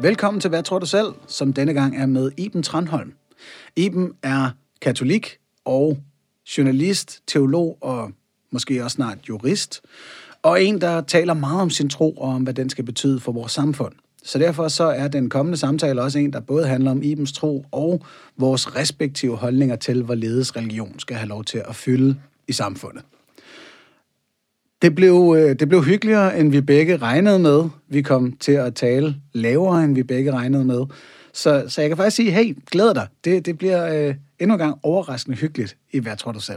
Velkommen til Hvad tror du selv, som denne gang er med Iben Tranholm. Iben er katolik og journalist, teolog og måske også snart jurist, og en, der taler meget om sin tro og om, hvad den skal betyde for vores samfund. Så derfor så er den kommende samtale også en, der både handler om Ibens tro og vores respektive holdninger til, hvorledes religion skal have lov til at fylde i samfundet. Det blev hyggeligere, end vi begge regnede med. Vi kom til at tale lavere, end vi begge regnede med. Så jeg kan faktisk sige, hey, glæd dig. Det bliver endnu en gang overraskende hyggeligt i Hvad tror du selv?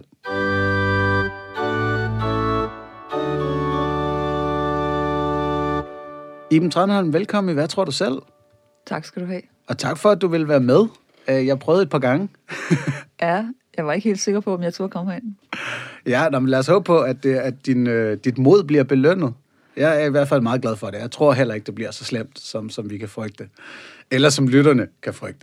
Iben Tranholm, velkommen i Hvad tror du selv? Tak skal du have. Og tak for, at du vil være med. Jeg prøvede et par gange. Ja, jeg var ikke helt sikker på, om jeg turde komme herind. Ja, men lad os håbe på, at dit mod bliver belønnet. Jeg er i hvert fald meget glad for det. Jeg tror heller ikke, det bliver så slemt, som vi kan frygte. Eller som lytterne kan frygte.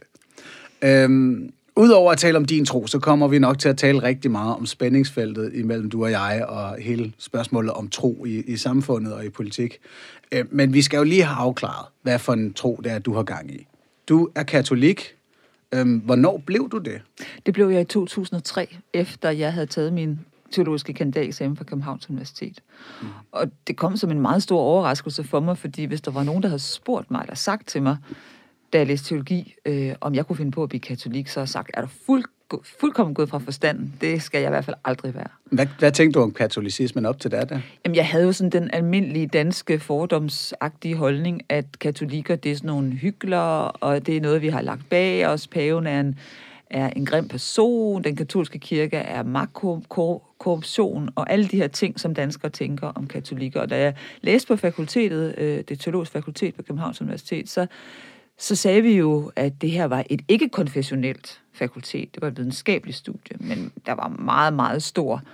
Udover at tale om din tro, så kommer vi nok til at tale rigtig meget om spændingsfeltet imellem du og jeg, og hele spørgsmålet om tro i samfundet og i politik. Men vi skal jo lige have afklaret, hvad for en tro det er, du har gang i. Du er katolik. Hvornår blev du det? Det blev jeg i 2003, efter jeg havde taget min teologiske kandidateksamen fra Københavns Universitet. Og det kom som en meget stor overraskelse for mig, fordi hvis der var nogen, der havde spurgt mig, eller sagt til mig, da jeg læste teologi, om jeg kunne finde på at blive katolik, så har jeg sagt, er du fuldkommen gået fra forstanden? Det skal jeg i hvert fald aldrig være. Hvad tænkte du om katolicismen op til det? Jamen, jeg havde jo sådan den almindelige danske fordomsagtige holdning, at katolikker, det er sådan nogle hyklere, og det er noget, vi har lagt bag os. Paven er en grim person, den katolske kirke er magtkorruption, og alle de her ting, som danskere tænker om katolikker. Og da jeg læste på fakultetet, det teologiske fakultet på Københavns Universitet, så sagde vi jo, at det her var et ikke-konfessionelt fakultet. Det var et videnskabeligt studie, men der var meget, meget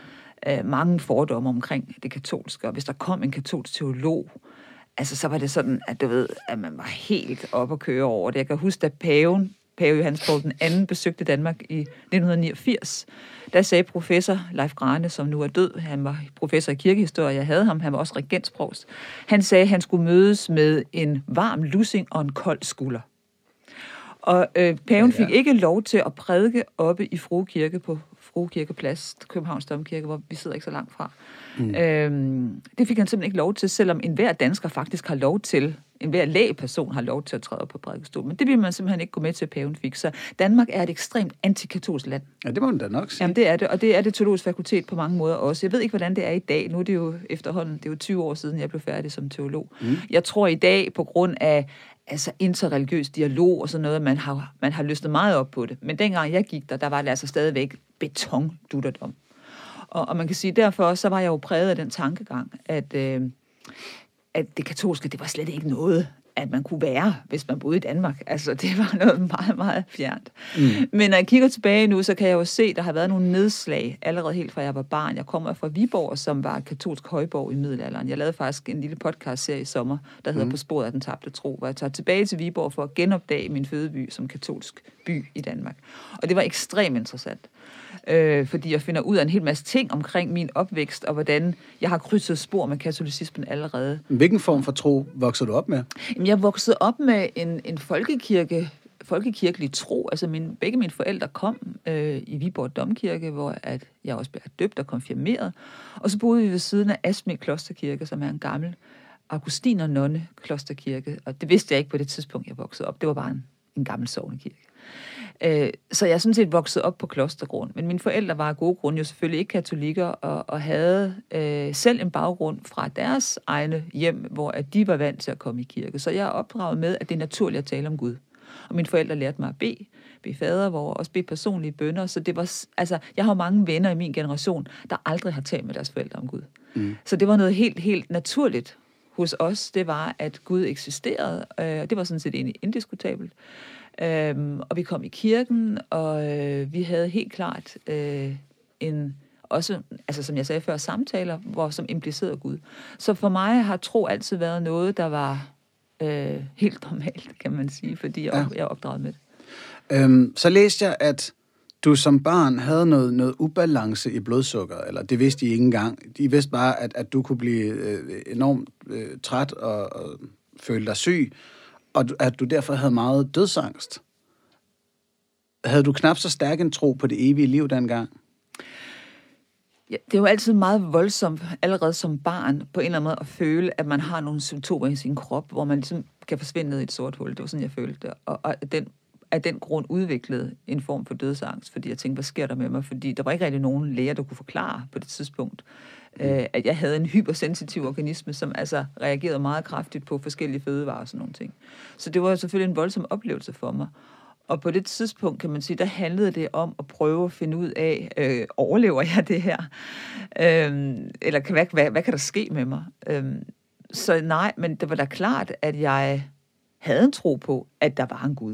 mange fordomme omkring det katolske. Og hvis der kom en katolsk teolog, altså så var det sådan, at at man var helt op at køre over det. Jeg kan huske, at pave Johannes Paul II besøgte Danmark i 1989. Der sagde professor Leif Grane, som nu er død, han var professor i kirkehistorie, jeg havde ham, han var også regensprovst. Han sagde, at han skulle mødes med en varm lussing og en kold skulder. Og paven fik ikke lov til at prædike oppe i Frue Kirke på Frue Kirkeplads, Københavns Domkirke, hvor vi sidder ikke så langt fra. Det fik han simpelthen ikke lov til, selvom enhver dansker faktisk har lov til, enhver lægperson har lov til at træde op på prædikestol. Men det vil man simpelthen ikke gå med til, at paven fik. Så Danmark er et ekstremt antikatolsk land. Ja, det må man da nok sige. Jamen, det er det, og det er det teologiske fakultet på mange måder også. Jeg ved ikke, hvordan det er i dag. Nu er det jo efterhånden, det er jo 20 år siden, jeg blev færdig som teolog. Jeg tror i dag, på grund af interreligiøs dialog og sådan noget, man har løsnet meget op på det. Men dengang jeg gik der var det altså stadigvæk betondutterdom. Og man kan sige, derfor så var jeg jo præget af den tankegang, at det katolske, det var slet ikke noget, at man kunne være, hvis man boede i Danmark. Altså, det var noget meget, meget fjernt. Men når jeg kigger tilbage nu, så kan jeg jo se, at der har været nogle nedslag, allerede helt fra jeg var barn. Jeg kommer fra Viborg, som var et katolsk højborg i middelalderen. Jeg lavede faktisk en lille podcastserie i sommer, der hedder På sporet af den tabte tro, hvor jeg tager tilbage til Viborg for at genopdage min fødeby som katolsk by i Danmark. Og det var ekstremt interessant. Fordi jeg finder ud af en hel masse ting omkring min opvækst, og hvordan jeg har krydset spor med katolicismen allerede. Hvilken form for tro voksede du op med? Jamen, jeg voksede op med en folkekirkelig tro. Altså begge mine forældre kom i Viborg Domkirke, hvor at jeg også blev døbt og konfirmeret. Og så boede vi ved siden af Asmik Klosterkirke, som er en gammel augustiner-nonne klosterkirke. Og det vidste jeg ikke på det tidspunkt, jeg voksede op. Det var bare en gammel sognekirke. Så jeg er sådan set vokset op på klostergrund. Men mine forældre var af gode grunde jo selvfølgelig ikke katolikker, og havde selv en baggrund fra deres egne hjem, hvor at de var vant til at komme i kirke. Så jeg er opdraget med, at det er naturligt at tale om Gud. Og mine forældre lærte mig at bede fadervor, også bede personlige bønner. Så det var, altså, jeg har mange venner i min generation, der aldrig har talt med deres forældre om Gud. Så det var noget helt, helt naturligt hos os. Det var, at Gud eksisterede, og det var sådan set egentlig indiskutabelt. Og vi kom i kirken, og vi havde helt klart også, altså som jeg sagde før, samtaler, som implicerede Gud. Så for mig har tro altid været noget, der var helt normalt, kan man sige, fordi jeg er opdraget med det. Så læste jeg, at du som barn havde noget ubalance i blodsukker, eller det vidste de ikke engang. De vidste bare, at du kunne blive enormt træt og føle dig syg, og at du derfor havde meget dødsangst. Havde du knap så stærk en tro på det evige liv dengang? Ja, det er jo altid meget voldsomt, allerede som barn, på en eller anden måde, at føle, at man har nogle symptomer i sin krop, hvor man ligesom kan forsvinde ned i et sort hul. Det var sådan, jeg følte det. Og af den grund udviklede en form for dødsangst, fordi jeg tænkte, hvad sker der med mig? Fordi der var ikke rigtig nogen læger, der kunne forklare på det tidspunkt, at jeg havde en hypersensitiv organisme, som altså reagerede meget kraftigt på forskellige fødevarer og sådan nogle ting. Så det var selvfølgelig en voldsom oplevelse for mig. Og på det tidspunkt, kan man sige, der handlede det om at prøve at finde ud af, overlever jeg det her? Eller hvad kan der ske med mig? Så nej, men det var da klart, at jeg havde en tro på, at der var en Gud.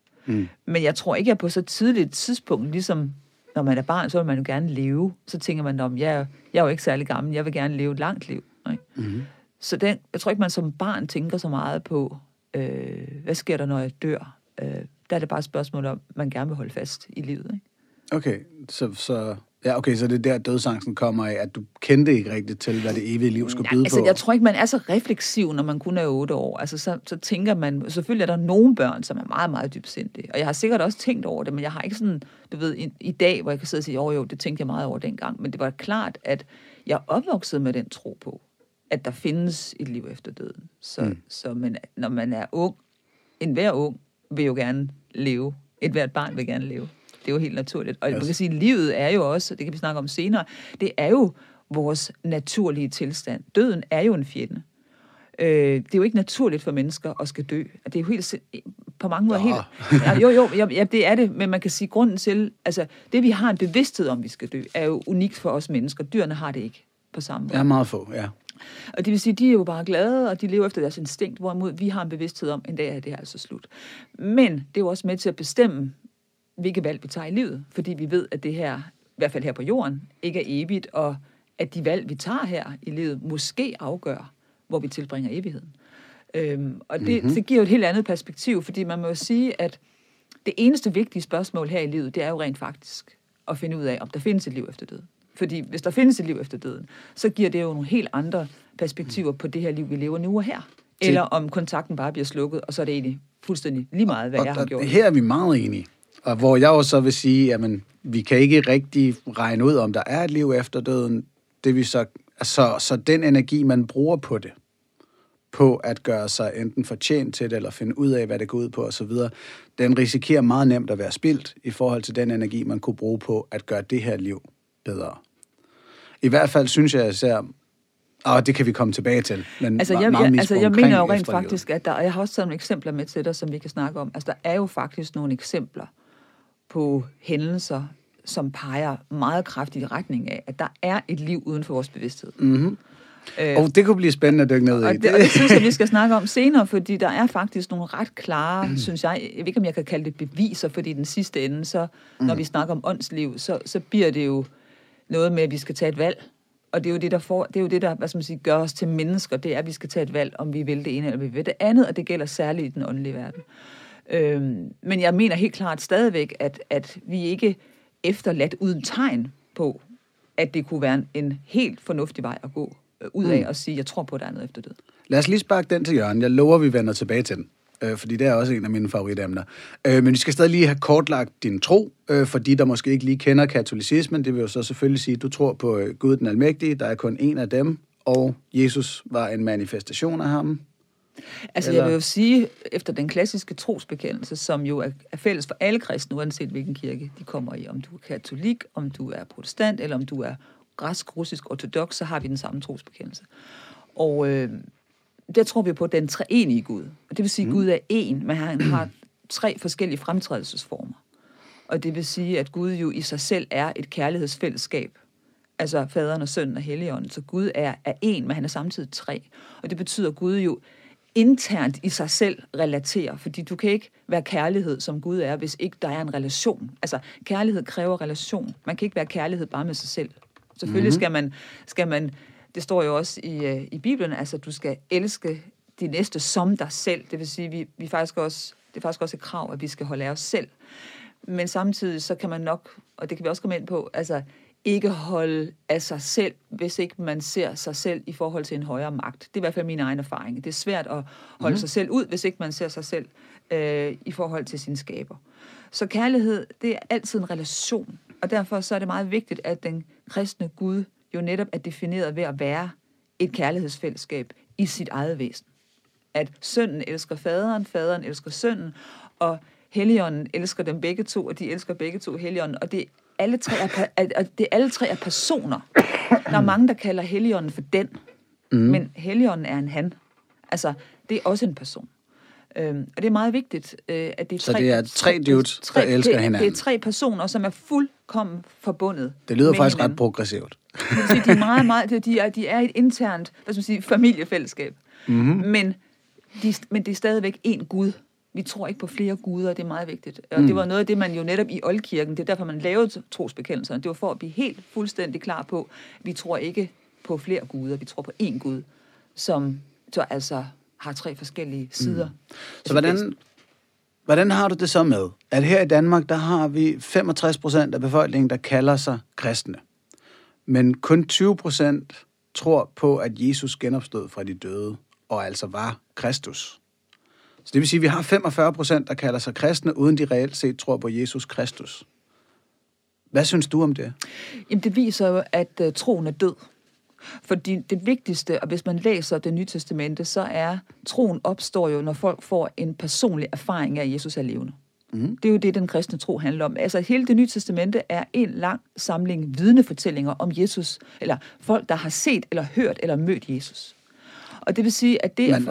Men jeg tror ikke, at på så tidligt et tidspunkt, ligesom når man er barn, så vil man jo gerne leve. Så tænker man om, jeg er jo ikke særlig gammel, jeg vil gerne leve et langt liv. Ikke? Så jeg tror ikke, man som barn tænker så meget på, hvad sker der, når jeg dør? Der er det bare et spørgsmål om, man gerne vil holde fast i livet. Ikke? Okay, så det er der, dødsangsten kommer af, at du kendte ikke rigtigt til, hvad det evige liv skulle byde på. Jeg tror ikke, man er så refleksiv, når man kun er 8 år. Altså, så tænker man, selvfølgelig er der nogle børn, som er meget, meget dybsindige. Og jeg har sikkert også tænkt over det, men jeg har ikke sådan, du ved, i dag, hvor jeg kan sidde og sige, jo, det tænkte jeg meget over dengang. Men det var klart, at jeg opvoksede med den tro på, at der findes et liv efter døden. Men når man er ung, enhver ung vil jo gerne leve. Ethvert barn vil gerne leve. Det er jo helt naturligt. Og man kan sige, at livet er jo også, det kan vi snakke om senere, det er jo vores naturlige tilstand. Døden er jo en fjende. Det er jo ikke naturligt for mennesker at skal dø. Det er jo helt, på mange måder helt... Ja, det er det, men man kan sige, grunden til, altså det vi har en bevidsthed om, vi skal dø, er jo unikt for os mennesker. Dyrene har det ikke på samme måde. Ja, meget få, ja. Og det vil sige, de er jo bare glade, og de lever efter deres instinkt, hvorimod vi har en bevidsthed om, en dag er det altså slut. Men det er jo også med til at bestemme, hvilke valg vi tager i livet, fordi vi ved, at det her, i hvert fald her på jorden, ikke er evigt, og at de valg, vi tager her i livet, måske afgør, hvor vi tilbringer evigheden. Og det giver jo et helt andet perspektiv, fordi man må jo sige, at det eneste vigtige spørgsmål her i livet, det er jo rent faktisk at finde ud af, om der findes et liv efter døden. Fordi hvis der findes et liv efter døden, så giver det jo nogle helt andre perspektiver på det her liv, vi lever nu og her. Eller om kontakten bare bliver slukket, og så er det egentlig fuldstændig lige meget, hvad jeg har gjort. Her er vi meget enige. Og hvor jeg også så vil sige, jamen, vi kan ikke rigtig regne ud, om der er et liv efter døden. Det vi så den energi, man bruger på det, på at gøre sig enten fortjent til det, eller finde ud af, hvad det går ud på osv., den risikerer meget nemt at være spildt i forhold til den energi, man kunne bruge på at gøre det her liv bedre. I hvert fald synes jeg især, og det kan vi komme tilbage til, men jeg mener jo rent faktisk, at jeg har også taget nogle eksempler med til dig, som vi kan snakke om. Altså, der er jo faktisk nogle eksempler på hændelser, som peger meget kraftigt i retning af, at der er et liv uden for vores bevidsthed. Og det kunne blive spændende at dykke ned i. Og det synes jeg, vi skal snakke om senere, fordi der er faktisk nogle ret klare, synes jeg ved ikke, om jeg kan kalde det beviser, fordi i den sidste ende, så når vi snakker om åndsliv, så bliver det jo noget med, at vi skal tage et valg. Og det er jo det, der hvad skal man sige, gør os til mennesker, det er, at vi skal tage et valg, om vi vil det ene eller vi vil det andet, og det gælder særligt i den åndelige verden. Men jeg mener helt klart stadigvæk, at vi ikke efterladt uden tegn på, at det kunne være en helt fornuftig vej at gå ud af og sige, jeg tror på, at der er noget efter død. Lad os lige sparke den til hjørnet. Jeg lover, vi vender tilbage til den, fordi det er også en af mine favoritemner. Men vi skal stadig lige have kortlagt din tro, for de, der måske ikke lige kender katolicismen. Det vil jo så selvfølgelig sige, at du tror på Gud den Almægtige, der er kun en af dem, og Jesus var en manifestation af ham. Altså jeg vil jo sige, efter den klassiske trosbekendelse, som jo er fælles for alle kristne, uanset hvilken kirke de kommer i, om du er katolik, om du er protestant, eller om du er græsk, russisk, ortodox, så har vi den samme trosbekendelse. Og der tror vi på den treenige Gud. Og det vil sige, at Gud er én, men han har 3 forskellige fremtrædelsesformer. Og det vil sige, at Gud jo i sig selv er et kærlighedsfællesskab. Altså faderen og sønnen og helligånden. Så Gud er én, men han er samtidig 3. Og det betyder, at Gud jo internt i sig selv relaterer. Fordi du kan ikke være kærlighed, som Gud er, hvis ikke der er en relation. Altså kærlighed kræver relation. Man kan ikke være kærlighed bare med sig selv. Selvfølgelig skal man, det står jo også i Bibelen, altså du skal elske de næste som dig selv. Det vil sige, vi faktisk også, det er faktisk også et krav, at vi skal holde af os selv. Men samtidig så kan man nok, og det kan vi også komme ind på, altså ikke holde af sig selv, hvis ikke man ser sig selv i forhold til en højere magt. Det er i hvert fald min egen erfaring. Det er svært at holde sig selv ud, hvis ikke man ser sig selv i forhold til sin skaber. Så kærlighed, det er altid en relation, og derfor så er det meget vigtigt, at den kristne Gud jo netop er defineret ved at være et kærlighedsfællesskab i sit eget væsen. At sønnen elsker faderen, faderen elsker sønnen, og Helligånden elsker dem begge to, og de elsker begge to Helligånden, og det er alle tre er personer. Der er mange, der kalder Helligånden for den, men Helligånden er en han. Altså, det er også en person. Og det er meget vigtigt, at det er så det er tre dudes, der elsker hinanden. Det er tre personer, som er fuldkommen forbundet. Det lyder faktisk hinanden. Ret progressivt. De er meget, meget, de er et internt, familiefællesskab. Men det er stadigvæk én Gud. Vi tror ikke på flere guder, det er meget vigtigt. Og det var noget af det, man jo netop i Oldkirken, det er derfor, man lavede trosbekendelserne. Det var for at blive helt fuldstændig klar på, vi tror ikke på flere guder, vi tror på én Gud, som så altså har tre forskellige sider. Så hvordan har du det så med, at her i Danmark, der har vi 65% af befolkningen, der kalder sig kristne, men kun 20% tror på, at Jesus genopstod fra de døde, og altså var Kristus. Så det vil sige, at vi har 45%, der kalder sig kristne, uden de reelt set tror på Jesus Kristus. Hvad synes du om det? Jamen, det viser jo, at troen er død. Fordi det vigtigste, og hvis man læser det nye testamente, så er, troen opstår jo, når folk får en personlig erfaring af, at Jesus er levende. Det er jo det, den kristne tro handler om. Altså, hele det nye testamente er en lang samling vidnefortællinger om Jesus, eller folk, der har set, eller hørt, eller mødt Jesus. Og det vil sige, at det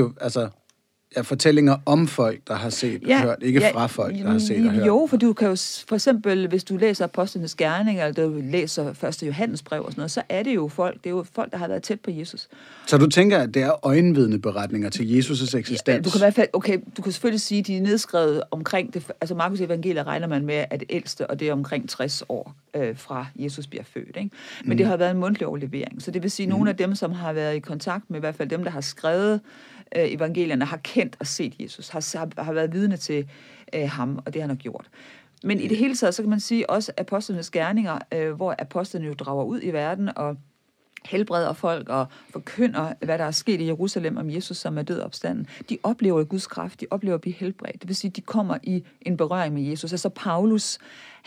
fortællinger om folk, der har set og hørt, ikke fra folk, der har set og hørt. Jo, for du kan jo for eksempel, hvis du læser Apostlenes Gerninger, eller du læser 1. Johannes brev og sådan noget, så er det jo folk, der har været tæt på Jesus. Så du tænker, at det er øjenvidneberetninger til Jesus' eksistens? Ja, du kan i hvert fald, du kan selvfølgelig sige, at de er nedskrevet omkring det, altså Markus evangeliet regner man med, at det ældste, og det er omkring 60 år fra Jesus bliver født, ikke? Men det har været en mundtlig overlevering, så det vil sige, at nogle af dem, som har været i kontakt med, i hvert fald dem, der har skrevet evangelierne, har kendt og set Jesus, har været vidne til ham, og det han har gjort. Men i det hele taget, så kan man sige også apostlenes gerninger, hvor apostlene jo drager ud i verden og helbreder folk og forkynder, hvad der er sket i Jerusalem om Jesus, som er død opstanden. De oplever Guds kraft, de oplever at blive helbredt. Det vil sige, at de kommer i en berøring med Jesus. Altså Paulus,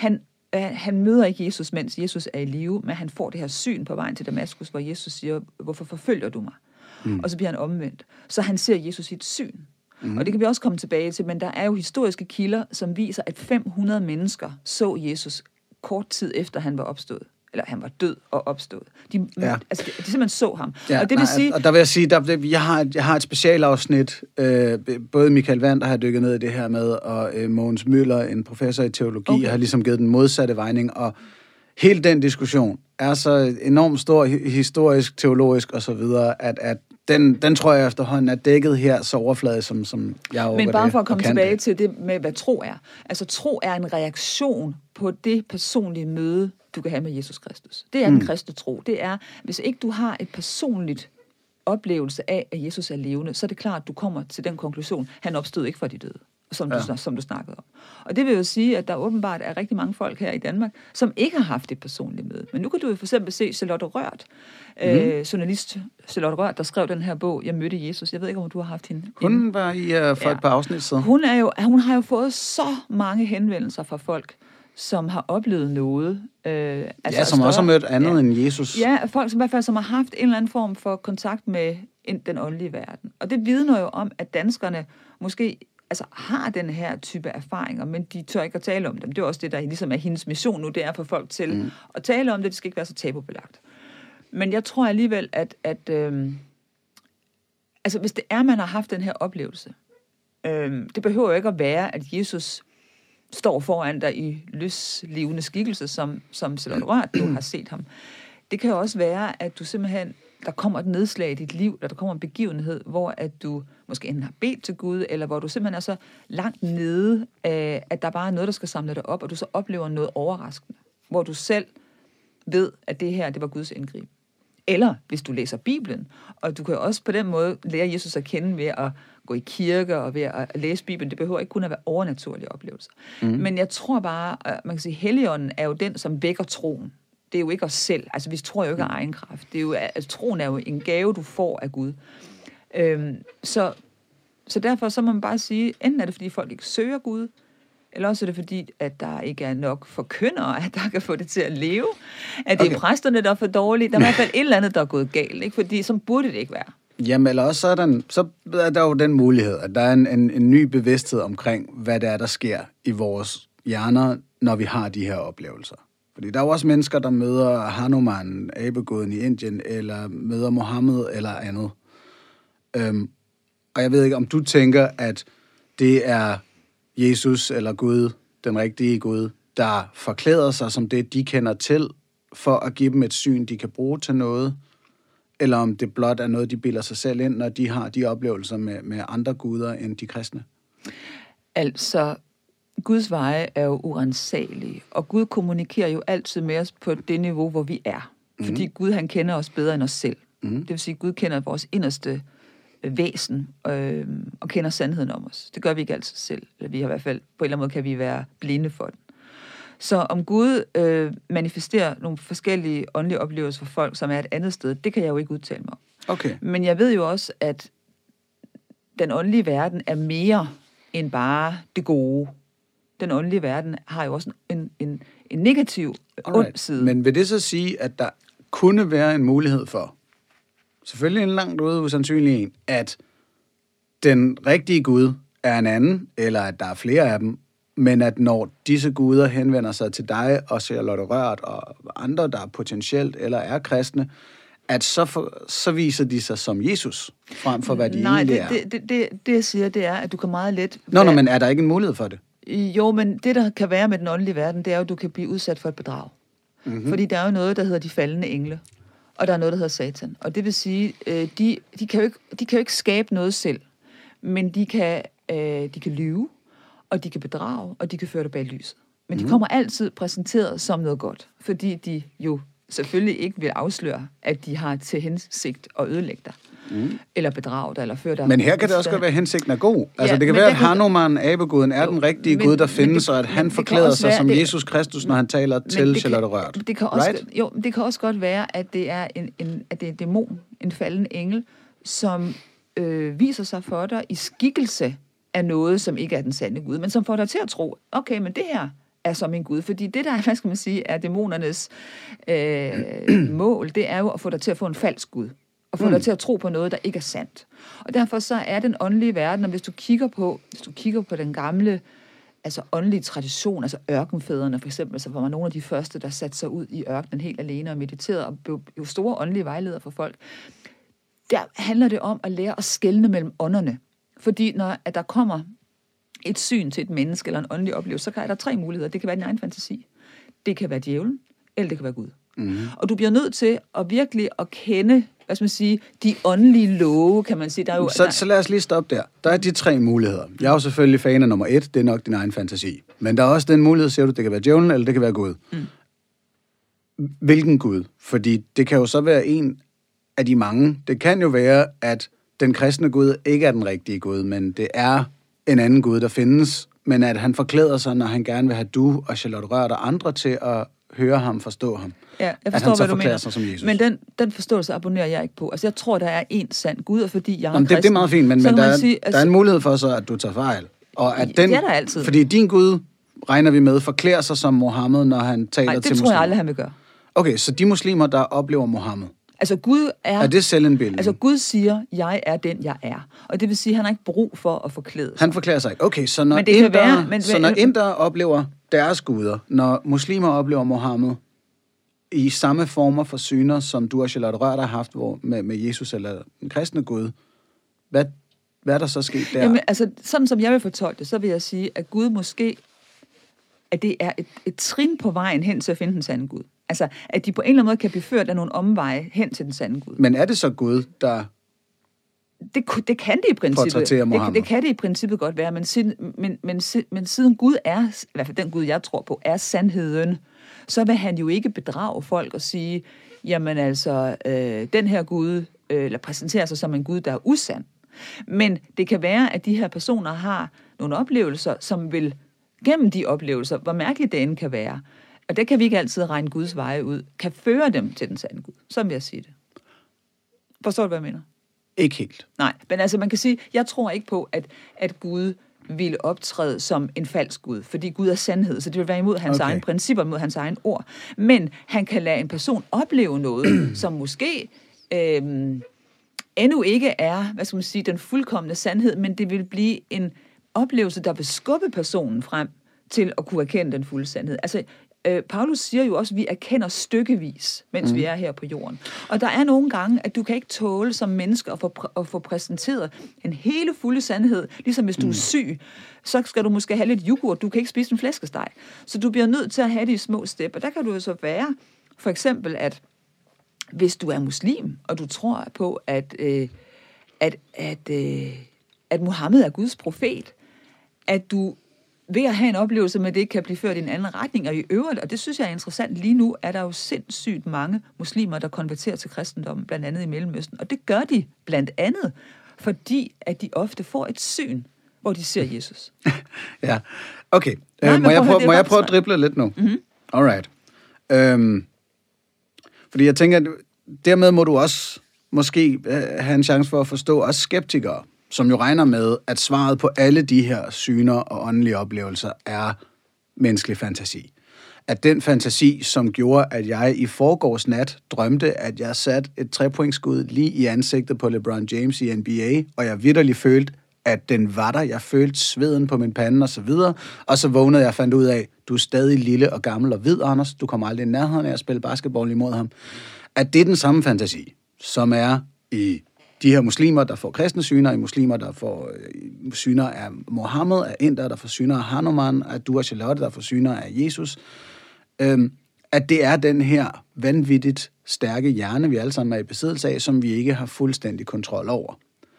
han møder ikke Jesus, mens Jesus er i live, men han får det her syn på vejen til Damaskus, hvor Jesus siger, hvorfor forfølger du mig? Og så bliver han omvendt. Så han ser Jesus i et syn. Og det kan vi også komme tilbage til, men der er jo historiske kilder, som viser, at 500 mennesker så Jesus kort tid efter han var opstået. Eller han var død og opstået. De simpelthen så ham. Ja, og det vil sige... Og der vil jeg sige, jeg har et specialafsnit, både Michael Vand, der har dykket ned i det her med, og Mogens Møller, en professor i teologi, har ligesom givet den modsatte vejning, og hele den diskussion er så enormt stor, historisk, teologisk og så videre, at den tror jeg efterhånden er dækket her så overfladisk, som jeg overgår det. Men bare for at komme tilbage til det med, hvad tro er. Altså tro er en reaktion på det personlige møde, du kan have med Jesus Kristus. Det er den kristne tro. Det er, hvis ikke du har et personligt oplevelse af, at Jesus er levende, så er det klart, at du kommer til den konklusion, han opstod ikke fra de døde, som du snakkede om. Og det vil jo sige, at der åbenbart er rigtig mange folk her i Danmark, som ikke har haft et personligt møde. Men nu kan du jo for eksempel se Charlotte Rørt, journalist Charlotte Rørt, der skrev den her bog, Jeg mødte Jesus. Jeg ved ikke, om du har haft hende. Hun var i for et par afsnit siden. Hun har jo fået så mange henvendelser fra folk, som har oplevet noget. Som også har mødt andet end Jesus. Ja, folk som i hvert fald som har haft en eller anden form for kontakt med den åndelige verden. Og det vidner jo om, at danskerne måske har den her type erfaringer, men de tør ikke at tale om dem. Det er også det, der ligesom er hendes mission nu, det er for folk til at tale om det. Det skal ikke være så tabubelagt. Men jeg tror alligevel, at hvis det er, man har haft den her oplevelse, det behøver jo ikke at være, at Jesus står foran dig i løslevende skikkelse, som Charlotte Rørt, du har set ham. Det kan jo også være, at du simpelthen, der kommer et nedslag i dit liv, eller der kommer en begivenhed, hvor at du måske enten har bedt til Gud, eller hvor du simpelthen er så langt nede, at der bare er noget, der skal samle dig op, og du så oplever noget overraskende, hvor du selv ved, at det her, det var Guds indgreb. Eller hvis du læser Bibelen, og du kan også på den måde lære Jesus at kende ved at gå i kirke og ved at læse Bibelen. Det behøver ikke kun at være overnaturlige oplevelser. Men jeg tror bare, man kan sige, Helligånden er jo den, som vækker troen. det er jo ikke os selv. Altså, vi tror jo ikke af egen kraft. Det er jo, altså, troen er jo en gave, du får af Gud. Så derfor så må man bare sige, enten er det, fordi folk ikke søger Gud, eller også er det fordi, at der ikke er nok forkyndere, at der kan få det til at leve. At det er præsterne, der er for dårlige. Der er i hvert fald et eller andet, der er gået galt, ikke? Fordi så burde det ikke være. Jamen, eller også så er der jo den mulighed, at der er en ny bevidsthed omkring, hvad det er, der sker i vores hjerner, når vi har de her oplevelser. Fordi der er jo også mennesker, der møder Hanuman, abeguden i Indien, eller møder Mohammed eller andet. Og jeg ved ikke, om du tænker, at det er Jesus eller Gud, den rigtige Gud, der forklæder sig som det, de kender til, for at give dem et syn, de kan bruge til noget, eller om det blot er noget, de bilder sig selv ind, når de har de oplevelser med andre guder end de kristne? Altså, Guds veje er jo urensagelige, og Gud kommunikerer jo altid med os på det niveau, hvor vi er. Fordi Gud, han kender os bedre end os selv. Det vil sige, at Gud kender vores inderste væsen og kender sandheden om os. Det gør vi ikke altid selv. Eller vi har i hvert fald, på en eller anden måde kan vi være blinde for den. Så om Gud manifesterer nogle forskellige åndelige oplevelser for folk, som er et andet sted, det kan jeg jo ikke udtale mig om. Okay. Men jeg ved jo også, at den åndelige verden er mere end bare det gode. Den åndelige verden har jo også en negativ ond side. Men vil det så sige, at der kunne være en mulighed for, selvfølgelig en langt ude usandsynlig en, at den rigtige Gud er en anden, eller at der er flere af dem, men at når disse guder henvender sig til dig, og Charlotte Rørt og andre, der er potentielt eller er kristne, at så viser de sig som Jesus, frem for hvad de egentlig er. Nej, det jeg siger, det er, at du kan meget let... Nå, men er der ikke en mulighed for det? Jo, men det, der kan være med den åndelige verden, det er jo, at du kan blive udsat for et bedrag. Mm-hmm. Fordi der er jo noget, der hedder de faldende engle, og der er noget, der hedder Satan. Og det vil sige, de kan jo ikke skabe noget selv, men de kan lyve, og de kan bedrage, og de kan føre dig bag lyset. Men de kommer altid præsenteret som noget godt, fordi de jo selvfølgelig ikke vil afsløre, at de har til hensigt at ødelægge dig, eller bedrage dig, eller føre dig... Men her kan det også godt være, at hensigten er god. Altså, det kan være, at Hanuman, abeguden, er den rigtige Gud, der findes, og at han forklæder sig som Jesus Kristus, når han taler til Charlotte Rørt. Det kan også, det kan også godt være, at det er en dæmon, en falden engel, som viser sig for dig i skikkelse af noget, som ikke er den sande Gud, men som får dig til at tro, okay, men det her er som en Gud. Fordi det, der hvad skal man sige, er dæmonernes mål, det er jo at få dig til at få en falsk Gud. Og få dig til at tro på noget, der ikke er sandt. Og derfor så er den åndelige verden, og hvis du kigger på den gamle, altså åndelige tradition, altså ørkenfædrene for eksempel, så var man nogle af de første, der satte sig ud i ørkenen helt alene og mediterede, og blev jo store åndelige vejledere for folk. Der handler det om at lære at skelne mellem ånderne. Fordi når at der kommer et syn til et menneske eller en åndelig oplevelse, så kan der 3 muligheder. Det kan være din egen fantasi, det kan være djævlen, eller det kan være Gud. Mm-hmm. Og du bliver nødt til at virkelig at kende, hvad skal man sige, de åndelige love, kan man sige. Der er jo, så lad os lige stoppe der. Der er de 3 muligheder. Jeg er jo selvfølgelig fan af nummer 1, det er nok din egen fantasi. Men der er også den mulighed, siger du, det kan være djævlen, eller det kan være Gud. Hvilken Gud? Fordi det kan jo så være en af de mange. Det kan jo være, at den kristne Gud ikke er den rigtige Gud, men det er en anden Gud, der findes, men at han forklæder sig, når han gerne vil have du og Charlotte Rørt og andre til at høre ham, forstå ham. Ja, jeg forstår, hvad du mener. Sig som Jesus. Men den forståelse abonnerer jeg ikke på. Altså, jeg tror, der er en sand Gud, og fordi jeg er kristen... Det er meget fint, men der er en mulighed for så, at du tager fejl. Og at den, det er der altid. Fordi din Gud, regner vi med, forklæder sig som Mohammed, når han taler til muslimer. det tror jeg aldrig, han vil gøre. Okay, så de muslimer, der oplever Mohammed, altså Gud er det selvindbildning? Altså Gud siger, jeg er den, jeg er. Og det vil sige, han har ikke brug for at forklæde sig. Han forklæder sig ikke. Okay, så når indere oplever deres guder, når muslimer oplever Mohammed i samme former for syner, som du og Charlotte Rørt har haft med Jesus eller den kristne Gud, hvad er der så sket der? Jamen, altså, sådan som jeg vil fortolke det, så vil jeg sige, at Gud måske, at det er et trin på vejen hen til at finde den sande Gud. Altså, at de på en eller anden måde kan blive ført af nogle omveje hen til den sande Gud. Men er det så Gud, der det kan det i princippet. Det kan det i princippet godt være, men siden Gud er, i hvert fald den Gud, jeg tror på, er sandheden, så vil han jo ikke bedrage folk og sige, jamen altså, den her Gud, eller præsentere sig som en Gud, der er usand. Men det kan være, at de her personer har nogle oplevelser, som vil gennem de oplevelser, hvor mærkeligt det end kan være, og det kan vi ikke altid regne Guds veje ud, kan føre dem til den sande Gud. Så vil jeg sige det. Forstår du, hvad jeg mener? Ikke helt. Nej, men altså man kan sige, jeg tror ikke på, at Gud ville optræde som en falsk Gud, fordi Gud er sandhed, så det vil være imod hans egen principper, imod hans egen ord. Men han kan lade en person opleve noget, som måske endnu ikke er, hvad skal man sige, den fuldkomne sandhed, men det vil blive en oplevelse, der vil skubbe personen frem til at kunne erkende den fulde sandhed. Altså, Paulus siger jo også, at vi erkender stykkevis, mens vi er her på jorden. Og der er nogle gange, at du kan ikke tåle som menneske at få præsenteret en hele fulde sandhed. Ligesom hvis du er syg, så skal du måske have lidt yoghurt. Du kan ikke spise en flæskesteg. Så du bliver nødt til at have de små step. Og der kan du jo så være, for eksempel, at hvis du er muslim, og du tror på, at Muhammed er Guds profet, at du ved at have en oplevelse med, at det ikke kan blive ført i en anden retning, og i øvrigt, og det synes jeg er interessant, lige nu er der jo sindssygt mange muslimer, der konverterer til kristendommen, blandt andet i Mellemøsten, og det gør de blandt andet, fordi at de ofte får et syn, hvor de ser Jesus. Ja, okay. Må jeg prøve at drible lidt nu? Mm-hmm. Alright. Fordi jeg tænker, at dermed må du også måske have en chance for at forstå også skeptikere, som jo regner med, at svaret på alle de her syner og åndelige oplevelser er menneskelig fantasi. At den fantasi, som gjorde, at jeg i forgårs nat drømte, at jeg satte et 3-pointsskud lige i ansigtet på LeBron James i NBA, og jeg vitterligt følte, at den var der. Jeg følte sveden på min pande og så videre, og så vågnede jeg og fandt ud af, du er stadig lille og gammel og hvid, Anders. Du kommer aldrig i nærheden af at spille basketball imod ham. At det er den samme fantasi, som er i de her muslimer, der får kristne syner, i muslimer, der får syner af Mohammed, af Inder, der får syner af Hanuman, af Dua Charlotte, der får syner af Jesus. At det er den her vanvittigt stærke hjerne, vi alle sammen er i besiddelse af, som vi ikke har fuldstændig kontrol over.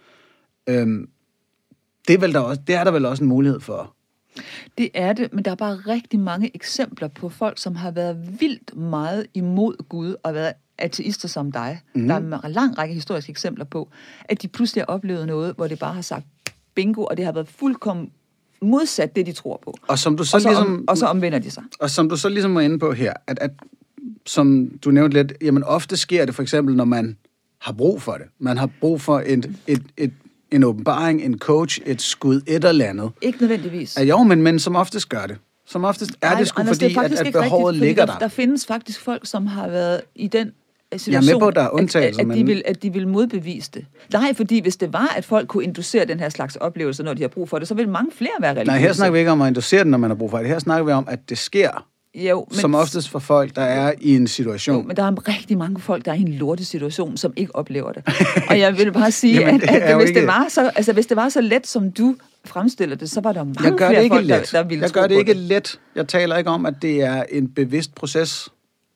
Det er der vel også en mulighed for. Det er det, men der er bare rigtig mange eksempler på folk, som har været vildt meget imod Gud og været ateister som dig. Der er en lang række historiske eksempler på, at de pludselig har oplevet noget, hvor det bare har sagt bingo, og det har været fuldkommen modsat det, de tror på. Og som du så og så omvender de sig. Og som du så ligesom var inde på her, at som du nævnte lidt, jamen ofte sker det for eksempel, når man har brug for det. Man har brug for en åbenbaring, en coach, et skud, et eller andet. Ikke nødvendigvis. Jo, men som oftest gør det. Som oftest er det sgu, fordi at behovet ligger der. Der findes faktisk folk, som har været i den situation, jeg er med på, at der er undtagelser, at de vil modbevise det. Nej, fordi hvis det var, at folk kunne inducere den her slags oplevelser, når de har brug for det, så vil mange flere være religiøse. Nej, her snakker vi ikke om at inducere det, når man har brug for det. Her snakker vi om, at det sker. Jo, men, som oftest for folk, der er i en situation. Jo, men der er rigtig mange folk, der er i en lortesituation, som ikke oplever det. Og jeg vil bare sige, jamen, at hvis det var så let, som du fremstiller det, så var der mange flere folk, der ville Jeg gør det ikke let. Jeg taler ikke om, at det er en bevidst proces.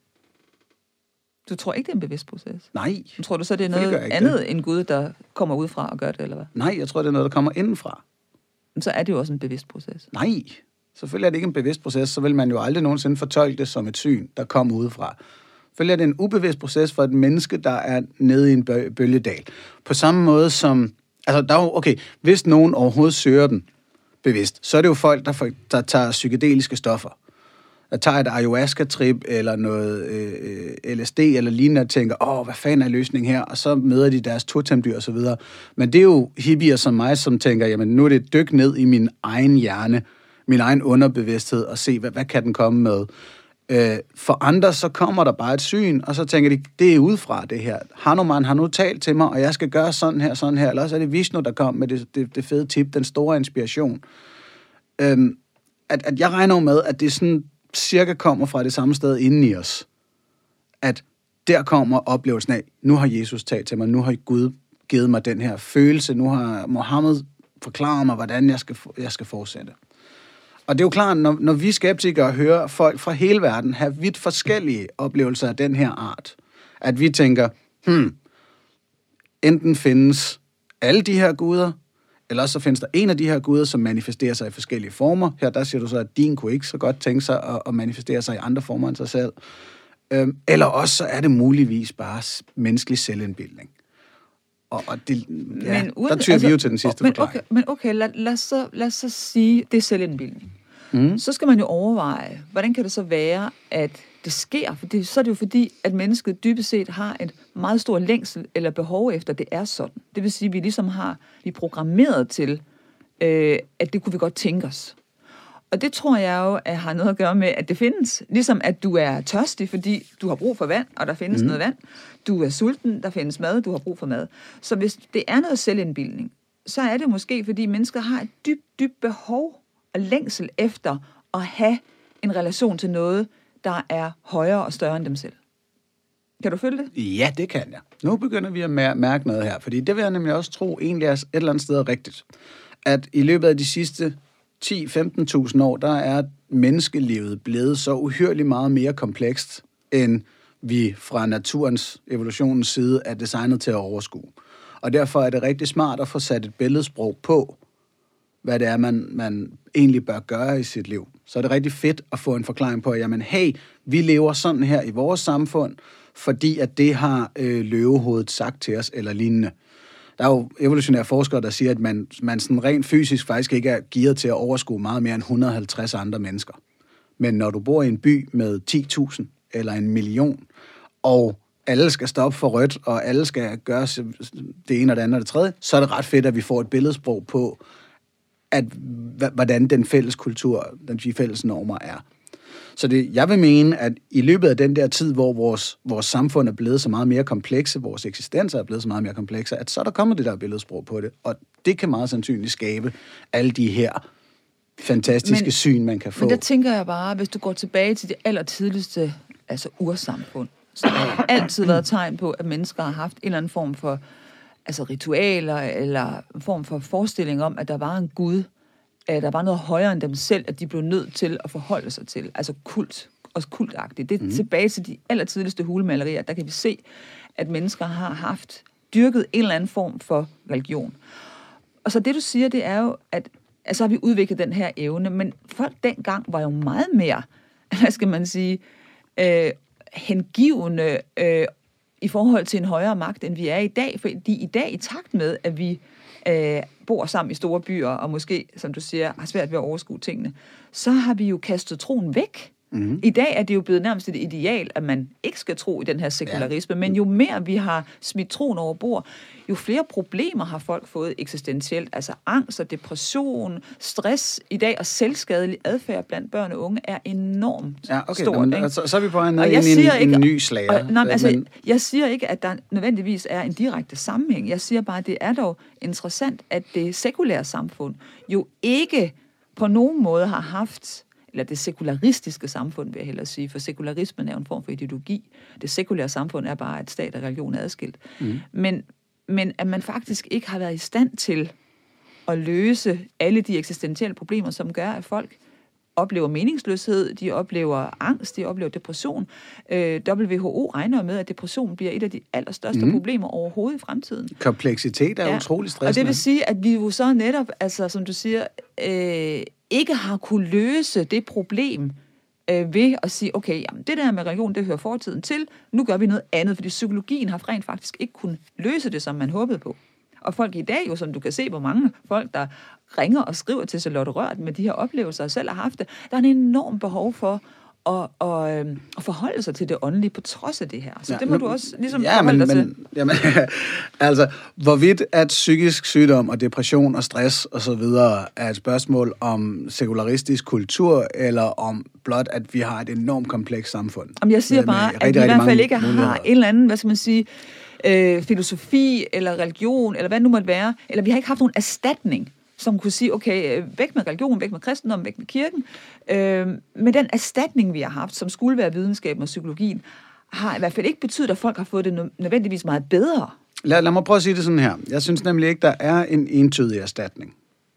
Du tror ikke, det er en bevidst proces? Nej. Tror du så, det er noget andet end Gud, der kommer ud fra og gør det, eller hvad? Nej, jeg tror, det er noget, der kommer indenfra. Men så er det jo også en bevidst proces. Nej. Selvfølgelig er det ikke en bevidst proces, så vil man jo aldrig nogensinde fortolke det som et syn, der kommer udefra. Selvfølgelig er det en ubevidst proces for et menneske, der er nede i en bølgedal. På samme måde som, altså der er jo, okay, hvis nogen overhovedet søger den bevidst, så er det jo folk, der tager psykedeliske stoffer. Der tager et ayahuasca-trip eller noget LSD eller lignende og tænker, hvad fanden er løsningen her? Og så møder de deres totemdyr og så videre. Men det er jo hippier som mig, som tænker, jamen nu er det et dyk ned i min egen hjerne, min egen underbevidsthed, og se, hvad kan den komme med. For andre, så kommer der bare et syn, og så tænker de, det er udefra det her. Hanuman har nu talt til mig, og jeg skal gøre sådan her, eller også er det Vishnu, der kom med det fede tip, den store inspiration. At jeg regner med, at det sådan cirka kommer fra det samme sted inden i os. At der kommer oplevelsen af, nu har Jesus talt til mig, nu har Gud givet mig den her følelse, nu har Mohammed forklaret mig, hvordan jeg skal fortsætte. Og det er jo klart, når vi skeptikere hører folk fra hele verden have vidt forskellige oplevelser af den her art, at vi tænker, enten findes alle de her guder, eller så findes der en af de her guder, som manifesterer sig i forskellige former. Her der siger du så, at din kunne ikke så godt tænke sig at manifestere sig i andre former end sig selv. Eller også så er det muligvis bare menneskelig selvindbildning. Og det, ja, der tyrer vi jo til den sidste forklaring. Men okay, lad os så sige, det er selvindbildning. så skal man jo overveje, hvordan kan det så være, at det sker? For så er det jo fordi, at mennesket dybest set har et meget stort længsel eller behov efter, det er sådan. Det vil sige, at vi ligesom vi er programmeret til, at det kunne vi godt tænke os. Og det tror jeg jo, at har noget at gøre med, at det findes. Ligesom at du er tørstig, fordi du har brug for vand, og der findes noget vand. Du er sulten, der findes mad, du har brug for mad. Så hvis det er noget selvindbildning, så er det måske, fordi mennesker har et dybt behov og længsel efter at have en relation til noget, der er højere og større end dem selv. Kan du følge det? Ja, det kan jeg. Nu begynder vi at mærke noget her, fordi det vil jeg nemlig også tro egentlig er et eller andet sted rigtigt. At i løbet af de sidste 10-15.000 år, der er menneskelivet blevet så uhyrligt meget mere komplekst, end vi fra naturens, evolutionens side er designet til at overskue. Og derfor er det rigtig smart at få sat et billedsprog på, hvad det er, man egentlig bør gøre i sit liv. Så er det rigtig fedt at få en forklaring på, at jamen, hey, vi lever sådan her i vores samfund, fordi at det har løvehovedet sagt til os, eller lignende. Der er jo evolutionære forskere, der siger, at man sådan rent fysisk faktisk ikke er gearet til at overskue meget mere end 150 andre mennesker. Men når du bor i en by med 10.000 eller 1 million, og alle skal stoppe for rødt, og alle skal gøre det ene og det andet og det tredje, så er det ret fedt, at vi får et billedsprog på, at hvordan den fælles kultur, de fælles normer er. Så jeg vil mene, at i løbet af den der tid, hvor vores samfund er blevet så meget mere komplekse, vores eksistenser er blevet så meget mere komplekse, at så er der kommet det der billedsprog på det. Og det kan meget sandsynligt skabe alle de her fantastiske syn, man kan få. Men der tænker jeg bare, hvis du går tilbage til det allertidligste, altså ursamfund, så har der altid været tegn på, at mennesker har haft en eller anden form for ritualer, eller en form for forestilling om, at der var en Gud, at der var noget højere end dem selv, at de blev nødt til at forholde sig til. Altså kult, også kultagtigt. Det er tilbage til de allertidligste hulemalerier, der kan vi se, at mennesker har dyrket en eller anden form for religion. Og så det, du siger, det er jo, at så har vi udviklet den her evne, men folk dengang var jo meget mere, hvad skal man sige, hengivende i forhold til en højere magt, end vi er i dag. Fordi i dag, i takt med, at vi bor sammen i store byer, og måske, som du siger, har svært ved at overskue tingene, så har vi jo kastet troen væk. Mm-hmm. I dag er det jo blevet nærmest et ideal, at man ikke skal tro i den her sekularisme, men jo mere vi har smidt troen over bord, jo flere problemer har folk fået eksistentielt. Altså angst og depression, stress i dag og selvskadelig adfærd blandt børn og unge er enormt stort. Så er vi på en ny slager. Jeg siger ikke, at der nødvendigvis er en direkte sammenhæng. Jeg siger bare, at det er dog interessant, at det sekulære samfund jo ikke på nogen måde har haft, eller det sekularistiske samfund, vil jeg hellere sige, for sekularismen er jo en form for ideologi. Det sekulære samfund er bare, at stat og religion er adskilt. Men at man faktisk ikke har været i stand til at løse alle de eksistentielle problemer, som gør, at folk oplever meningsløshed, de oplever angst, de oplever depression. WHO regner med, at depression bliver et af de allerstørste problemer overhovedet i fremtiden. Kompleksitet er utrolig stressende. Og det vil sige, at vi jo så netop, altså som du siger, ikke har kunne løse det problem ved at sige, okay, jamen, det der med religion, det hører fortiden til, nu gør vi noget andet, fordi psykologien har rent faktisk ikke kunnet løse det, som man håbede på. Og folk i dag jo, som du kan se, hvor mange folk, der ringer og skriver til Charlotte Rørt med de her oplevelser, og selv har haft det, der er en enorm behov for at forholde sig til det åndelige på trods af det her. Så det må du også ligesom forholde dig til. Jamen, altså, hvorvidt at psykisk sygdom og depression og stress og så videre er et spørgsmål om sekularistisk kultur, eller om blot, at vi har et enormt komplekst samfund. Om jeg siger bare, at vi i hvert fald ikke har en eller anden, hvad skal man sige, filosofi eller religion, eller hvad det nu måtte være, eller vi har ikke haft nogen erstatning, som kunne sige, okay, væk med religion, væk med kristendom, væk med kirken. Men den erstatning, vi har haft, som skulle være videnskaben og psykologien, har i hvert fald ikke betydet, at folk har fået det nødvendigvis meget bedre. Lad mig prøve at sige det sådan her. Jeg synes nemlig ikke, der er en entydig erstatning.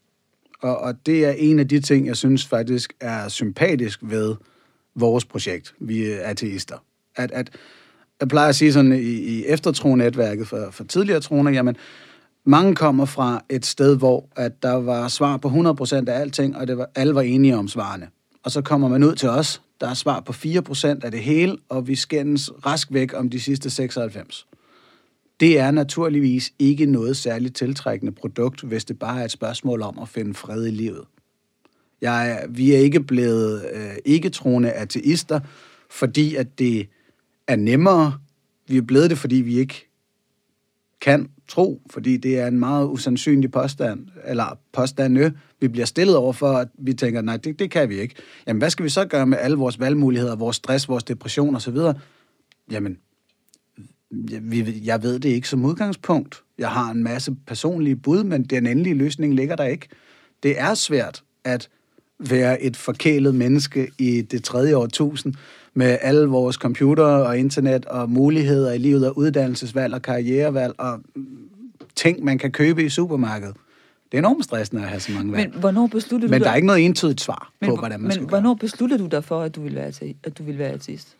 Og det er en af de ting, jeg synes faktisk er sympatisk ved vores projekt. Vi er ateister. Jeg plejer at sige sådan i eftertronetværket for tidligere troner, jamen, mange kommer fra et sted, hvor at der var svar på 100% af alting, og alle var enige om svarene. Og så kommer man ud til os, der er svar på 4% af det hele, og vi skændes rask væk om de sidste 96. Det er naturligvis ikke noget særligt tiltrækkende produkt, hvis det bare er et spørgsmål om at finde fred i livet. Vi er ikke blevet ikke-troende ateister, fordi at det er nemmere. Vi er blevet det, fordi vi ikke kan tro, fordi det er en meget usandsynlig påstand, eller påstande, vi bliver stillet over for, at vi tænker, nej, det kan vi ikke. Jamen, hvad skal vi så gøre med alle vores valgmuligheder, vores stress, vores depression osv.? Jamen, jeg ved det ikke som udgangspunkt. Jeg har en masse personlige bud, men den endelige løsning ligger der ikke. Det er svært at være et forkælet menneske i det 3. årtusind, med alle vores computer og internet og muligheder i livet og uddannelsesvalg og karrierevalg og ting, man kan købe i supermarkedet. Det er enormt stressende at have så mange valg. Men hvornår besluttede du Men der er ikke noget entydigt svar på, hvordan man skal gøre. Men hvornår besluttede du dig for, at du ville være ateist?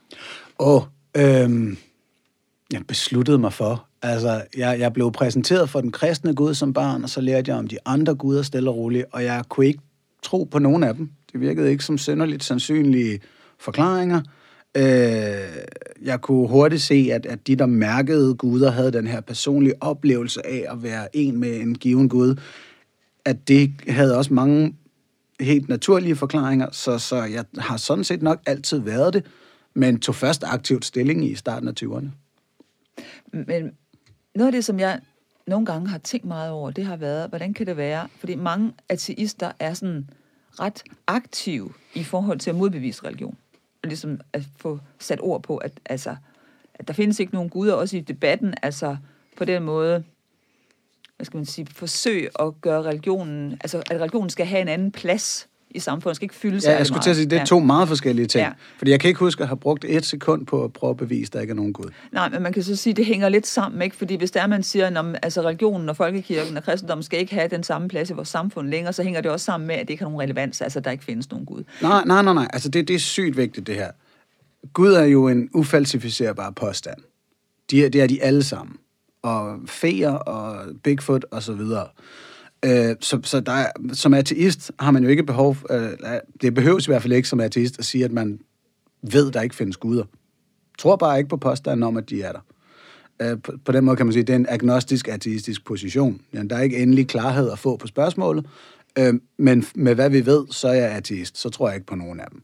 Jeg besluttede mig for. Altså, jeg blev præsenteret for den kristne Gud som barn, og så lærte jeg om de andre guder stille og roligt, og jeg kunne ikke tro på nogen af dem. Det virkede ikke som synderligt sandsynlige forklaringer. Jeg kunne hurtigt se, at de, der mærkede guder, havde den her personlige oplevelse af at være en med en given Gud, at det havde også mange helt naturlige forklaringer, så jeg har sådan set nok altid været det, men tog først aktivt stilling i starten af 20'erne. Men noget af det, som jeg nogle gange har tænkt meget over, det har været, hvordan kan det være, fordi mange ateister er sådan ret aktive i forhold til at modbevise religion. Og ligesom at få sat ord på, at der findes ikke nogen guder, også i debatten, altså på den måde, hvad skal man sige, forsøg at gøre religionen, altså at religionen skal have en anden plads i samfundet, skal ikke fylde sig. Ja, jeg skulle til at sige, det er to meget forskellige ting. Ja. Fordi jeg kan ikke huske at have brugt 1 sekund på at prøve at bevise, at der ikke er nogen Gud. Nej, men man kan så sige, at det hænger lidt sammen, ikke? Fordi hvis man siger, at religionen og folkekirken og kristendommen skal ikke have den samme plads i vores samfund længere, så hænger det også sammen med, at det ikke har nogen relevans, altså der ikke findes nogen Gud. Nej. Altså det er sygt vigtigt, det her. Gud er jo en ufalsificerbar påstand. Det er de alle sammen. Og feer og Bigfoot og så videre. Så der er, som ateist har man jo ikke behov, det behøves i hvert fald ikke som ateist at sige, at man ved, der ikke findes guder. Tror bare ikke på påstanden om, at de er der. På den måde kan man sige, at det er en agnostisk ateistisk position. Ja, der er ikke endelig klarhed at få på spørgsmålet, men med hvad vi ved, så er jeg ateist. Så tror jeg ikke på nogen af dem.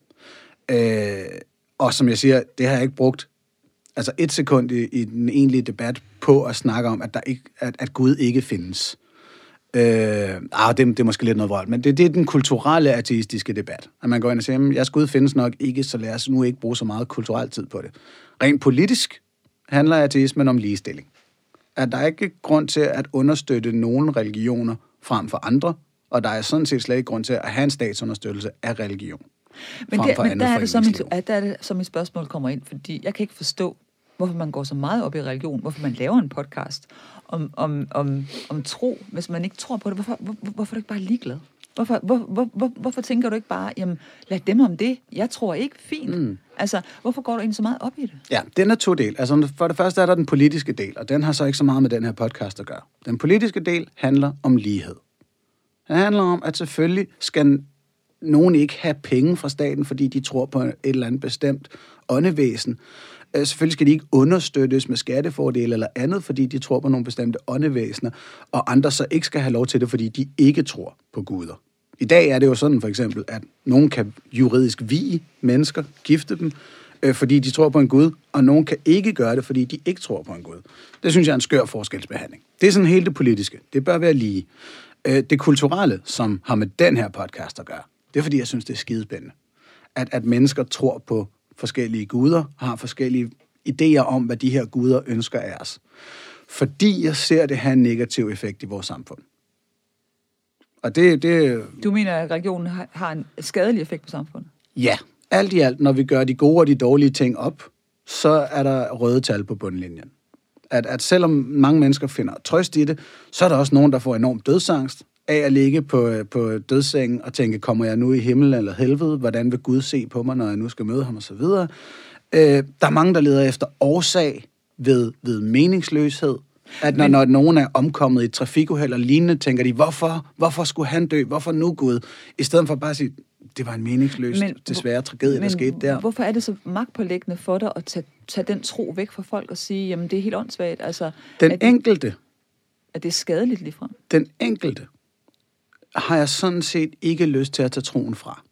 Og som jeg siger, det har jeg ikke brugt 1 sekund i den egentlige debat på at snakke om, at Gud ikke findes. Det er måske lidt noget vrøvl, men det er den kulturelle ateistiske debat. At man går ind og siger, at jeres Gud findes nok ikke, så lad os nu ikke bruge så meget kulturel tid på det. Rent politisk handler ateismen om ligestilling. At der er ikke grund til at understøtte nogle religioner frem for andre, og der er sådan set slet ikke grund til at have en statsunderstøttelse af religion. Men der er det så mit spørgsmål kommer ind, fordi jeg kan ikke forstå, hvorfor man går så meget op i religion, hvorfor man laver en podcast om tro, hvis man ikke tror på det. Hvorfor er du ikke bare ligeglad? Hvorfor tænker du ikke bare, jamen, lad dem om det. Jeg tror ikke, fint. Altså, hvorfor går du egentlig så meget op i det? Ja, den er 2 del. Altså, for det første er der den politiske del, og den har så ikke så meget med den her podcast at gøre. Den politiske del handler om lighed. Den handler om, at selvfølgelig skal nogen ikke have penge fra staten, fordi de tror på et eller andet bestemt åndevæsen. Selvfølgelig skal de ikke understøttes med skattefordele eller andet, fordi de tror på nogle bestemte åndevæsener, og andre så ikke skal have lov til det, fordi de ikke tror på guder. I dag er det jo sådan for eksempel, at nogen kan juridisk vie mennesker, gifte dem, fordi de tror på en gud, og nogen kan ikke gøre det, fordi de ikke tror på en gud. Det synes jeg er en skør forskelsbehandling. Det er sådan helt det politiske. Det bør være lige. Det kulturelle, som har med den her podcast at gøre, det er fordi, jeg synes, det er skidespændende. At mennesker tror på forskellige guder, har forskellige idéer om, hvad de her guder ønsker af os. Fordi jeg ser det have en negativ effekt i vores samfund. Og det Du mener, at religionen har en skadelig effekt på samfundet? Ja, alt i alt, når vi gør de gode og de dårlige ting op, så er der røde tal på bundlinjen. At selvom mange mennesker finder trøst i det, så er der også nogen, der får enormt dødsangst af at ligge på dødssengen og tænke, kommer jeg nu i himmel eller helvede? Hvordan vil Gud se på mig, når jeg nu skal møde ham og så videre? Der er mange, der leder efter årsag ved meningsløshed. At når nogen er omkommet i et trafikuheld og lignende, tænker de, hvorfor skulle han dø? Hvorfor nu Gud? I stedet for bare at sige, det var en meningsløs, desværre tragedie, der skete der. Hvorfor er det så magtpåliggende for dig at tage den tro væk fra folk og sige, jamen det er helt åndssvagt? Altså, den enkelte. Er det skadeligt ligefrem? Den enkelte har jeg sådan set ikke lyst til at tage troen fra.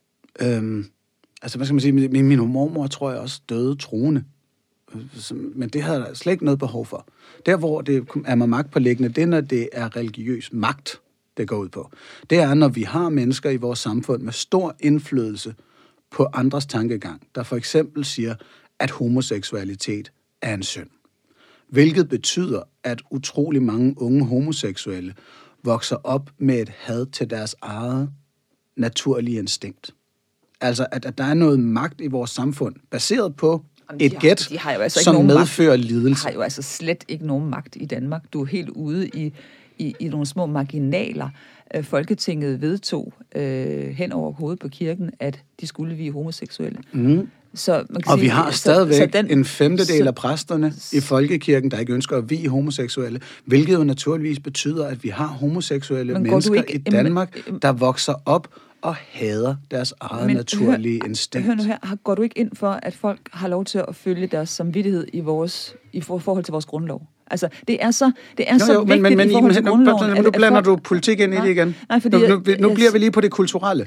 Altså, hvad skal man sige, min mormor tror jeg også døde troende. Men det havde jeg slet ikke noget behov for. Der, hvor det er mig magtpåliggende, det er, når det er religiøs magt, det går ud på. Det er, når vi har mennesker i vores samfund med stor indflydelse på andres tankegang, der for eksempel siger, at homoseksualitet er en synd. Hvilket betyder, at utrolig mange unge homoseksuelle vokser op med et had til deres eget naturlige instinkt. Altså, at der er noget magt i vores samfund, baseret på et gæt, som medfører lidelse. De har jo altså slet ikke nogen magt i Danmark. Du er helt ude i nogle små marginaler. Folketinget vedtog hen over hovedet på kirken, at de skulle vie homoseksuelle. Mm. Så man kan og sige, vi har stadigvæk en femtedel af præsterne i folkekirken, der ikke ønsker at vie homoseksuelle, hvilket jo naturligvis betyder, at vi har homoseksuelle mennesker i Danmark, der vokser op og hader deres eget naturlige instinkt. Hør nu her, går du ikke ind for, at folk har lov til at følge deres samvittighed i forhold til vores grundlov? Altså, det er så vigtigt i forhold til grundloven. Nu blander du politik ind i det igen. Nej, fordi nu bliver vi lige på det kulturelle.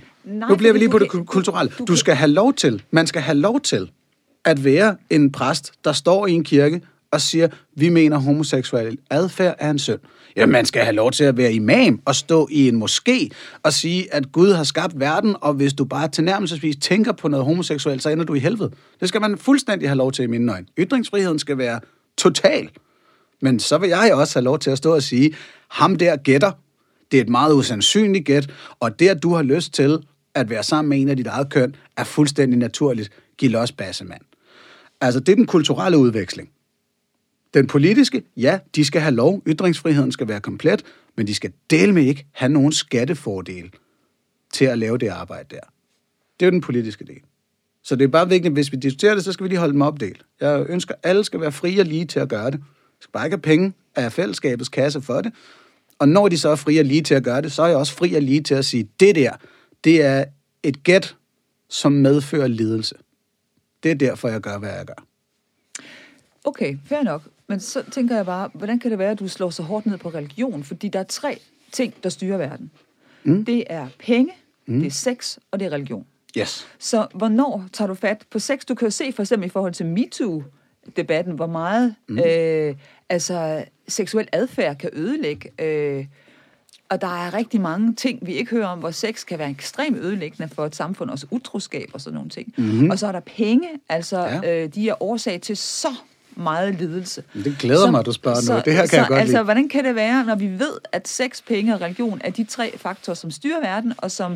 Du skal have lov til, man skal have lov til at være en præst, der står i en kirke og siger, vi mener homoseksuel adfærd er en synd. Ja, man skal have lov til at være imam og stå i en moské og sige, at Gud har skabt verden, og hvis du bare tilnærmelsesvis tænker på noget homoseksuelt, så ender du i helvede. Det skal man fuldstændig have lov til i mine øjne. Ytringsfriheden skal være total. Men så vil jeg også have lov til at stå og sige, ham der gætter, det er et meget usandsynligt gæt, og det, at du har lyst til at være sammen med en af dit eget køn, er fuldstændig naturligt. Giv los, bassemand. Altså, det er den kulturelle udveksling. Den politiske, ja, de skal have lov. Ytringsfriheden skal være komplet, men de skal dele med ikke have nogen skattefordel til at lave det arbejde der. Det er jo den politiske del. Så det er bare vigtigt, hvis vi diskuterer det, så skal vi lige holde dem opdelt. Jeg ønsker, at alle skal være frie og lige til at gøre det. De skal bare ikke have penge af fællesskabets kasse for det. Og når de så er frie og lige til at gøre det, så er jeg også fri og lige til at sige, det er et gæt, som medfører lidelse. Det er derfor, jeg gør, hvad jeg gør. Okay, fair nok. Men så tænker jeg bare, hvordan kan det være, at du slår så hårdt ned på religion? Fordi der er 3 ting, der styrer verden. Det er penge, det er sex, og det er religion. Yes. Så hvornår tager du fat på sex? Du kan jo se for eksempel i forhold til MeToo-debatten, hvor meget seksuel adfærd kan ødelægge. Og der er rigtig mange ting, vi ikke hører om, hvor sex kan være ekstremt ødelæggende for et samfund, også utroskab og sådan nogle ting. Og så er der penge, de er årsag til så meget lidelse. Det glæder mig, at du spørger nu. Det her kan jeg godt lide. Hvordan kan det være, når vi ved, at sex, penge og religion er de 3 faktorer, som styrer verden, og som,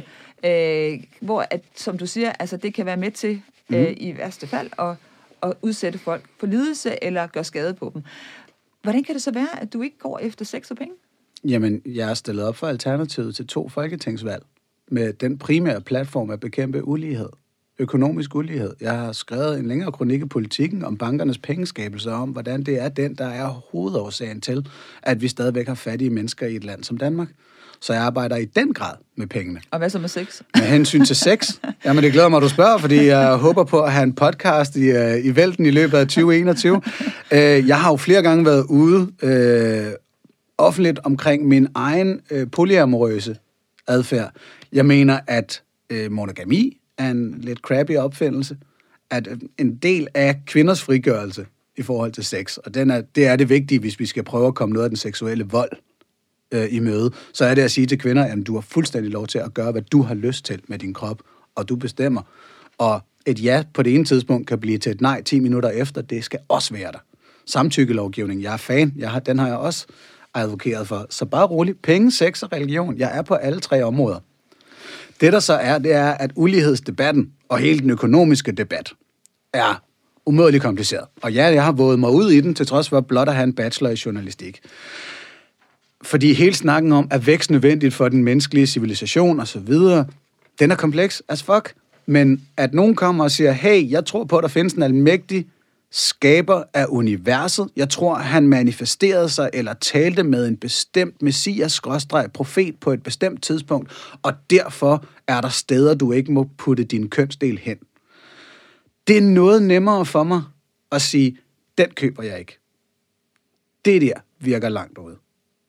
som du siger, altså det kan være med til i værste fald at udsætte folk for lidelse eller gøre skade på dem. Hvordan kan det så være, at du ikke går efter sex og penge? Jamen, jeg er stillet op for alternativet til 2 folketingsvalg med den primære platform at bekæmpe ulighed. Økonomisk ulighed. Jeg har skrevet en længere kronik i Politikken om bankernes pengeskabelse, om hvordan det er den, der er hovedårsagen til, at vi stadigvæk har fattige mennesker i et land som Danmark. Så jeg arbejder i den grad med pengene. Og hvad så med sex? Med hensyn til sex? Jamen, det glæder mig, at du spørger, fordi jeg håber på at have en podcast i vælten i løbet af 2021. Jeg har jo flere gange været ude offentligt omkring min egen polyamorøse adfærd. Jeg mener, at monogami er en lidt crappy opfindelse, at en del af kvinders frigørelse i forhold til sex, og det er det vigtige, hvis vi skal prøve at komme noget af den seksuelle vold i møde, så er det at sige til kvinder, at du har fuldstændig lov til at gøre, hvad du har lyst til med din krop, og du bestemmer. Og et ja på det ene tidspunkt kan blive til et nej 10 minutter efter, det skal også være der. Samtykkelovgivning, jeg er fan, den har jeg også advokeret for. Så bare roligt, penge, sex og religion, jeg er på alle 3 områder. Det der så er, det er, at ulighedsdebatten og hele den økonomiske debat er umådeligt kompliceret. Og ja, jeg har våget mig ud i den, til trods for blot at have en bachelor i journalistik. Fordi hele snakken om, at vækst nødvendigt for den menneskelige civilisation og så videre, den er kompleks as fuck. Men at nogen kommer og siger, hey, jeg tror på, at der findes en almægtig skaber af universet. Jeg tror, han manifesterede sig eller talte med en bestemt messias-profet på et bestemt tidspunkt, og derfor er der steder, du ikke må putte din kønsdel hen. Det er noget nemmere for mig at sige, den køber jeg ikke. Det der virker langt ude.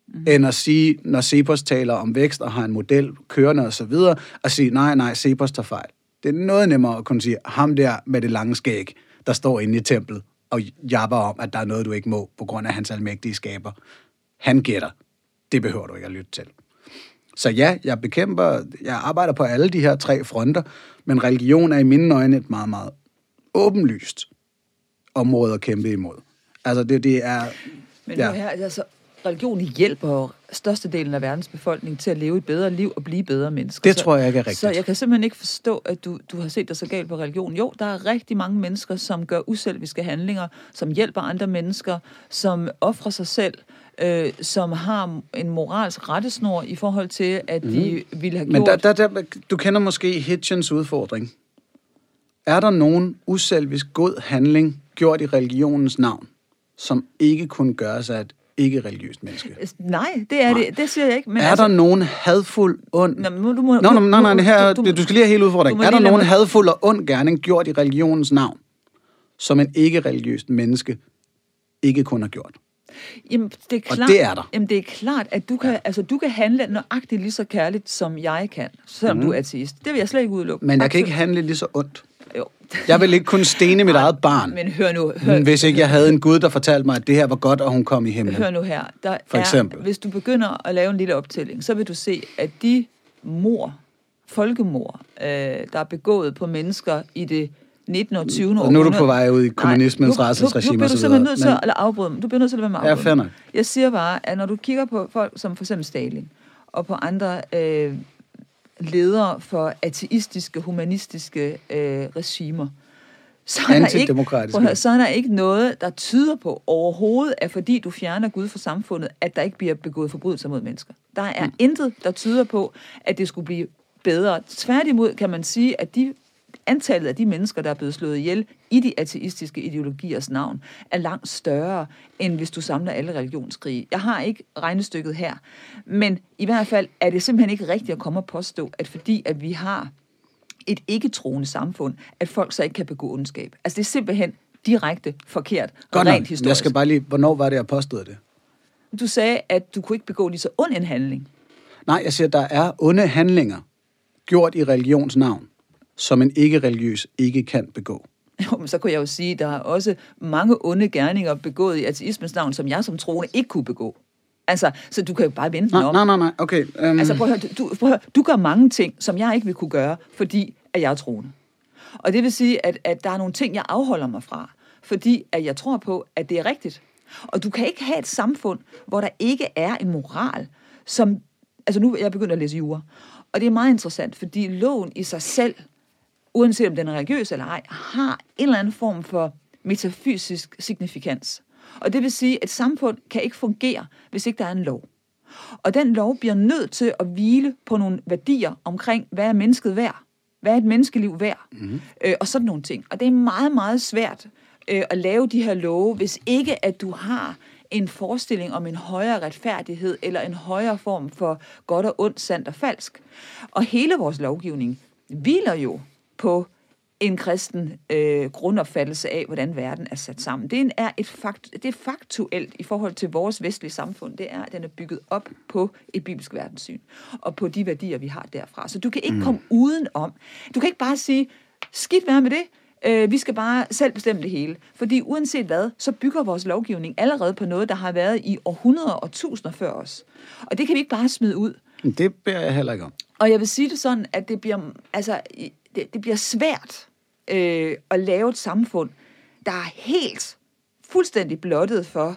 end at sige, når Cepos taler om vækst og har en model kørende og så videre, at sige, nej, Cepos tager fejl. Det er noget nemmere at kunne sige, ham der med det lange skæg, der står inde i templet og jabber om, at der er noget, du ikke må, på grund af hans almægtige skaber. Han gætter. Det behøver du ikke at lytte til. Så ja, jeg arbejder på alle de her 3 fronter, men religion er i mine øjne et meget, meget åbenlyst område at kæmpe imod. Altså det er... Men nu her, altså, religion hjælper størstedelen af verdens befolkning til at leve et bedre liv og blive bedre mennesker. Det tror jeg ikke er rigtigt. Så jeg kan simpelthen ikke forstå, at du har set dig så galt på religion. Jo, der er rigtig mange mennesker, som gør uselviske handlinger, som hjælper andre mennesker, som offrer sig selv, som har en moralsk rettesnor i forhold til, at de ville have gjort... Men du kender måske Hitchens udfordring. Er der nogen uselvisk god handling gjort i religionens navn, som ikke kunne gøres af et ikke-religiøst menneske? Nej, det er det. Det siger jeg ikke. Men er der nogen hadfuld ond... Nej, du skal lige have hele udfordringen. Er der nogen hadfuld og ond gerning gjort i religionens navn, som en ikke-religiøst menneske ikke kunne have gjort? Jamen, det er klart, og det er der. Jamen, det er klart, at du kan handle nøjagtigt lige så kærligt, som jeg kan, selvom du er ateist. Det vil jeg slet ikke udelukke. Men jeg kan ikke handle lige så ondt. Jo. Jeg vil ikke kunne stene mit eget barn, men hør nu, hvis ikke jeg havde en Gud, der fortalte mig, at det her var godt, og hun kom i himlen. Hør nu her. For eksempel. Hvis du begynder at lave en lille optælling, så vil du se, at de folkemord, der er begået på mennesker i det 19. og 20. århundrede... Nu er du på vej ud i kommunismens rædselsregime. Nu bliver du simpelthen nødt til at afbryde mig. Du bliver nødt til at være med at afbryde. Ja, fair nok. Jeg siger bare, at når du kigger på folk som for eksempel Stalin, og på andre ledere for ateistiske, humanistiske regimer, så er der ikke noget, der tyder på overhovedet, at fordi du fjerner Gud fra samfundet, at der ikke bliver begået forbrydelser mod mennesker. Der er intet, der tyder på, at det skulle blive bedre. Tværtimod kan man sige, at antallet af de mennesker, der er blevet slået ihjel i de ateistiske ideologiers navn, er langt større, end hvis du samler alle religionskrige. Jeg har ikke regnestykket her, men i hvert fald er det simpelthen ikke rigtigt at komme og påstå, at fordi at vi har et ikke-troende samfund, at folk så ikke kan begå ondskab. Altså det er simpelthen direkte forkert og rent historisk. Jeg skal bare lige, hvornår var det, jeg påstod det? Du sagde, at du kunne ikke begå lige så ond en handling. Nej, jeg siger, at der er onde handlinger gjort i religions navn, som en ikke-religiøs ikke kan begå. Jo, men så kunne jeg jo sige, at der er også mange onde gerninger begået i ateismens navn, som jeg som troende ikke kunne begå. Altså, så du kan jo bare vente den om. Nej, okay. Altså, prøv at høre, du gør mange ting, som jeg ikke vil kunne gøre, fordi at jeg er troende. Og det vil sige, at der er nogle ting, jeg afholder mig fra, fordi at jeg tror på, at det er rigtigt. Og du kan ikke have et samfund, hvor der ikke er en moral, som... Altså nu er jeg begyndt at læse jura, og det er meget interessant, fordi loven i sig selv, uanset om den er religiøs eller ej, har en eller anden form for metafysisk signifikans. Og det vil sige, at et samfund kan ikke fungere, hvis ikke der er en lov. Og den lov bliver nødt til at hvile på nogle værdier omkring, hvad er mennesket værd? Hvad er et menneskeliv værd? Og sådan nogle ting. Og det er meget, meget svært at lave de her love, hvis ikke at du har en forestilling om en højere retfærdighed, eller en højere form for godt og ondt, sandt og falsk. Og hele vores lovgivning hviler jo på en kristen grundopfattelse af, hvordan verden er sat sammen. Det er faktuelt i forhold til vores vestlige samfund. Det er, at den er bygget op på et bibelsk verdenssyn, og på de værdier, vi har derfra. Så du kan ikke komme udenom. Du kan ikke bare sige, skidt være med det, vi skal bare selv bestemme det hele. Fordi uanset hvad, så bygger vores lovgivning allerede på noget, der har været i århundreder og tusinder før os. Og det kan vi ikke bare smide ud. Det beder jeg heller ikke om. Og jeg vil sige det sådan, at det bliver svært at lave et samfund, der er helt fuldstændig blottet for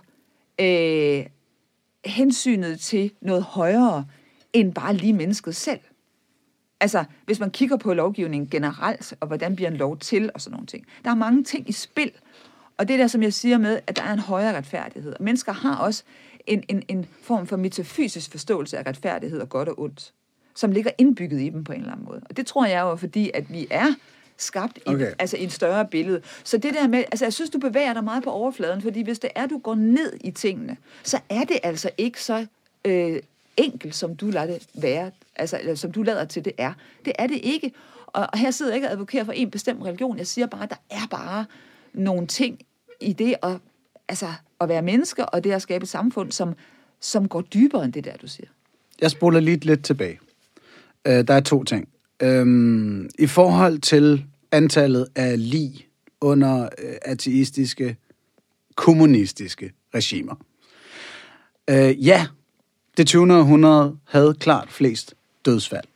hensynet til noget højere end bare lige mennesket selv. Altså, hvis man kigger på lovgivningen generelt, og hvordan bliver en lov til, og sådan nogle ting. Der er mange ting i spil, og det er der, som jeg siger med, at der er en højere retfærdighed. Og mennesker har også en form for metafysisk forståelse af retfærdighed og godt og ondt, som ligger indbygget i dem på en eller anden måde. Og det tror jeg jo, fordi at vi er skabt i et større billede. Så det der med, altså jeg synes, du bevæger dig meget på overfladen, fordi hvis det er, du går ned i tingene, så er det altså ikke så enkelt, som du lader det være, altså eller, som du lader til det er. Det er det ikke. Og her sidder jeg ikke og advokerer for en bestemt religion. Jeg siger bare, at der er bare nogle ting i det at være menneske, og det at skabe et samfund, som går dybere end det der, du siger. Jeg spoler lidt tilbage. Der er 2 ting. I forhold til antallet af lig under ateistiske, kommunistiske regimer. Ja, det 20. århundrede havde klart flest dødsfald.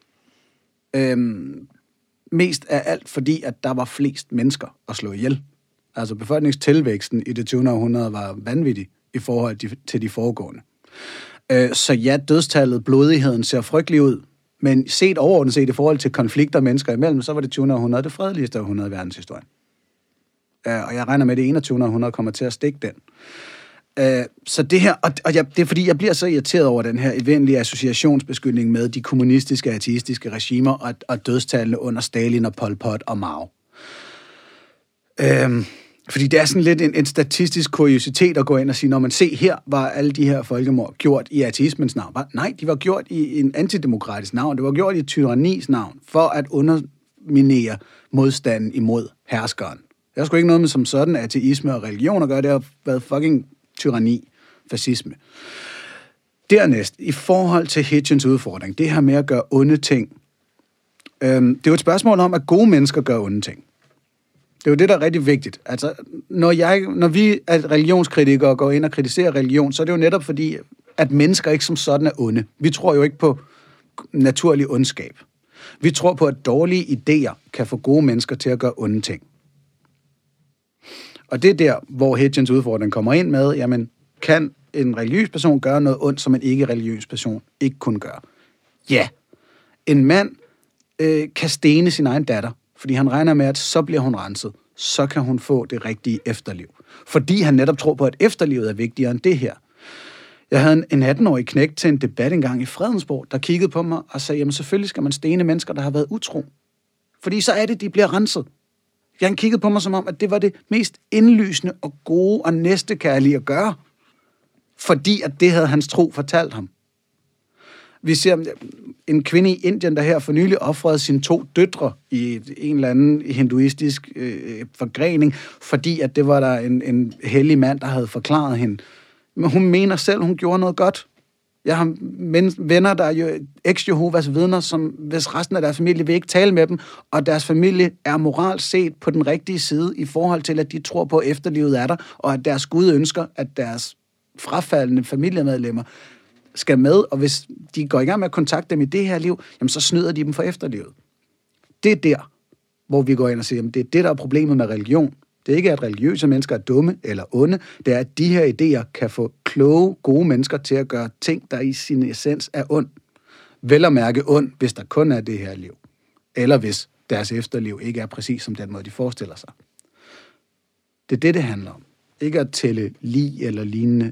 Mest af alt, fordi at der var flest mennesker at slå ihjel. Altså befolkningstilvæksten i det 20. århundrede var vanvittig i forhold til de foregående. Så ja, dødstallet, blodigheden ser frygtelig ud, men set overordnet set i forhold til konflikter mennesker imellem, så var det 20. århundrede det fredeligste århundrede i verdenshistorien. Og jeg regner med, at det 21. århundrede kommer til at stikke den. Så det her, det er fordi, jeg bliver så irriteret over den her evindelige associationsbeskyldning med de kommunistiske, ateistiske regimer og dødstallene under Stalin og Pol Pot og Mao. Fordi det er sådan lidt en statistisk kuriositet at gå ind og sige, når man ser her, var alle de her folkemord gjort i ateismens navn. Nej, de var gjort i en antidemokratisk navn. Det var gjort i tyrannis navn, for at underminere modstanden imod herskeren. Det har sgu ikke noget med som sådan ateisme og religion at gøre. Det har været fucking tyranni, fascisme. Dernæst, i forhold til Hitchens udfordring, det her med at gøre onde ting. Det er jo et spørgsmål om, at gode mennesker gør onde ting. Det er jo det, der er rigtig vigtigt. Altså, når vi er religionskritikere går ind og kritiserer religion, så er det jo netop fordi, at mennesker ikke som sådan er onde. Vi tror jo ikke på naturlig ondskab. Vi tror på, at dårlige idéer kan få gode mennesker til at gøre onde ting. Og det er der, hvor Hitchens udfordring kommer ind med, jamen, kan en religiøs person gøre noget ondt, som en ikke-religiøs person ikke kunne gøre? Ja. En mand kan stene sin egen datter, fordi han regner med, at så bliver hun renset. Så kan hun få det rigtige efterliv. Fordi han netop tror på, at efterlivet er vigtigere end det her. Jeg havde en 18-årig knægt til en debat engang i Fredensborg, der kiggede på mig og sagde, jamen selvfølgelig skal man stene mennesker, der har været utro. Fordi så er det, de bliver renset. Han kiggede på mig som om, at det var det mest indlysende og gode og næstekærlige at gøre. Fordi at det havde hans tro fortalt ham. Vi ser en kvinde i Indien, der her for nylig ofrede sine 2 døtre i en eller anden hinduistisk forgrening, fordi at det var der en hellig mand, der havde forklaret hende. Men hun mener selv, hun gjorde noget godt. Jeg har venner, der er jo eks-Jehovas vidner, som hvis resten af deres familie vil ikke tale med dem, og deres familie er moralt set på den rigtige side i forhold til, at de tror på, at efterlivet er der, og at deres Gud ønsker, at deres frafaldende familiemedlemmer skal med, og hvis de går i gang med at kontakte dem i det her liv, jamen så snyder de dem for efterlivet. Det er der, hvor vi går ind og siger, jamen det er det, der er problemet med religion. Det er ikke, at religiøse mennesker er dumme eller onde. Det er, at de her idéer kan få kloge, gode mennesker til at gøre ting, der i sin essens er ond. Vel at mærke ond, hvis der kun er det her liv. Eller hvis deres efterliv ikke er præcis som den måde, de forestiller sig. Det er det handler om. Ikke at tælle lig eller lignende.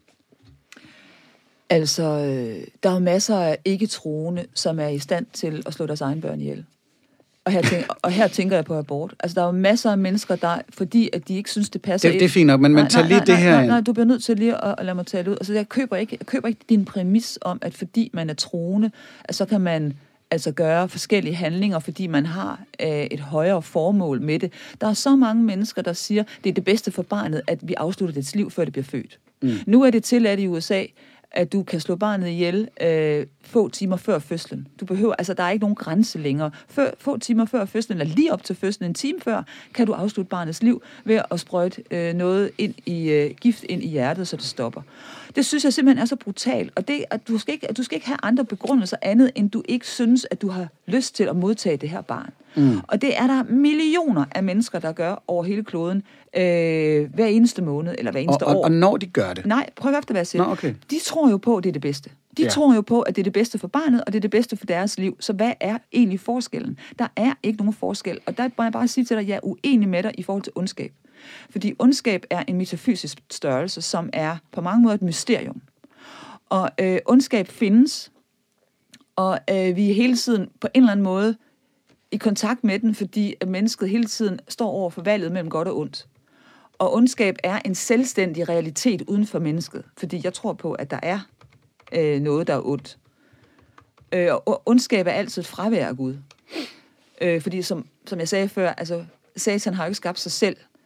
Altså, der er masser af ikke-troende, som er i stand til at slå deres egen børn ihjel. Og her tænker jeg på abort. Altså, der er jo masser af mennesker, der, fordi at de ikke synes, det passer Det er fint nok, men tag lige det her ind. Nej, du bliver nødt til lige at lade mig tale ud. Altså, jeg køber ikke din præmis om, at fordi man er troende, at så kan man altså gøre forskellige handlinger, fordi man har et højere formål med det. Der er så mange mennesker, der siger, det er det bedste for barnet, at vi afslutter dets liv, før det bliver født. Nu er det tilladt i USA, at du kan slå barnet ihjel få timer før fødslen. Du behøver, altså der er ikke nogen grænse længere. Få timer før fødslen, eller lige op til fødslen, en time før, kan du afslutte barnets liv ved at sprøjte noget gift ind i hjertet, så det stopper. Det synes jeg simpelthen er så brutalt, og det, at du skal ikke have andre begrundelser andet, end du ikke synes, at du har lyst til at modtage det her barn. Og det er der millioner af mennesker, der gør over hele kloden hver eneste måned, eller hver eneste år. Og når de gør det? Nej, prøv efter, hvad jeg siger. Okay. De tror jo på, at det er det bedste. De tror jo på, at det er det bedste for barnet, og det er det bedste for deres liv. Så hvad er egentlig forskellen? Der er ikke nogen forskel. Og der må jeg bare sige til dig, at jeg er uenig med dig i forhold til ondskab. Fordi ondskab er en metafysisk størrelse, som er på mange måder et mysterium. Og ondskab findes, og vi er hele tiden på en eller anden måde i kontakt med den, fordi at mennesket hele tiden står over for valget mellem godt og ondt. Og ondskab er en selvstændig realitet uden for mennesket, fordi jeg tror på, at der er noget, der er ondt. Og ondskab er altid et fravær af Gud. Fordi som jeg sagde før, altså Satan har jo ikke skabt sig selv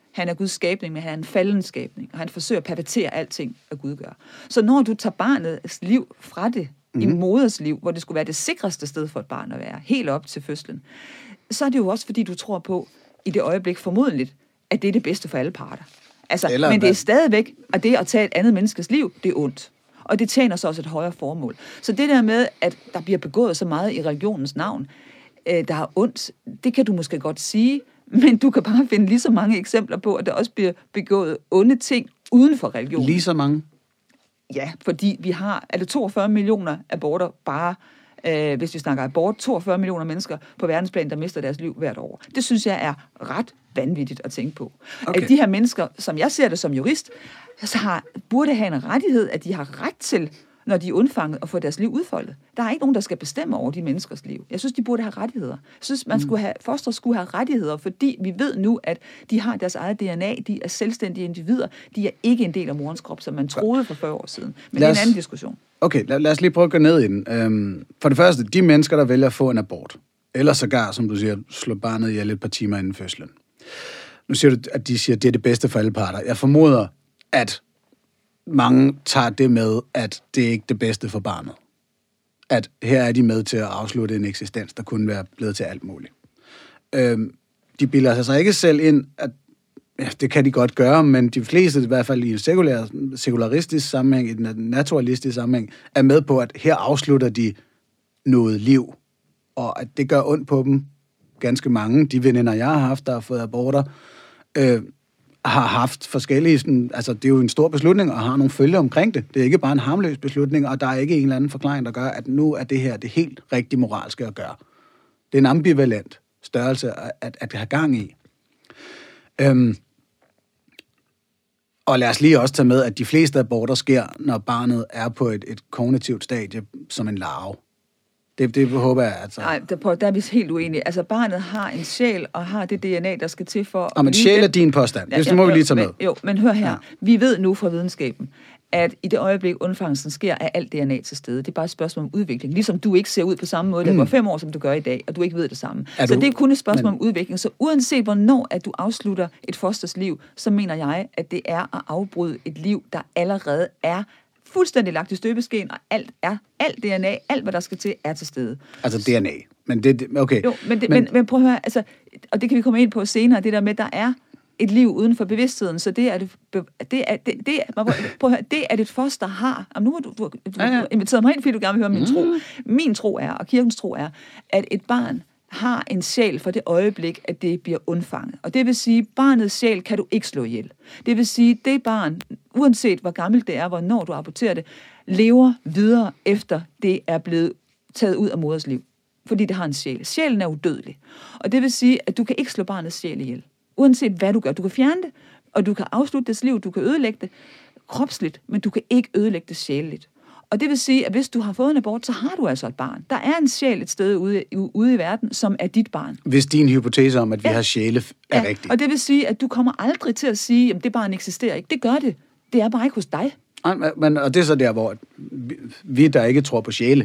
Han er Guds skabning, men han er en falden skabning, og han forsøger at pervertere alting, hvad Gud gør. Så når du tager barnets liv fra det, i moders liv, hvor det skulle være det sikreste sted for et barn at være, helt op til fødslen, så er det jo også, fordi du tror på, i det øjeblik formodentligt, at det er det bedste for alle parter. Altså, men det er stadigvæk, at det at tage et andet menneskes liv, det er ondt. Og det tjener så også et højere formål. Så det der med, at der bliver begået så meget i religionens navn, der er ondt, det kan du måske godt sige, men du kan bare finde lige så mange eksempler på, at der også bliver begået onde ting uden for religion. Lige så mange? Ja, fordi vi har 42 millioner aborter bare, hvis vi snakker abort, 42 millioner mennesker på verdensplan, der mister deres liv hvert år. Det synes jeg er ret vanvittigt at tænke på. Okay. At de her mennesker, som jeg ser det som jurist, så burde have en rettighed, at de har ret til, når de er undfanget, at få deres liv udfoldet. Der er ikke nogen, der skal bestemme over de menneskers liv. Jeg synes, de burde have rettigheder. Jeg synes, fostre skulle have rettigheder, fordi vi ved nu, at de har deres eget DNA, de er selvstændige individer, de er ikke en del af morens krop, som man troede for 40 år siden. Men det er en anden diskussion. Okay, lad os lige prøve at gå ned i den. For det første, de mennesker, der vælger at få en abort, eller sågar, som du siger, slå barnet ihjel et par timer inden fødslen. Nu siger du, at de siger, at det er det bedste for alle parter. Jeg formoder, at mange tager det med, at det ikke er det bedste for barnet. At her er de med til at afslutte en eksistens, der kunne være blevet til alt muligt. De bilder sig så ikke selv ind, at ja, det kan de godt gøre, men de fleste, i hvert fald i en sekularistisk sammenhæng, i en naturalistisk sammenhæng, er med på, at her afslutter de noget liv, og at det gør ondt på dem. Ganske mange, de veninder, jeg har haft, der har fået aborter, har haft forskellige, sådan, altså det er jo en stor beslutning, og har nogle følger omkring det. Det er ikke bare en harmløs beslutning, og der er ikke en eller anden forklaring, der gør, at nu er det her det helt rigtige moralske at gøre. Det er en ambivalent størrelse at have gang i. Og lad os lige også tage med, at de fleste aborter sker, når barnet er på et kognitivt stadie som en larve. Det håber jeg, altså. Nej, der er vi helt uenige. Altså, barnet har en sjæl, og har det DNA, der skal til for... Men sjæl er din påstand. Det må vi lige tage med. Jo, men hør her. Ja. Vi ved nu fra videnskaben, at i det øjeblik, undfangelsen sker, er alt DNA til stede. Det er bare et spørgsmål om udvikling. Ligesom du ikke ser ud på samme måde, der går 5 år, som du gør i dag, og du ikke ved det samme. Så det er kun et spørgsmål om udvikling. Så uanset hvornår, at du afslutter et fosters liv, så mener jeg, at det er at afbryde et liv, der allerede er fuldstændig lagt i støbeskeen, og alt DNA, alt hvad der skal til, er til stede. Altså DNA. Men det okay. Jo, men prøv at høre, altså, og det kan vi komme ind på senere, det der med, der er et liv uden for bevidstheden, så det er det foster har. Jamen, nu har du inviteret mig ind, fordi du gerne vil høre min tro. Min tro er, og kirkens tro er, at et barn har en sjæl for det øjeblik, at det bliver undfanget. Og det vil sige, barnets sjæl kan du ikke slå ihjel. Det vil sige, det barn, uanset hvor gammelt det er, hvornår du aborterer det, lever videre efter det er blevet taget ud af moders liv. Fordi det har en sjæl. Sjælen er udødelig. Og det vil sige, at du kan ikke slå barnets sjæl ihjel. Uanset hvad du gør. Du kan fjerne det, og du kan afslutte dets liv, du kan ødelægge det kropsligt, men du kan ikke ødelægge det sjæleligt. Og det vil sige, at hvis du har fået en abort, så har du altså et barn. Der er en sjæl et sted ude i verden, som er dit barn. Hvis din hypotese om, at vi har sjæle, er rigtig. Og det vil sige, at du kommer aldrig til at sige, at det barn eksisterer ikke. Det gør det. Det er bare ikke hos dig. Men, og det er så der, hvor vi, der ikke tror på sjæle,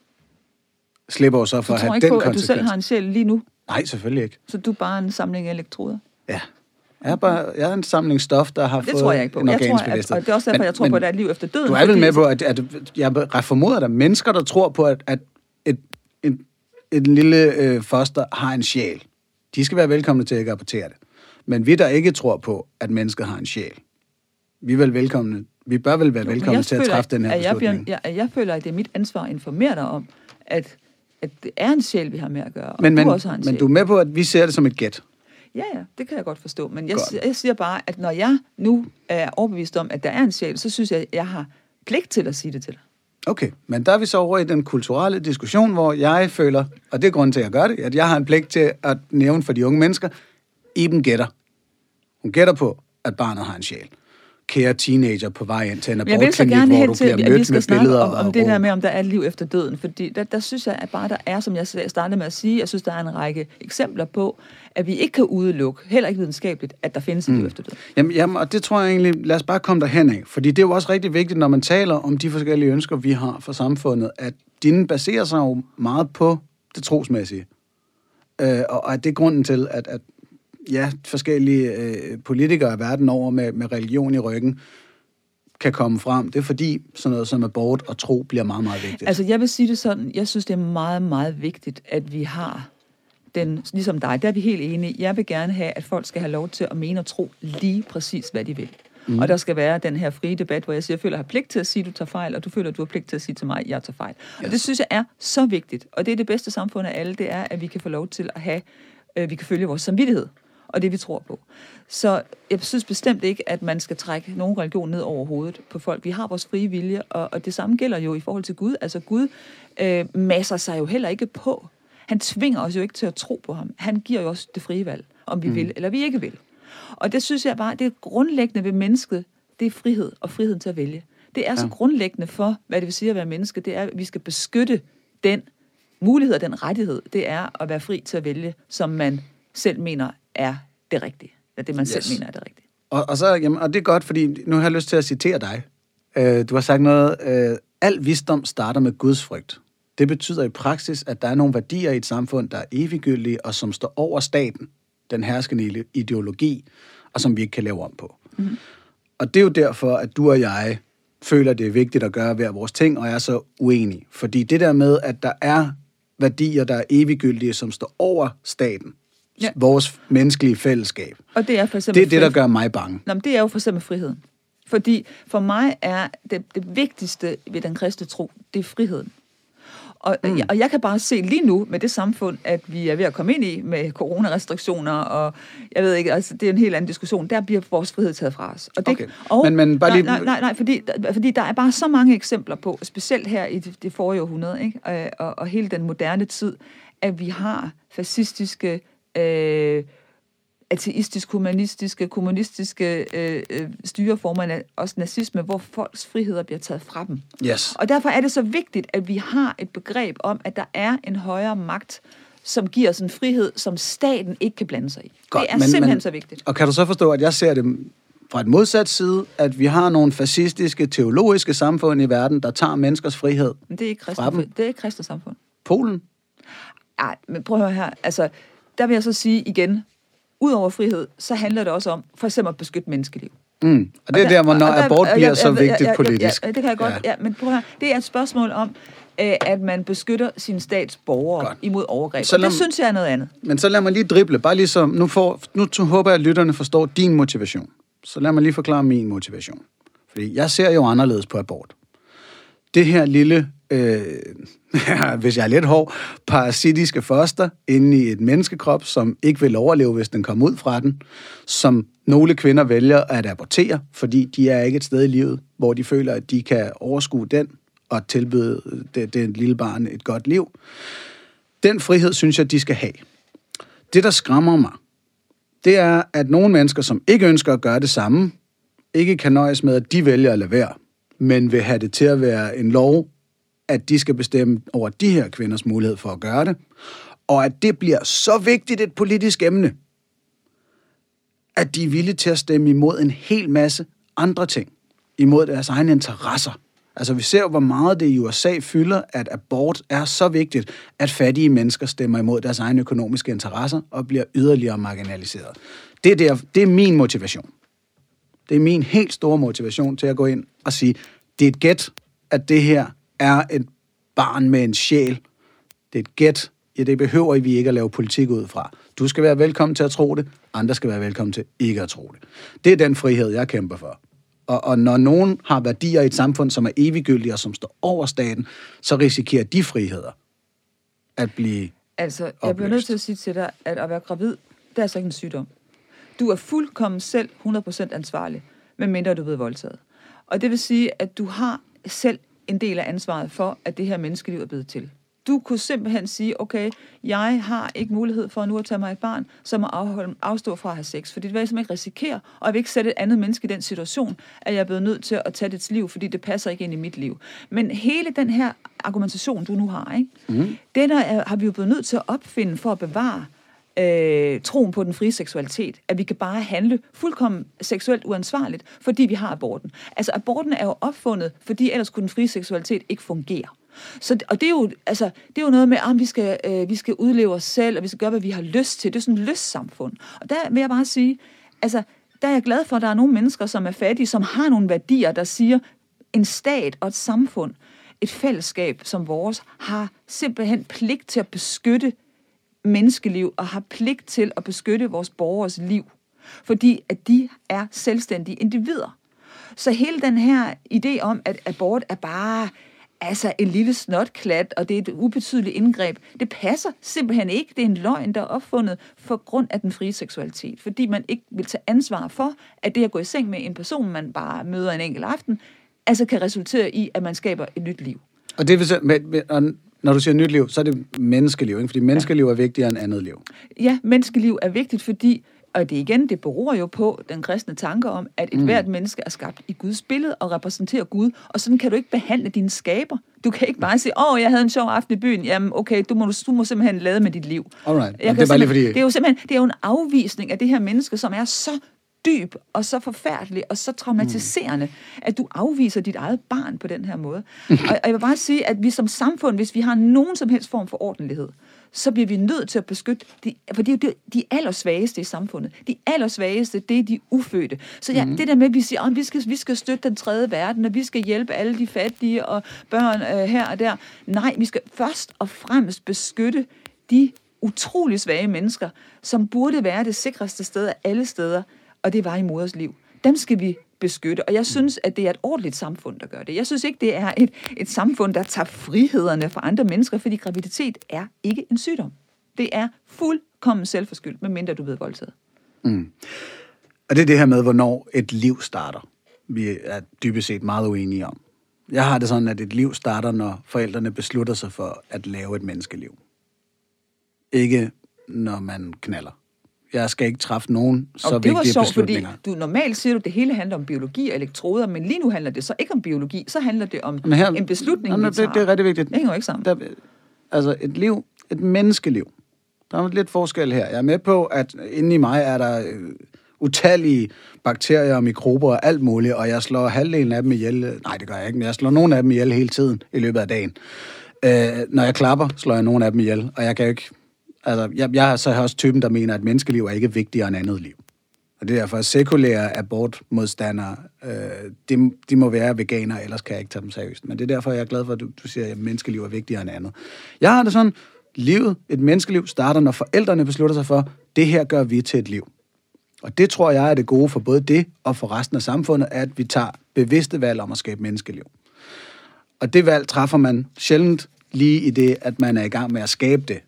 slipper så for at have den konsekvens. Du tror ikke på, at du selv har en sjæl lige nu? Nej, selvfølgelig ikke. Så du er bare en samling af elektroder? Ja. Jeg er en samling stof, der har fået en organisk bevidsthed. Og det er også derfor, jeg tror på, at der er et liv efter døden. Du er vel med på, at jeg formoder, at mennesker, der tror på, at et lille foster har en sjæl, de skal være velkomne til at ikke abortere det. Men vi, der ikke tror på, at mennesket har en sjæl, vi bør vel være velkomne til at træffe den her beslutning. Jeg føler, at det er mit ansvar at informere dig om, at det er en sjæl, vi har med at gøre, og men du også har en sjæl. Men du er med på, at vi ser det som et gæt? Ja, det kan jeg godt forstå. Men jeg siger bare, at når jeg nu er overbevist om, at der er en sjæl, så synes jeg, at jeg har pligt til at sige det til dig. Okay, men der er vi så over i den kulturelle diskussion, hvor jeg føler, og det er grunden til, at jeg gør det, at jeg har en pligt til at nævne for de unge mennesker, Iben gætter. Hun gætter på, at barnet har en sjæl. Kære teenager på vej ind til en abortklinik, hvor du bliver mødt med billeder om det der med, om der er et liv efter døden. Fordi der synes jeg, at bare der er, som jeg startede med at sige, jeg synes, der er en række eksempler på, at vi ikke kan udelukke, heller ikke videnskabeligt, at der findes et liv efter døden. Jamen, og det tror jeg egentlig, lad os bare komme derhen af. Fordi det er jo også rigtig vigtigt, når man taler om de forskellige ønsker, vi har for samfundet, at dine baserer sig jo meget på det trosmæssige. Og at det er grunden til, forskellige politikere i verden over med religion i ryggen, kan komme frem. Det er fordi sådan noget som abort og tro bliver meget, meget vigtigt. Altså, jeg vil sige det sådan, jeg synes, det er meget, meget vigtigt, at vi har den, ligesom dig, der er vi helt enige. Jeg vil gerne have, at folk skal have lov til at mene og tro lige præcis, hvad de vil. Og der skal være den her frie debat, hvor jeg siger, jeg føler, at jeg har pligt til at sige, at du tager fejl, og du føler, at du har pligt til at sige til mig, at jeg tager fejl. Yes. Og det synes jeg er så vigtigt. Og det er det bedste samfund af alle, det er, at vi kan få lov til at have, vi kan følge vores samvittighed, og det vi tror på. Så jeg synes bestemt ikke, at man skal trække nogen religion ned over hovedet på folk. Vi har vores frie vilje, og det samme gælder jo i forhold til Gud. Altså Gud masser sig jo heller ikke på. Han tvinger os jo ikke til at tro på ham. Han giver jo også det frie valg, om vi vil eller vi ikke vil. Og det synes jeg bare, det er grundlæggende ved mennesket, det er frihed og friheden til at vælge. Det er så grundlæggende for, hvad det vil sige at være menneske, det er, at vi skal beskytte den mulighed og den rettighed, det er at være fri til at vælge, som man selv mener er det rigtige. Eller det, man selv mener er det rigtige. Og det er godt, fordi nu har jeg lyst til at citere dig. Du har sagt noget, al visdom starter med Guds frygt. Det betyder i praksis, at der er nogle værdier i et samfund, der er eviggyldige, og som står over staten, den herskende ideologi, og som vi ikke kan lave om på. Mm-hmm. Og det er jo derfor, at du og jeg føler, det er vigtigt at gøre hver vores ting, og er så uenige. Fordi det der med, at der er værdier, der er eviggyldige, som står over staten, vores menneskelige fællesskab, og det er for eksempel det, der gør mig bange. Nå, men det er jo for eksempel friheden. Fordi for mig er det vigtigste ved den kristne tro, det er friheden. Og jeg kan bare se lige nu med det samfund, at vi er ved at komme ind i med coronarestriktioner, og jeg ved ikke, altså det er en helt anden diskussion. Der bliver vores frihed taget fra os. Og det, okay. Men bare lige... Nej, fordi der er bare så mange eksempler på, specielt her i det forrige århundrede, ikke? Og hele den moderne tid, at vi har fascistiske, ateistiske, humanistiske, kommunistiske styreformer, også nazisme, hvor folks friheder bliver taget fra dem. Yes. Og derfor er det så vigtigt, at vi har et begreb om, at der er en højere magt, som giver os en frihed, som staten ikke kan blande sig i. Godt, det er simpelthen så vigtigt. Og kan du så forstå, at jeg ser det fra et modsat side, at vi har nogle fascistiske, teologiske samfund i verden, der tager menneskers frihed? Men det er ikke kristne, det er ikke kristne samfund. Polen? Nej, men prøv at høre her. Altså, der vil jeg så sige igen, udover frihed, så handler det også om, for eksempel at beskytte menneskeliv. Og det er der, hvor abort bliver så vigtigt politisk. Ja, det kan jeg godt. Ja, men prøv at høre, det er et spørgsmål om, at man beskytter sin stats borgere imod overgreb. Og det synes jeg er noget andet. Men så lad mig lige drible, bare ligesom, nu håber jeg, at lytterne forstår din motivation. Så lad mig lige forklare min motivation. Fordi jeg ser jo anderledes på abort. Det her lille, hvis jeg er lidt hård, parasitiske foster inde i et menneskekrop, som ikke vil overleve, hvis den kommer ud fra den, som nogle kvinder vælger at abortere, fordi de er ikke et sted i livet, hvor de føler, at de kan overskue den og tilbyde det lille barn et godt liv. Den frihed, synes jeg, de skal have. Det, der skræmmer mig, det er, at nogle mennesker, som ikke ønsker at gøre det samme, ikke kan nøjes med, at de vælger at lade være, men vil have det til at være en lov, at de skal bestemme over de her kvinders mulighed for at gøre det, og at det bliver så vigtigt et politisk emne, at de er villige til at stemme imod en hel masse andre ting, imod deres egne interesser. Altså, vi ser jo, hvor meget det i USA fylder, at abort er så vigtigt, at fattige mennesker stemmer imod deres egne økonomiske interesser og bliver yderligere marginaliseret. Det er min motivation. Det er min helt store motivation til at gå ind og sige, det er et gæt, at det her er et barn med en sjæl. Det er et gæt. Ja, det behøver vi ikke at lave politik ud fra. Du skal være velkommen til at tro det. Andre skal være velkommen til ikke at tro det. Det er den frihed, jeg kæmper for. Og når nogen har værdier i et samfund, som er eviggyldige og som står over staten, så risikerer de friheder at blive Altså, jeg bliver nødt til at sige til dig, at være gravid, det er altså ikke en sygdom. Du er fuldkommen selv 100% ansvarlig, medmindre du er blevet voldtaget. Og det vil sige, at du har selv en del af ansvaret for, at det her menneskeliv er blevet til. Du kunne simpelthen sige, okay, jeg har ikke mulighed for nu at tage mig et barn, så må afstå fra at have sex. Fordi det vil jeg simpelthen ikke risikere, og jeg vil ikke sætte et andet menneske i den situation, at jeg er blevet nødt til at tage dets liv, fordi det passer ikke ind i mit liv. Men hele den her argumentation, du nu har, ikke? Den har vi jo blevet nødt til at opfinde for at bevare troen på den frie seksualitet, at vi kan bare handle fuldkommen seksuelt uansvarligt, fordi vi har aborten. Altså, aborten er jo opfundet, fordi ellers kunne den frie seksualitet ikke fungere. Og det er jo noget med, at vi skal udleve os selv, og vi skal gøre, hvad vi har lyst til. Det er sådan et lystsamfund. Og der vil jeg bare sige, altså, der er jeg glad for, at der er nogle mennesker, som er fattige, som har nogle værdier, der siger, en stat og et samfund, et fællesskab som vores, har simpelthen pligt til at beskytte menneskeliv, og har pligt til at beskytte vores borgers liv. Fordi at de er selvstændige individer. Så hele den her idé om, at abort er bare en lille snotklat, og det er et ubetydeligt indgreb, det passer simpelthen ikke. Det er en løgn, der er opfundet for grund af den frie seksualitet. Fordi man ikke vil tage ansvar for, at det at gå i seng med en person, man bare møder en enkelt aften, kan resultere i, at man skaber et nyt liv. Og det vil så, når du siger nyt liv, så er det menneskeliv, ikke? Fordi menneskeliv er vigtigere end andet liv. Ja, menneskeliv er vigtigt, fordi, og det beror jo på den kristne tanke om, at et hvert menneske er skabt i Guds billede og repræsenterer Gud, og sådan kan du ikke behandle dine skaber. Du kan ikke bare sige, jeg havde en sjov aften i byen, jamen okay, du må simpelthen lade med dit liv. Alright. Det er bare lige fordi... Det er jo en afvisning af det her menneske, som er så dyb og så forfærdelig og så traumatiserende, at du afviser dit eget barn på den her måde. Og jeg vil bare sige, at vi som samfund, hvis vi har nogen som helst form for ordentlighed, så bliver vi nødt til at beskytte, for det er jo de allersvageste i samfundet. De allersvageste, det er de ufødte. Så ja, det der med, at vi siger, vi skal støtte den tredje verden, og vi skal hjælpe alle de fattige og børn her og der. Nej, vi skal først og fremmest beskytte de utrolig svage mennesker, som burde være det sikreste sted af alle steder, og det var i moders liv. Dem skal vi beskytte, og jeg synes, at det er et ordentligt samfund, der gør det. Jeg synes ikke, det er et samfund, der tager frihederne fra andre mennesker, fordi graviditet er ikke en sygdom. Det er fuldkommen selvforskyldt, medmindre du er blevet voldtaget. Og det er det her med, hvornår et liv starter. Vi er dybest set meget uenige om. Jeg har det sådan, at et liv starter, når forældrene beslutter sig for at lave et menneskeliv. Ikke når man knaller. Jeg skal ikke træffe nogen så vigtige beslutninger. Fordi normalt siger du, at det hele handler om biologi og elektroder, men lige nu handler det så ikke om biologi, så handler det om en beslutning, vi tager. Det er rigtig vigtigt. Det hænger jo ikke sammen. Et liv, et menneskeliv. Der er lidt forskel her. Jeg er med på, at inde i mig er der utallige bakterier og mikrober og alt muligt, og jeg slår halvdelen af dem ihjel. Nej, det gør jeg ikke, men jeg slår nogle af dem ihjel hele tiden i løbet af dagen. Når jeg klapper, slår jeg nogle af dem ihjel, og jeg kan jo ikke... jeg er så også typen, der mener, at menneskeliv er ikke vigtigere end andet liv. Og det er derfor, at sekulære abortmodstandere, de må være veganere, ellers kan jeg ikke tage dem seriøst. Men det er derfor, jeg er glad for, at du siger, at menneskeliv er vigtigere end andet. Jeg har det sådan, et menneskeliv starter, når forældrene beslutter sig for, det her gør vi til et liv. Og det tror jeg er det gode for både det og for resten af samfundet, at vi tager bevidste valg om at skabe menneskeliv. Og det valg træffer man sjældent lige i det, at man er i gang med at skabe det.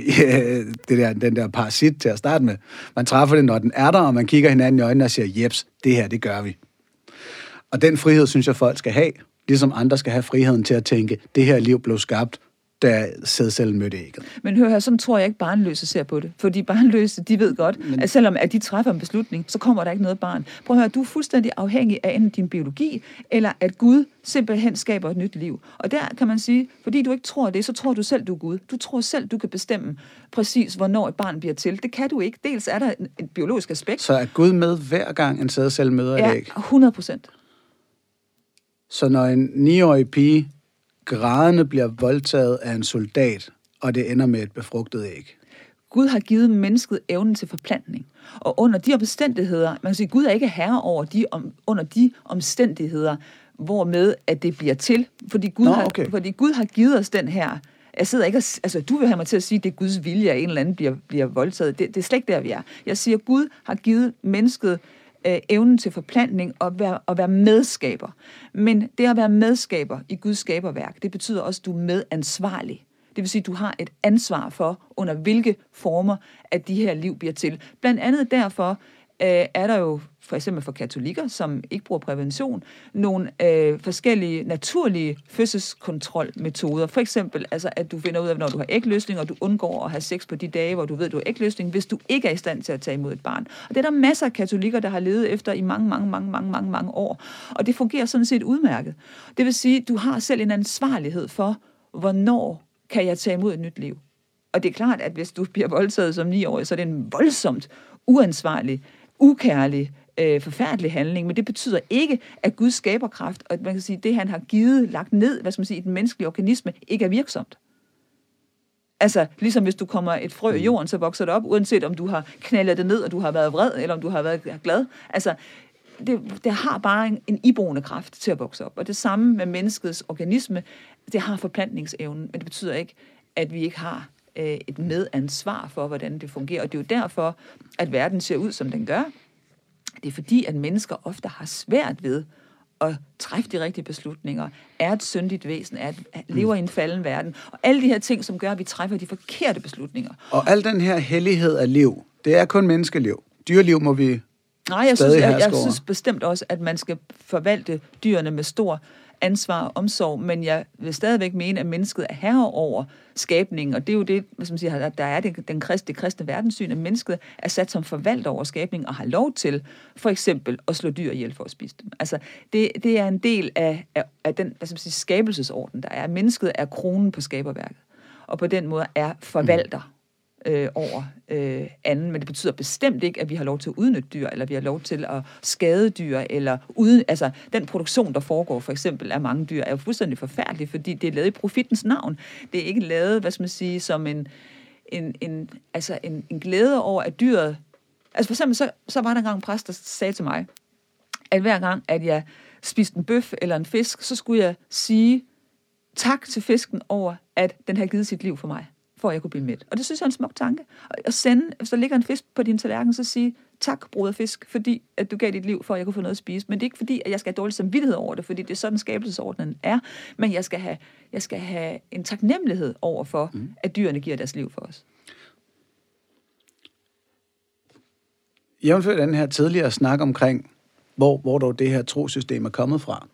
Den der parasit til at starte med. Man træffer det, når den er der, og man kigger hinanden i øjnene og siger, jeps, det her, det gør vi. Og den frihed, synes jeg, folk skal have, ligesom andre skal have friheden til at tænke, det her liv blev skabt, da sædcellen mødte ægget. Men hør her, sådan tror jeg ikke barnløse ser på det. Fordi barnløse, de ved godt, at selvom at de træffer en beslutning, så kommer der ikke noget barn. Prøv at høre, du er fuldstændig afhængig af enten din biologi, eller at Gud simpelthen skaber et nyt liv. Og der kan man sige, fordi du ikke tror det, så tror du selv, du er Gud. Du tror selv, du kan bestemme præcis, hvornår et barn bliver til. Det kan du ikke. Dels er der et biologisk aspekt. Så er Gud med hver gang en sædcelle møder et æg? Ja, 100%. Så når en 9-årig pige grædende bliver voldtaget af en soldat, og det ender med et befrugtet æg. Gud har givet mennesket evnen til forplantning. Og under de omstændigheder, man kan sige, Gud er ikke herre over under de omstændigheder, hvormed at det bliver til. Fordi Gud har givet os den her... Jeg sidder ikke du vil have mig til at sige, at det er Guds vilje, at en eller anden bliver voldtaget. Det er slet ikke der, vi er. Jeg siger, at Gud har givet mennesket evnen til forplantning og være medskaber. Men det at være medskaber i Guds skaberværk, det betyder også, at du er medansvarlig. Det vil sige, at du har et ansvar for, under hvilke former, at de her liv bliver til. Blandt andet derfor er der jo, for eksempel for katolikker, som ikke bruger prævention, nogle forskellige naturlige fødselskontrolmetoder. For eksempel, altså, at du finder ud af, når du har ægløsning, og du undgår at have sex på de dage, hvor du ved, du har ægløsning, hvis du ikke er i stand til at tage imod et barn. Og det er der masser af katolikker, der har levet efter i mange år. Og det fungerer sådan set udmærket. Det vil sige, at du har selv en ansvarlighed for, hvornår kan jeg tage imod et nyt liv. Og det er klart, at hvis du bliver voldtaget som 9-årig, så er det en voldsomt uansvarlig, ukærlig forfærdelig handling, men det betyder ikke, at Guds skaberkraft, og man kan sige, det han har lagt ned, i den menneskelige organisme, ikke er virksomt. Altså, ligesom hvis du kommer et frø i jorden, så vokser det op, uanset om du har knaldet det ned, og du har været vred, eller om du har været glad. Altså, det har bare en iboende kraft til at vokse op. Og det samme med menneskets organisme, det har forplantningsevnen, men det betyder ikke, at vi ikke har et medansvar for, hvordan det fungerer. Og det er jo derfor, at verden ser ud, som den gør. Det er fordi, at mennesker ofte har svært ved at træffe de rigtige beslutninger, er et syndigt væsen, lever i en falden verden, og alle de her ting, som gør, at vi træffer de forkerte beslutninger. Og al den her hellighed af liv, det er kun menneskeliv. Dyreliv må vi jeg synes bestemt også, at man skal forvalte dyrene med stor ansvar og omsorg, men jeg vil stadigvæk mene, at mennesket er herre over skabningen, og det er jo det, som siger, der er det kristne verdenssyn, at mennesket er sat som forvalter over skabningen og har lov til for eksempel at slå dyr ihjel for at spise dem. Altså, det er en del af den skabelsesorden, der er. Mennesket er kronen på skaberværket, og på den måde er forvalter over anden, men det betyder bestemt ikke, at vi har lov til at udnytte dyr, eller vi har lov til at skade dyr, eller altså den produktion, der foregår for eksempel af mange dyr, er jo fuldstændig forfærdelig, fordi det er lavet i profitens navn. Det er ikke lavet, som en glæde over, at dyret... Altså for eksempel, så var der engang en præst, der sagde til mig, at hver gang, at jeg spiste en bøf eller en fisk, så skulle jeg sige tak til fisken over, at den har givet sit liv for mig, for at jeg kunne blive mæt. Og det synes jeg er en smuk tanke. At sende, hvis der ligger en fisk på din tallerken, så sige, tak, broderfisk, fordi at du gav dit liv, for at jeg kunne få noget at spise. Men det er ikke fordi, at jeg skal have dårlig samvittighed over det, fordi det er sådan skabelsesordenen er. Men jeg skal have en taknemmelighed over for, at dyrene giver deres liv for os. Jævnført den her tidligere snak omkring, hvor dog det her trosystem er kommet fra.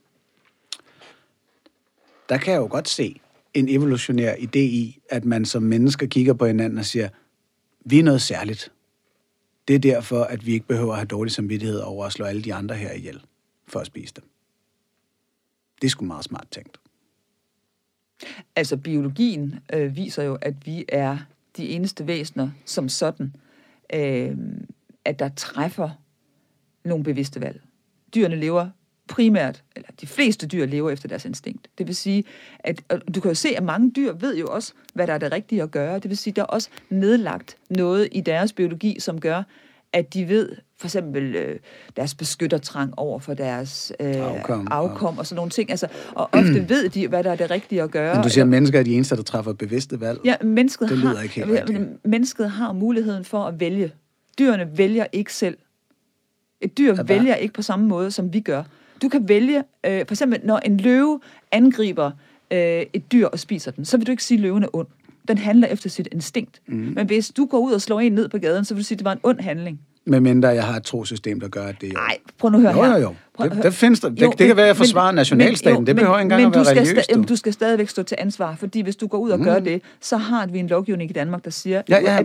Der kan jeg jo godt se en evolutionær idé i, at man som mennesker kigger på hinanden og siger, vi er noget særligt. Det er derfor, at vi ikke behøver at have dårlig samvittighed over at slå alle de andre her ihjel for at spise dem. Det er sgu meget smart tænkt. Altså, biologien viser jo, at vi er de eneste væsener som sådan, at der træffer nogle bevidste valg. Dyrene lever primært, eller de fleste dyr lever efter deres instinkt. Det vil sige, at du kan jo se, at mange dyr ved jo også, hvad der er det rigtige at gøre. Det vil sige, at der er også nedlagt noget i deres biologi, som gør, at de ved, for eksempel deres beskyttertrang over for deres afkom og sådan nogle ting. Altså, og ofte ved de, hvad der er det rigtige at gøre. Men du siger, at mennesker er de eneste, der træffer bevidste valg. Ja, mennesket har muligheden for at vælge. Dyrene vælger ikke selv. Et dyr vælger ikke på samme måde, som vi gør. Du kan vælge, for eksempel, når en løve angriber et dyr og spiser den, så vil du ikke sige, at løven er ond. Den handler efter sit instinkt. Men hvis du går ud og slår en ned på gaden, så vil du sige, at det var en ond handling. Medmindre jeg har et trosystem, der gør, at det er jo... Nej, prøv nu at høre her. Det findes der. Det kan være, at jeg forsvarer nationalstaten. Det behøver ikke engang at være religiøst. Men du skal stadigvæk stå til ansvar, fordi hvis du går ud og gør det, så har vi en lovgivning i Danmark, der siger...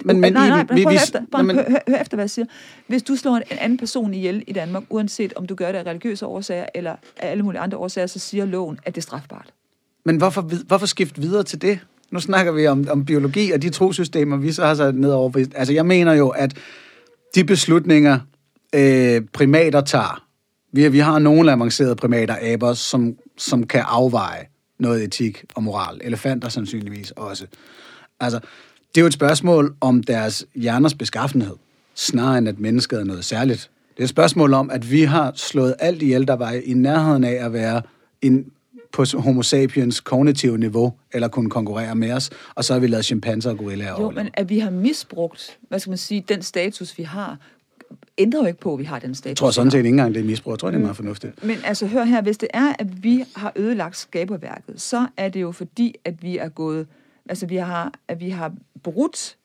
Hør efter, hvad jeg siger. Hvis du slår en anden person ihjel i Danmark, uanset om du gør det af religiøse årsager eller af alle mulige andre årsager, så siger loven, at det er strafbart. Men hvorfor skifte videre til det? Nu snakker vi om biologi og de trosystemer, vi så har sat nedover. Altså, jeg mener jo, at de beslutninger, primater tager, vi har nogle avancerede primater, aber, som kan afveje noget etik og moral. Elefanter sandsynligvis også. Altså, det er jo et spørgsmål om deres hjerners beskaffenhed, snarere end at mennesket er noget særligt. Det er et spørgsmål om, at vi har slået alt ihjel, der var i nærheden af at være på homo sapiens kognitive niveau, eller kunne konkurrere med os, og så har vi lavet chimpanser og gorillaer over. Jo, men at vi har misbrugt, den status, vi har, ændrer jo ikke på, at vi har den status. Jeg tror sådan set ikke engang, det er misbrug. Jeg tror, det er meget fornuftigt. Men altså, hør her, hvis det er, at vi har ødelagt skaberværket, så er det jo fordi, at vi er gået, altså vi har brudt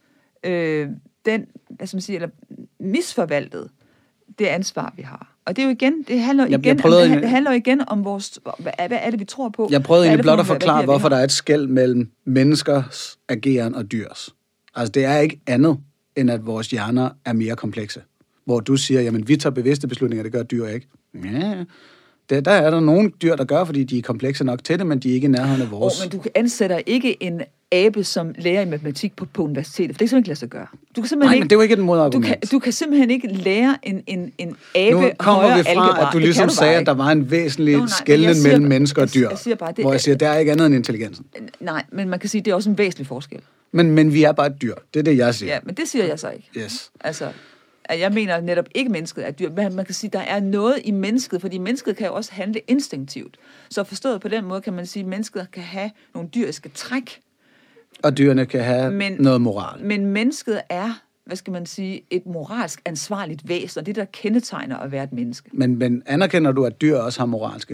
eller misforvaltet det ansvar, vi har. Og det er jo igen, det handler jo igen om vores, hvad er det, vi tror på? Jeg prøvede egentlig blot at forklare, hvorfor der er et skel mellem menneskers ageren og dyrs. Altså, det er ikke andet, end at vores hjerner er mere komplekse. Hvor du siger, jamen, vi tager bevidste beslutninger, det gør dyr ikke. Ja, der er der nogle dyr, der gør, fordi de er komplekse nok til det, men de er ikke i nærheden af vores. Men du ansætter ikke abe, som lærer i matematik på universitetet, for det kan simpelthen ikke lade sig gøre. Du kan simpelthen men det er jo ikke et modargument. Du kan simpelthen ikke lære en abe nu kommer højere vi fra, algebra. at du ligesom sagde, at der var en væsentlig skelnen mellem mennesker og dyr. Hvor jeg siger, der er ikke andet end intelligensen. Nej, men man kan sige, at det er også en væsentlig forskel. Men vi er bare et dyr. Det er det, jeg siger. Ja, men det siger jeg så ikke. Yes. Altså, jeg mener netop ikke, mennesket er dyr. Men man kan sige, at der er noget i mennesket, fordi mennesket kan jo også handle instinktivt. Så forstået på den måde kan man sige, at mennesket kan have nogle dyriske træk. Og dyrene kan have noget moral. Men mennesket er, hvad skal man sige, et moralsk ansvarligt væsen, og det, der kendetegner at være et menneske. Men anerkender du, at dyr også har moralsk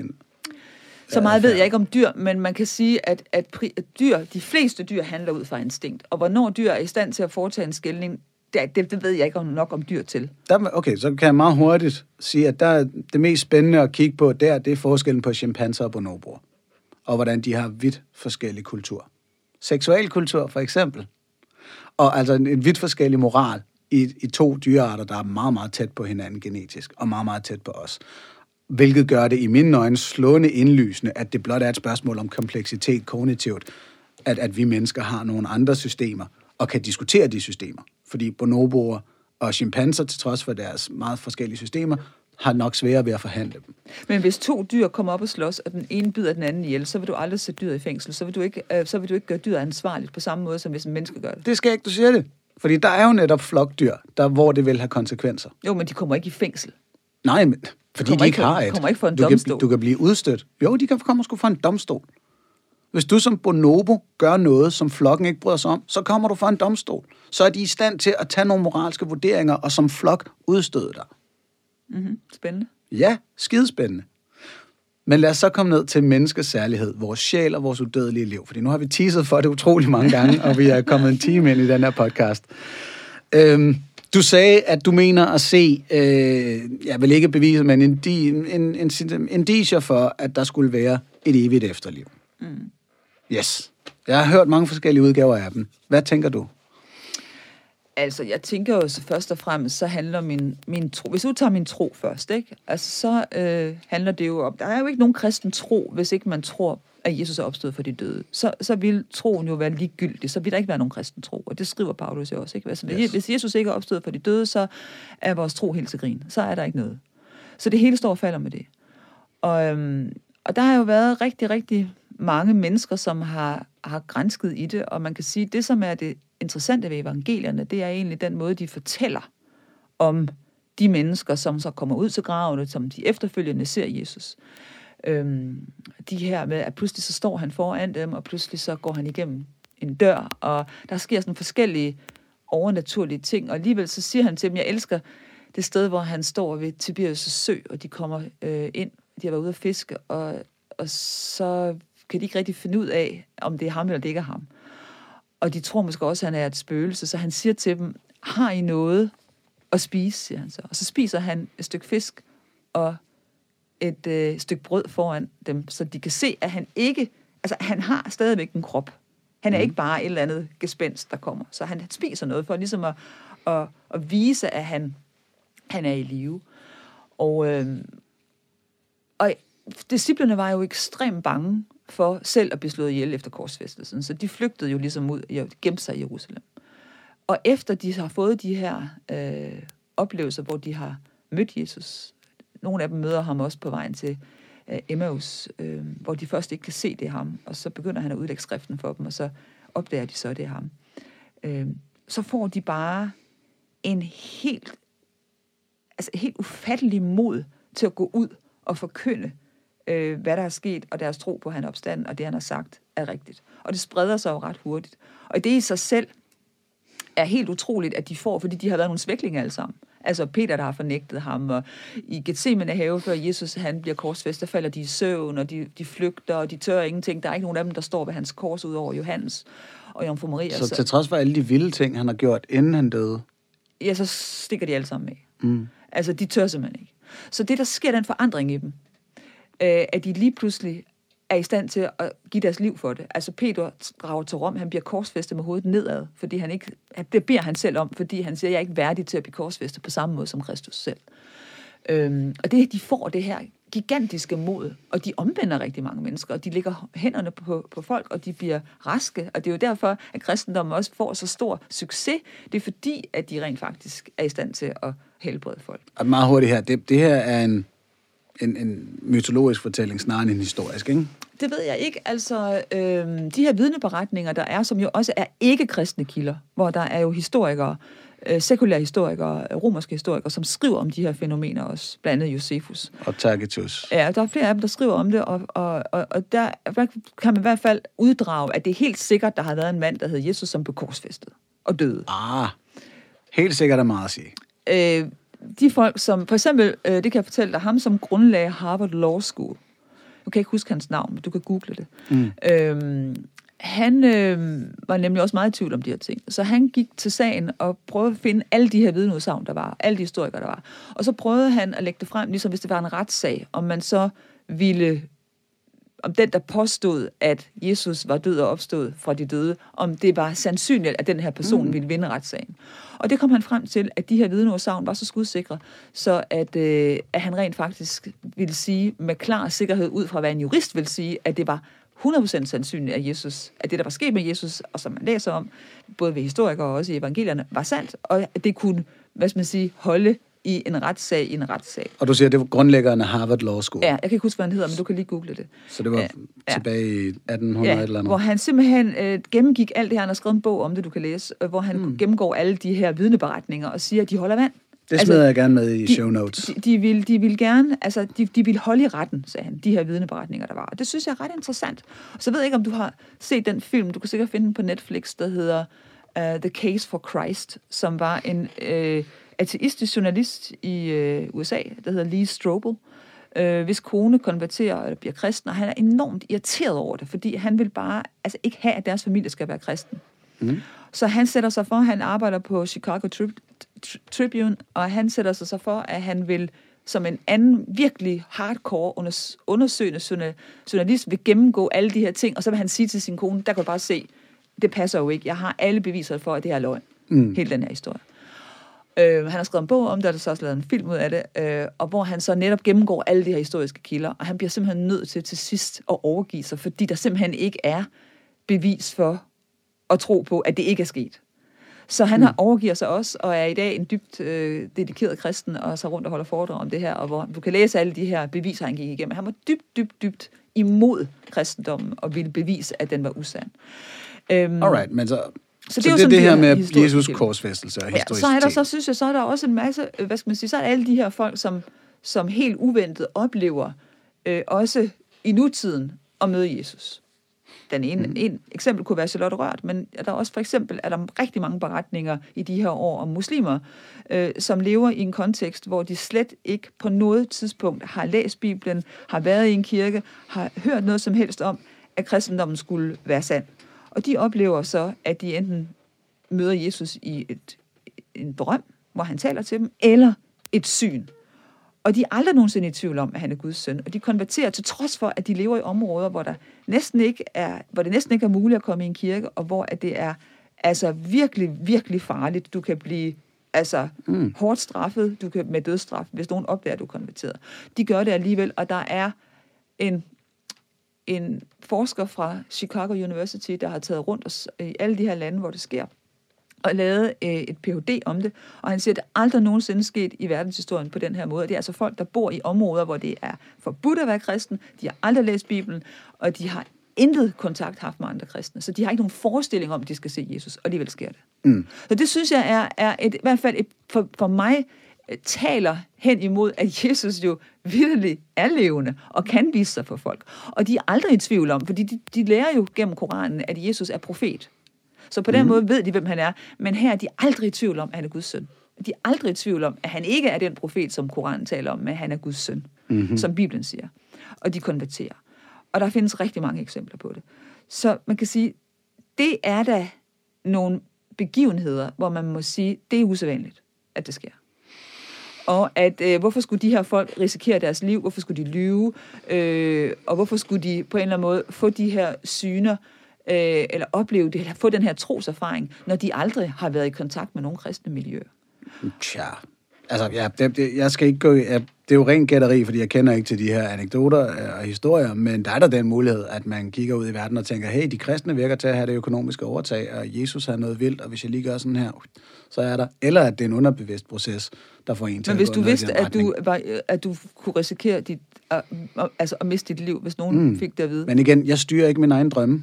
Så meget ved jeg ikke om dyr, men man kan sige, at dyr, de fleste dyr handler ud fra instinkt. Og hvornår dyr er i stand til at foretage en skelning, det ved jeg ikke nok om dyr til. Okay, så kan jeg meget hurtigt sige, at det mest spændende at kigge på det er forskellen på chimpanser og bonoboer. Og hvordan de har vidt forskellige kulturer. Seksualkultur for eksempel. Og altså en vidt forskellig moral i to dyrearter, der er meget, meget tæt på hinanden genetisk, og meget, meget tæt på os. Hvilket gør det i mine øjne slående indlysende, at det blot er et spørgsmål om kompleksitet kognitivt, at vi mennesker har nogle andre systemer, og kan diskutere de systemer. Fordi bonoboer og chimpanser, til trods for deres meget forskellige systemer, har nok sværere ved at forhandle dem. Men hvis to dyr kommer op og slås, og den ene bider den anden ihjel, så vil du aldrig sætte dyret i fængsel. Så vil du ikke gøre dyret ansvarligt på samme måde, som hvis en menneske gør det. Det skal ikke, du siger det. Fordi der er jo netop flokdyr, hvor det vil have konsekvenser. Jo, men de kommer ikke i fængsel. Nej, men fordi de ikke har et. De kommer ikke for en domstol. Du kan blive udstødt. Jo, de kan komme sgu for en domstol. Hvis du som bonobo gør noget, som flokken ikke bryder sig om, så kommer du for en domstol. Så er de i stand til at tage nogle moralske vurderinger, og som flok udstøde dig. Mm-hmm. Spændende. Ja, skidespændende. Men lad os så komme ned til menneskets særlighed, vores sjæl og vores udødelige liv. Fordi nu har vi teaset for det utrolig mange gange, og vi er kommet en time ind i den her podcast. Du sagde, at du mener at se, jeg vil ikke bevise, men indicier for, at der skulle være et evigt efterliv. Mm. Yes. Jeg har hørt mange forskellige udgaver af dem. Hvad tænker du? Altså, jeg tænker jo så først og fremmest, så handler min tro... Hvis du tager min tro først, ikke? Altså, så handler det jo om... Der er jo ikke nogen kristen tro, hvis ikke man tror, at Jesus er opstået for de døde. Så vil troen jo være ligegyldig. Så vil der ikke være nogen kristen tro. Og det skriver Paulus jo også, ikke? Altså, yes. Hvis Jesus ikke er opstået for de døde, så er vores tro helt til grin. Så er der ikke noget. Så det hele står og falder med det. Og der har jo været rigtig, rigtig mange mennesker, som har gransket i det. Og man kan sige, at det, som er det interessante ved evangelierne, det er egentlig den måde, de fortæller om de mennesker, som så kommer ud til gravene, som de efterfølgende ser Jesus. De her med, at pludselig så står han foran dem, og pludselig så går han igennem en dør, og der sker sådan forskellige overnaturlige ting, og alligevel så siger han til dem, jeg elsker det sted, hvor han står ved Tiberius' sø, og de kommer ind, de har været ude at fiske, og så kan de ikke rigtig finde ud af, om det er ham eller det ikke er ham. Og de tror måske også, at han er et spøgelse, så han siger til dem, har I noget at spise, siger han så. Og så spiser han et stykke fisk og et stykke brød foran dem, så de kan se, at han ikke, altså han har stadigvæk en krop. Han er ikke bare et eller andet gespenst, der kommer. Så han spiser noget for ligesom at vise, at han er i live. Og disciplerne var jo ekstremt bange for selv at blive slået ihjel efter korsfæstelsen. Så de flygtede jo ligesom ud og gemte sig i Jerusalem. Og efter de har fået de her oplevelser, hvor de har mødt Jesus, nogle af dem møder ham også på vejen til Emmaus, hvor de først ikke kan se, det er ham, og så begynder han at udlægge skriften for dem, og så opdager de så, det er ham. Så får de bare en helt ufattelig mod til at gå ud og forkynde, hvad der er sket, og deres tro på, han opstanden, og det, han har sagt, er rigtigt. Og det spreder sig jo ret hurtigt. Og det i sig selv er helt utroligt, at de får, fordi de har været nogle svæklinger alle sammen. Altså Peter, der har fornægtet ham, og i Getsemane have, før Jesus han bliver korsfæstet, falder de i søvn, og de flygter, og de tør ingenting. Der er ikke nogen af dem, der står ved hans kors ud over Johannes og Jomfru Maria. Så til trods for alle de vilde ting, han har gjort, inden han døde? Ja, så stikker de alle sammen af. Mm. Altså, de tør simpelthen ikke. Så det, der sker, den forandring i dem, at de lige pludselig er i stand til at give deres liv for det. Altså Peter drager til Rom, han bliver korsfæstet med hovedet nedad, fordi det beder han selv om, fordi han siger, jeg er ikke værdig til at blive korsfæstet på samme måde som Kristus selv. Og det, de får det her gigantiske mod, og de omvender rigtig mange mennesker, og de lægger hænderne på folk, og de bliver raske, og det er jo derfor, at kristendommen også får så stor succes. Det er fordi, at de rent faktisk er i stand til at helbrede folk. Og meget hurtigt her, det her er en mytologisk fortælling, snarere end en historisk, ikke? Det ved jeg ikke. Altså, de her vidneberetninger, der er, som jo også er ikke-kristne kilder, hvor der er jo historikere, sekulære historikere, romerske historikere, som skriver om de her fænomener også, blandt andet Josephus. Og Tacitus. Ja, der er flere af dem, der skriver om det, og der kan man i hvert fald uddrage, at det er helt sikkert, der har været en mand, der hed Jesus, som blev korsfæstet og døde. Helt sikkert er meget at sige. De folk, som for eksempel, det kan jeg fortælle dig, ham som grundlagde Harvard Law School. Du kan ikke huske hans navn, men du kan google det. Han var nemlig også meget i tvivl om de her ting. Så han gik til sagen og prøvede at finde alle de her vidneudsagn, der var, alle de historikere, der var. Og så prøvede han at lægge det frem, ligesom hvis det var en retssag, om man så ville, om den, der påstod, at Jesus var død og opstået fra de døde, om det var sandsynligt, at den her person ville vinde retssagen. Og det kom han frem til, at de her vidneudsagn var så skudsikre, så at han rent faktisk ville sige med klar sikkerhed ud fra, hvad en jurist vil sige, at det var 100% sandsynligt, at Jesus, at det, der var sket med Jesus, og som man læser om, både ved historikere og også i evangelierne, var sandt, og at det kunne, hvad skal man sige, holde i en retssag. Og du siger, det var grundlæggeren af Harvard Law School? Ja, jeg kan ikke huske, hvad han hedder, men du kan lige google det. Så det var tilbage i 1800 eller noget? Hvor han simpelthen gennemgik alt det her, han har skrevet en bog om det, du kan læse, hvor han gennemgår alle de her vidneberetninger og siger, at de holder vand. Det smider jeg gerne med i show notes. De vil gerne, altså de vil holde i retten, sagde han, de her vidneberetninger, der var. Og det synes jeg er ret interessant. Og så ved jeg ikke, om du har set den film, du kan sikkert finde den på Netflix, der hedder The Case for Christ, som var en ateistisk journalist i USA, der hedder Lee Strobel, hvis kone konverterer eller bliver kristen, og han er enormt irriteret over det, fordi han vil bare ikke have, at deres familie skal være kristen. Så han sætter sig for, han arbejder på Chicago Tribune, og han sætter sig så for, at han vil, som en anden virkelig hardcore undersøgende journalist, vil gennemgå alle de her ting, og så vil han sige til sin kone, der kan du bare se, det passer jo ikke, jeg har alle beviser for, at det her er løgn. Hele den her historie. Han har skrevet en bog om det, og der er så også lavet en film ud af det, og hvor han så netop gennemgår alle de her historiske kilder, og han bliver simpelthen nødt til sidst at overgive sig, fordi der simpelthen ikke er bevis for at tro på, at det ikke er sket. Så han har overgiver sig også, og er i dag en dybt dedikeret kristen, og så rundt og holder foredrag om det her, og hvor du kan læse alle de her beviser, han gik igennem. Han var dybt imod kristendommen, og ville bevise, at den var usand. Alright, men så det er det her med Jesus korsfæstelse og historicitet. Så er der også en masse, hvad skal man sige, så er der alle de her folk, som helt uventet oplever, også i nutiden, at møde Jesus. Den en eksempel kunne være Charlotte Rørt, men der er også for eksempel er der rigtig mange beretninger i de her år om muslimer, som lever i en kontekst, hvor de slet ikke på noget tidspunkt har læst Bibelen, har været i en kirke, har hørt noget som helst om, at kristendommen skulle være sand. Og de oplever så, at de enten møder Jesus i en drøm, hvor han taler til dem, eller et syn. Og de er aldrig nogensinde i tvivl om, at han er Guds søn. Og de konverterer til trods for, at de lever i områder, hvor det næsten ikke er muligt at komme i en kirke, og hvor at det er altså virkelig, virkelig farligt. Du kan blive hårdt straffet, du kan med dødsstraf, hvis nogen opdager, at du er konverteret. De gør det alligevel, og der er en forsker fra Chicago University, der har taget rundt i alle de her lande, hvor det sker, og lavet et Ph.D. om det, og han siger, at det aldrig nogensinde sket i verdenshistorien på den her måde. Det er altså folk, der bor i områder, hvor det er forbudt at være kristen, de har aldrig læst Bibelen, og de har intet kontakt haft med andre kristne, så de har ikke nogen forestilling om, at de skal se Jesus, og alligevel sker det. Så det synes jeg er i hvert fald for mig taler hen imod, at Jesus jo virkelig er levende og kan vise sig for folk. Og de er aldrig i tvivl om, fordi de lærer jo gennem Koranen, at Jesus er profet. Så på den måde ved de, hvem han er, men her er de aldrig i tvivl om, at han er Guds søn. De er aldrig i tvivl om, at han ikke er den profet, som Koranen taler om, men han er Guds søn, som Bibelen siger. Og de konverterer. Og der findes rigtig mange eksempler på det. Så man kan sige, det er da nogle begivenheder, hvor man må sige, det er usædvanligt, at det sker. Og at hvorfor skulle de her folk risikere deres liv, hvorfor skulle de lyve, og hvorfor skulle de på en eller anden måde få de her syner, eller opleve det, eller få den her troserfaring, når de aldrig har været i kontakt med nogen kristne miljøer. Tja, Altså, ja, jeg skal ikke gå... Det er jo ren gætteri, fordi jeg kender ikke til de her anekdoter og historier, men der er der den mulighed, at man kigger ud i verden og tænker, hey, de kristne virker til at have det økonomiske overtag, og Jesus har noget vildt, og hvis jeg lige gør sådan her, så er der... Eller at det er en underbevidst proces, der får en til men at hvis gå du ned i vidste, den at du kunne risikere at miste dit liv, hvis nogen fik det at vide. Men igen, jeg styrer ikke min egen drømme.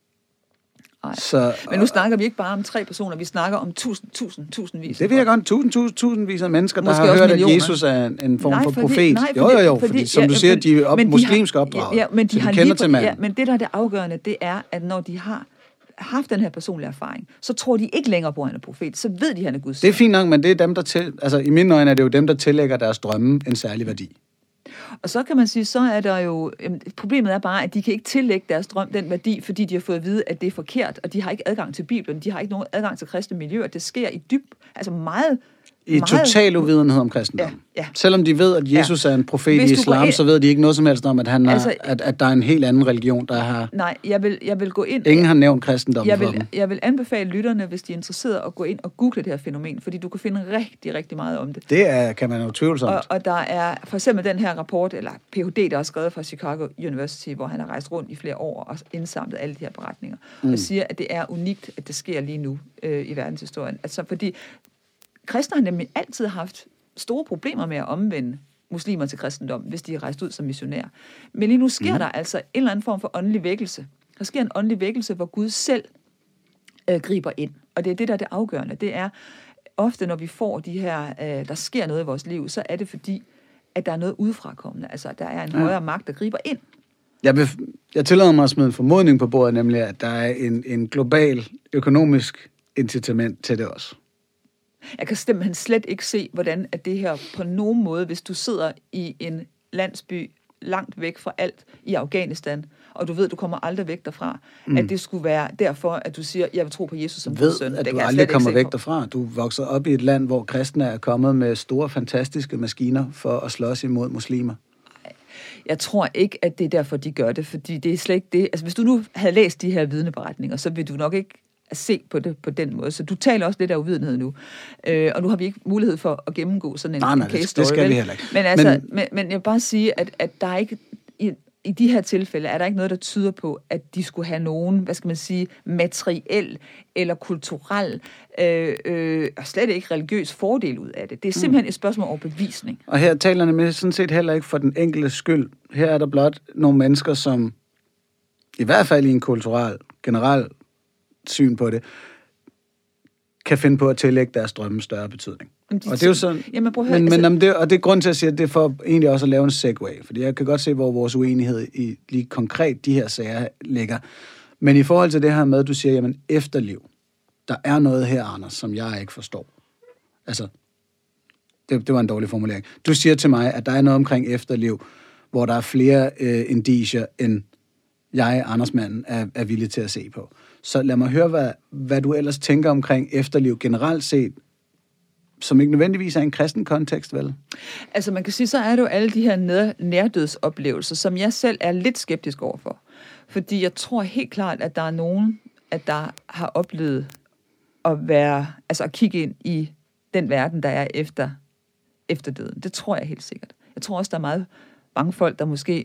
Nej. Så, Men nu snakker vi ikke bare om 3 personer, vi snakker om tusindvis. Det vil jeg godt. Tusindvis af mennesker, måske der har hørt, millioner. at Jesus er en form for profet. Fordi, som du siger, de er muslimsk opdraget, men de så har de kender til manden. Ja, men det, der er det afgørende, det er, at når de har haft den her personlige erfaring, så tror de ikke længere på, at han er profet. Så ved de, at han er Guds søn. Det er fint nok, men det er dem, der i mine øjne er det jo dem, der tillægger deres drømme en særlig værdi. Og så kan man sige, så er der jo... Problemet er bare, at de kan ikke tillægge deres drøm den værdi, fordi de har fået at vide, at det er forkert, og de har ikke adgang til Bibelen, de har ikke nogen adgang til kristne miljøer. Det sker i meget total uvidenhed om kristendom. Ja. Selvom de ved, at Jesus er en profet i islam, så ved de ikke noget som helst om, at han at der er en helt anden religion, der har... Nej, jeg vil gå ind... Ingen har nævnt kristendommen for dem. Jeg vil anbefale lytterne, hvis de er interesserede, at gå ind og google det her fænomen, fordi du kan finde rigtig, rigtig meget om det. Det kan man jo tvivlsomt. Og der er for eksempel den her rapport, eller Ph.D., der er skrevet fra Chicago University, hvor han har rejst rundt i flere år og indsamlet alle de her beretninger, og siger, at det er unikt, at det sker lige nu i verdenshistorien. Altså fordi kristne har nemlig altid haft store problemer med at omvende muslimer til kristendom, hvis de er rejst ud som missionærer. Men lige nu sker der altså en eller anden form for åndelig vækkelse. Der sker en åndelig vækkelse, hvor Gud selv griber ind. Og det er det, der er det afgørende. Det er ofte, når vi får de her, der sker noget i vores liv, så er det fordi, at der er noget udefrakommende. Altså, der er en højere magt, der griber ind. Jeg tillader mig at smide en formodning på bordet, nemlig at der er en global økonomisk incitament til det også. Jeg kan simpelthen slet ikke se, hvordan at det her på nogen måde, hvis du sidder i en landsby langt væk fra alt i Afghanistan, og du ved, du kommer aldrig væk derfra, at det skulle være derfor, at du siger, jeg vil tro på Jesus som Guds søn. At du aldrig kommer væk derfra. Du vokser op i et land, hvor kristne er kommet med store, fantastiske maskiner for at slås imod muslimer. Jeg tror ikke, at det er derfor, de gør det, fordi det er slet ikke det. Altså, hvis du nu havde læst de her vidneberetninger, så vil du nok ikke se på det på den måde. Så du taler også lidt af uvidenhed nu. Og nu har vi ikke mulighed for at gennemgå sådan en case story. Det skal vi heller ikke. Men jeg vil bare sige, at der er ikke... I de her tilfælde er der ikke noget, der tyder på, at de skulle have nogen, hvad skal man sige, materiel eller kulturel, og slet ikke religiøs fordel ud af det. Det er simpelthen et spørgsmål om bevisning. Og her taler jeg med sådan set heller ikke for den enkelte skyld. Her er der blot nogle mennesker, som i hvert fald i en generel syn på det, kan finde på at tillægge deres drømme større betydning. Og det er jo sådan, og det er grund til at sige, at det er for egentlig også at lave en segue, fordi jeg kan godt se, hvor vores uenighed i lige konkret de her sager ligger. Men i forhold til det her med, at du siger, jamen efterliv, der er noget her, Anders, som jeg ikke forstår. Altså, det var en dårlig formulering. Du siger til mig, at der er noget omkring efterliv, hvor der er flere indicier, end jeg, Andersmanden, er villig til at se på. Så lad mig høre, hvad du ellers tænker omkring efterliv generelt set, som ikke nødvendigvis er en kristen kontekst, vel? Altså man kan sige, så er det jo alle de her nærdødsoplevelser, som jeg selv er lidt skeptisk overfor. Fordi jeg tror helt klart, at der er nogen, der har oplevet at kigge ind i den verden, der er efter døden. Det tror jeg helt sikkert. Jeg tror også, der er meget mange folk, der måske...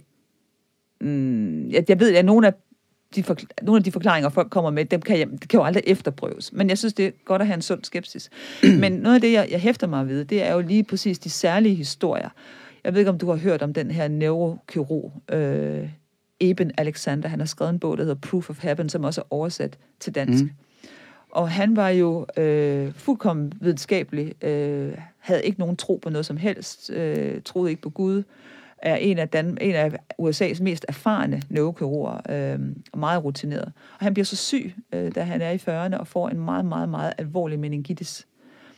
jeg ved, at nogle af de forklaringer, folk kommer med, det kan jo aldrig efterprøves. Men jeg synes, det er godt at have en sund skepsis. Men noget af det, jeg hæfter mig ved, det er jo lige præcis de særlige historier. Jeg ved ikke, om du har hørt om den her neurokirurg, Eben Alexander. Han har skrevet en bog, der hedder Proof of Heaven, som også er oversat til dansk. Og han var jo fuldkommen videnskabelig, havde ikke nogen tro på noget som helst, troede ikke på Gud, er en af USA's mest erfarne neurokirurger, meget rutineret. Og han bliver så syg, da han er i 40'erne, og får en meget, meget, meget alvorlig meningitis.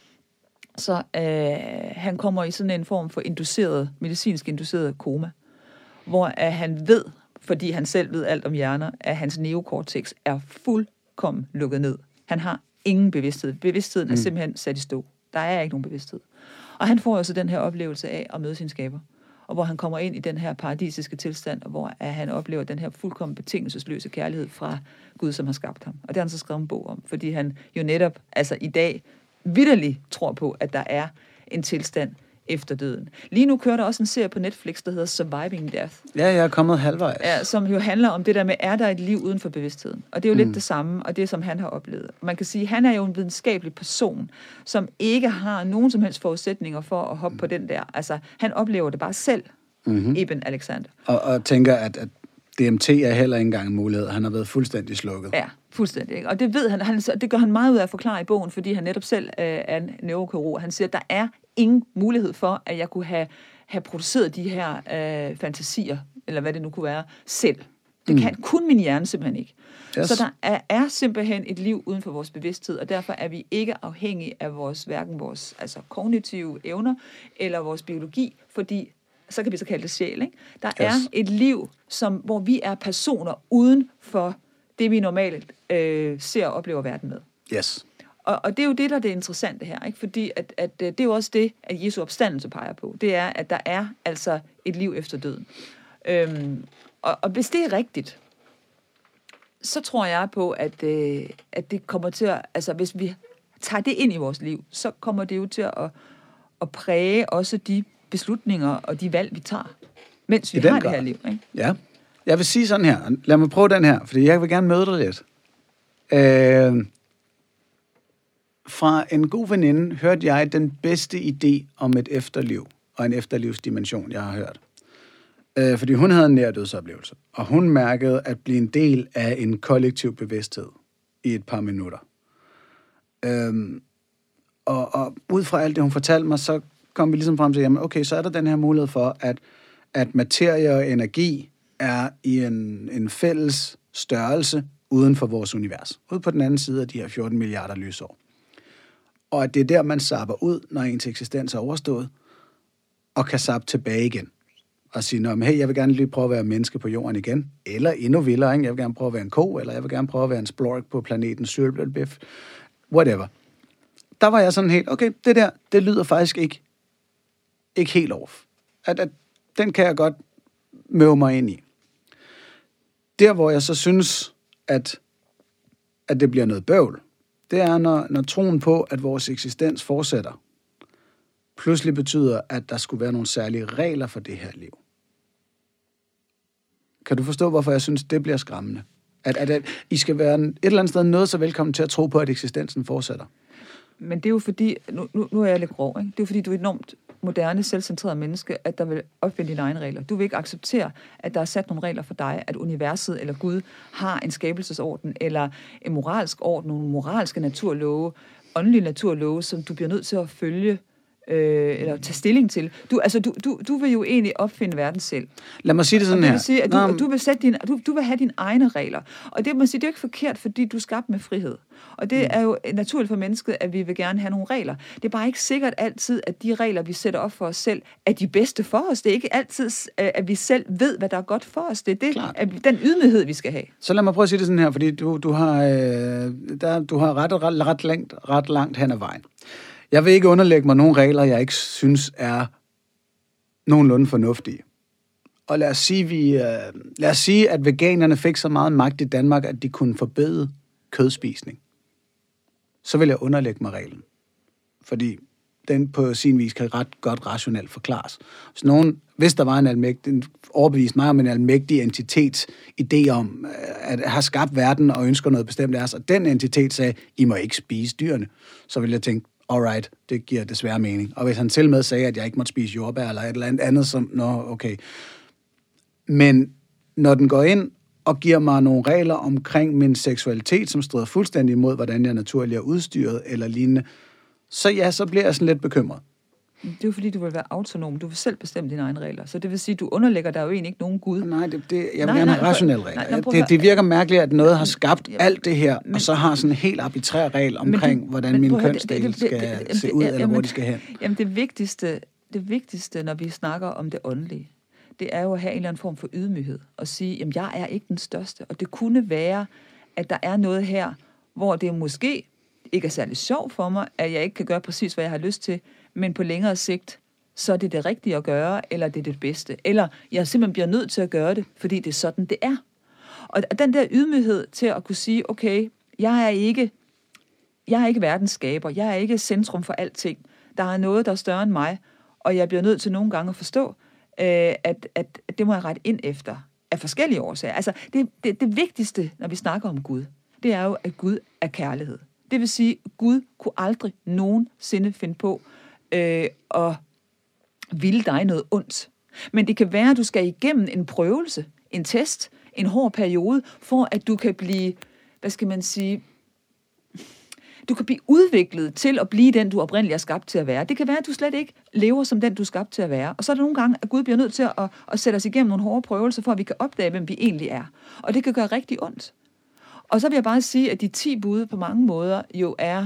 Så han kommer i sådan en form for medicinsk induceret koma, hvor han ved, fordi han selv ved alt om hjerner, at hans neokortex er fuldkommen lukket ned. Han har ingen bevidsthed. Bevidstheden er simpelthen sat i stå. Der er ikke nogen bevidsthed. Og han får også den her oplevelse af at møde sin skaber. Og hvor han kommer ind i den her paradisiske tilstand, og hvor han oplever den her fuldkommen betingelsesløse kærlighed fra Gud, som har skabt ham. Og det har han så skrevet en bog om, fordi han jo netop, altså i dag, vitterligt tror på, at der er en tilstand efter døden. Lige nu kører der også en serie på Netflix, der hedder Surviving Death. Ja, jeg er kommet halvvejs. Ja, som jo handler om det der med, er der et liv uden for bevidstheden? Og det er jo lidt det samme, og det som han har oplevet. Man kan sige, at han er jo en videnskabelig person, som ikke har nogen som helst forudsætninger for at hoppe på den der. Altså, han oplever det bare selv, Eben Alexander. Og tænker, at DMT er heller ikke engang en mulighed. Han har været fuldstændig slukket. Ja, fuldstændig. Ikke? Og det ved han, det gør han meget ud af at forklare i bogen, fordi han netop selv er en neurokirurg. Han siger, at der er ingen mulighed for, at jeg kunne have produceret de her fantasier, eller hvad det nu kunne være, selv. Det kan kun min hjerne simpelthen ikke. Yes. Så der er simpelthen et liv uden for vores bevidsthed, og derfor er vi ikke afhængige af hverken vores kognitive evner, eller vores biologi, fordi så kan vi så kalde det sjæl, ikke? Der er et liv, hvor vi er personer uden for det, vi normalt ser og oplever verden med. Yes. Og det er jo det, der er det interessante her, ikke? Fordi at det er jo også det, at Jesu opstandelse peger på. Det er, at der er altså et liv efter døden. Og hvis det er rigtigt, så tror jeg på, at det kommer til at... Altså, hvis vi tager det ind i vores liv, så kommer det jo til at præge også de beslutninger og de valg, vi tager, mens vi har det her liv. Ikke? Ja. Jeg vil sige sådan her. Lad mig prøve den her, fordi jeg vil gerne møde dig lidt. Fra en god veninde hørte jeg den bedste idé om et efterliv, og en efterlivsdimension, jeg har hørt. Fordi hun havde en nærdødsoplevelse, og hun mærkede at blive en del af en kollektiv bevidsthed i et par minutter. Og ud fra alt det, hun fortalte mig, så kom vi ligesom frem til, jamen okay, så er der den her mulighed for, at materie og energi er i en fælles størrelse uden for vores univers. Ude på den anden side af de her 14 milliarder lysår. Og at det er der, man zapper ud, når ens eksistens er overstået, og kan zappe tilbage igen. Og sige, hey, jeg vil gerne lige prøve at være menneske på jorden igen, eller endnu vildere, ikke? Jeg vil gerne prøve at være en ko, eller jeg vil gerne prøve at være en splork på planeten Sølvblødbiff, whatever. Der var jeg sådan helt, okay, det lyder faktisk ikke helt off. At den kan jeg godt møve mig ind i. Der, hvor jeg så synes, at det bliver noget bøvl, det er, når troen på, at vores eksistens fortsætter, pludselig betyder, at der skulle være nogle særlige regler for det her liv. Kan du forstå, hvorfor jeg synes, det bliver skræmmende? At I skal være et eller andet sted noget så velkommen til at tro på, at eksistensen fortsætter. Men det er jo fordi, nu er jeg lidt grov, ikke? Det er jo fordi, du er et enormt moderne, selvcentreret menneske, at der vil opfinde dine egne regler. Du vil ikke acceptere, at der er sat nogle regler for dig, at universet eller Gud har en skabelsesorden, eller en moralsk orden, nogle moralske naturlove, åndelige naturlove, som du bliver nødt til at følge, eller tage stilling til. Du vil jo egentlig opfinde verden selv. Lad mig sige det sådan her. Det vil sige, at du vil have dine egne regler. Og det, man siger, det er jo ikke forkert, fordi du er skabt med frihed. Og det er jo naturligt for mennesket, at vi vil gerne have nogle regler. Det er bare ikke sikkert altid, at de regler, vi sætter op for os selv, er de bedste for os. Det er ikke altid, at vi selv ved, hvad der er godt for os. Det er den ydmyghed, vi skal have. Så lad mig prøve at sige det sådan her, fordi du har ret langt hen ad vejen. Jeg vil ikke underlægge mig nogle regler, jeg ikke synes er nogenlunde fornuftige. Og lad os sige, at veganerne fik så meget magt i Danmark, at de kunne forbyde kødspisning. Så vil jeg underlægge mig reglen. Fordi den på sin vis kan ret godt rationelt forklares. Hvis der var en overbevist mig om en almægtig entitets idé om at have skabt verden og ønsker noget bestemt af os, og den entitet sagde, I må ikke spise dyrene, så vil jeg tænke, alright, det giver desværre mening. Og hvis han til med sagde, at jeg ikke måtte spise jordbær eller et eller andet, som, okay. Men når den går ind og giver mig nogle regler omkring min seksualitet, som strider fuldstændig imod, hvordan jeg naturligt er udstyret eller lignende, så bliver jeg sådan lidt bekymret. Det er jo fordi, du vil være autonom. Du vil selv bestemme dine egne regler. Så det vil sige, du underlægger dig jo egentlig ikke nogen Gud. Nej, jeg vil gerne have rationelle regler. Det virker mærkeligt, at noget har skabt alt det her, og så har sådan en helt arbitrær regel omkring, hvordan min kønsdel skal se ud, eller hvor de skal hen. Jamen det vigtigste, når vi snakker om det åndelige, det er jo at have en eller anden form for ydmyghed. Og sige, jamen jeg er ikke den største. Og det kunne være, at der er noget her, hvor det måske ikke er særlig sjovt for mig, at jeg ikke kan gøre præcis, hvad jeg har lyst til, men på længere sigt, så er det det rigtige at gøre, eller det er det bedste. Eller jeg simpelthen bliver nødt til at gøre det, fordi det er sådan, det er. Og den der ydmyghed til at kunne sige, okay, jeg er ikke verdens skaber, jeg er ikke centrum for alting. der er noget, der er større end mig, og jeg bliver nødt til nogle gange at forstå, at det må jeg rette ind efter, af forskellige årsager. Altså, det vigtigste, når vi snakker om Gud, det er jo, at Gud er kærlighed. Det vil sige, at Gud kunne aldrig nogensinde finde på at ville dig noget ondt. Men det kan være, at du skal igennem en prøvelse, en test, en hård periode, for at du kan blive, hvad skal man sige, du kan blive udviklet til at blive den, du oprindeligt er skabt til at være. Det kan være, at du slet ikke lever som den, du er skabt til at være. Og så er der nogle gange, at Gud bliver nødt til at sætte os igennem nogle hårde prøvelser, for at vi kan opdage, hvem vi egentlig er. Og det kan gøre rigtig ondt. Og så vil jeg bare sige, at de 10 bud på mange måder jo er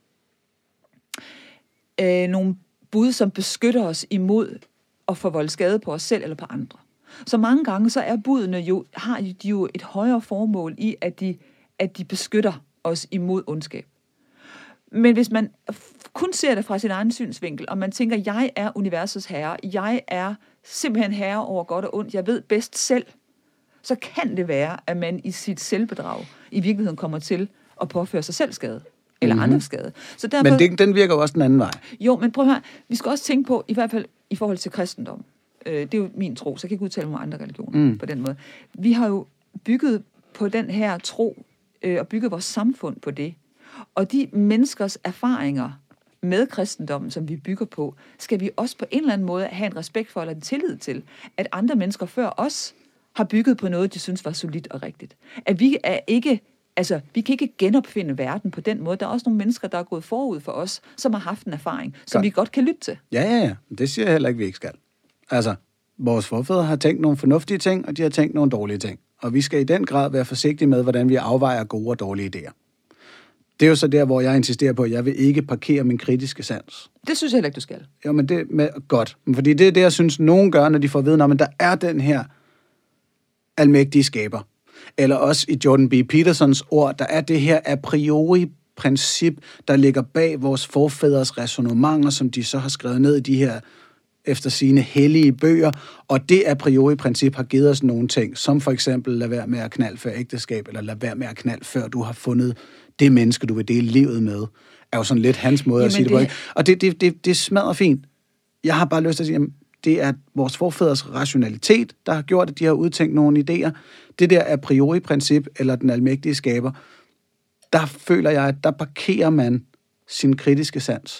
nogle bud, som beskytter os imod at forvolde skade på os selv eller på andre. Så mange gange, så er budene jo, har de jo et højere formål i, at de beskytter os imod ondskab. Men hvis man kun ser det fra sin egen synsvinkel, og man tænker, jeg er universets herre, jeg er simpelthen herre over godt og ondt, jeg ved bedst selv, så kan det være, at man i sit selvbedrag i virkeligheden kommer til at påføre sig selv skade, eller andre skade. Så derfor, men den virker jo også den anden vej. Jo, men prøv at høre, vi skal også tænke på, i hvert fald i forhold til kristendom, det er jo min tro, så jeg kan ikke udtale mig om andre religioner på den måde. Vi har jo bygget på den her tro, og bygget vores samfund på det. Og de menneskers erfaringer med kristendommen, som vi bygger på, skal vi også på en eller anden måde have en respekt for, eller en tillid til, at andre mennesker før os har bygget på noget, de synes var solidt og rigtigt. At vi vi kan ikke genopfinde verden på den måde. Der er også nogle mennesker, der er gået forud for os, som har haft en erfaring, som vi godt kan lytte til. Ja. Det siger jeg heller ikke, vi ikke skal. Altså, vores forfædre har tænkt nogle fornuftige ting, og de har tænkt nogle dårlige ting. Og vi skal i den grad være forsigtige med, hvordan vi afvejer gode og dårlige idéer. Det er jo så der, hvor jeg insisterer på, at jeg vil ikke parkere min kritiske sans. Det synes jeg heller ikke, du skal. Jo, men det er godt. Fordi det er det, jeg synes, nogen gør, når de får viden om, at der er den her almægtige skaber. Eller også i Jordan B. Petersons ord, der er det her a priori princip, der ligger bag vores forfædres ræsonnementer, som de så har skrevet ned i de her efter sine hellige bøger, og det a priori princip har givet os nogle ting, som for eksempel lad være med at knalde før ægteskab, eller lad være med at knalde før du har fundet det menneske, du vil dele livet med, er jo sådan lidt hans måde at sige det på. Og det smadrer fint. Jeg har bare lyst til at sige, at det er vores forfædres rationalitet, der har gjort, at de har udtænkt nogle idéer. Det der a priori princip, eller den almægtige skaber, der føler jeg, at der parkerer man sin kritiske sans.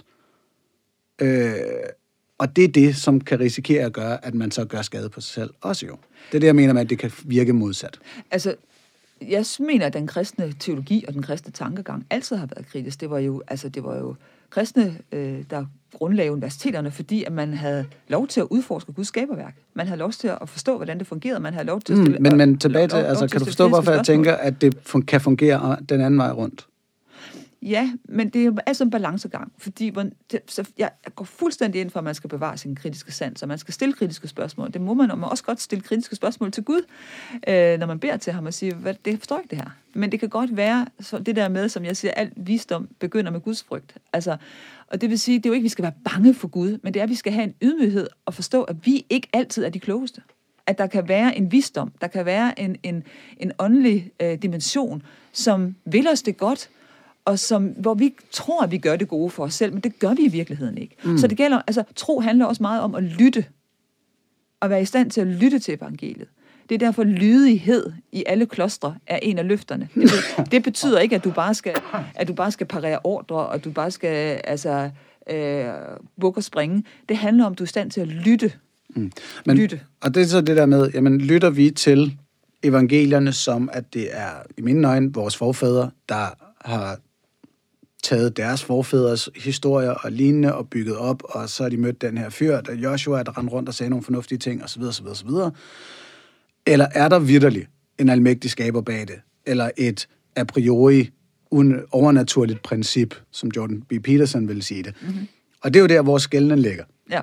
Og det er det, som kan risikere at gøre, at man så gør skade på sig selv. Også jo. Det er det, jeg mener med, at det kan virke modsat. Altså, jeg mener, at den kristne teologi og den kristne tankegang altid har været kritisk. Det var jo kristne, der grundlagde universiteterne, fordi at man havde lov til at udforske Guds skaberværk. Man havde lov til at forstå, hvordan det fungerede. Man havde lov til at stille... Men tilbage til, altså, kan du forstå, hvorfor jeg tænker, at det kan fungere den anden vej rundt? Ja, men det er jo altså en balancegang, fordi jeg går fuldstændig ind for, at man skal bevare sin kritiske sans, og man skal stille kritiske spørgsmål. Det må man også godt stille kritiske spørgsmål til Gud, når man beder til ham og siger, det forstår ikke det her. Men det kan godt være, så det der med, som jeg siger, al visdom begynder med Guds frygt. Altså, og det vil sige, det er jo ikke, at vi skal være bange for Gud, men det er, at vi skal have en ydmyghed og forstå, at vi ikke altid er de klogeste. At der kan være en visdom, der kan være en åndelig dimension, som vil os det godt, og hvor vi tror, at vi gør det gode for os selv, men det gør vi i virkeligheden ikke. Så det gælder, altså tro handler også meget om at lytte, og være i stand til at lytte til evangeliet. Det er derfor lydighed i alle klostre er en af løfterne. Det betyder ikke, at du bare skal parere ordre, og du bare skal bukke og springe. Det handler om, at du er i stand til at lytte. Lytte. Og det er så det der med, jamen lytter vi til evangelierne, som at det er i mine øjne vores forfædre, der har taget deres forfædres historier og lignende og bygget op, og så har de mødt den her fyr, der Joshua, der rendte rundt og sagde nogle fornuftige ting, osv. Eller er der vitterligt en almægtig skaber bag det? Eller et a priori overnaturligt princip, som Jordan B. Peterson ville sige det? Mm-hmm. Og det er jo der, hvor skelnen ligger. Ja.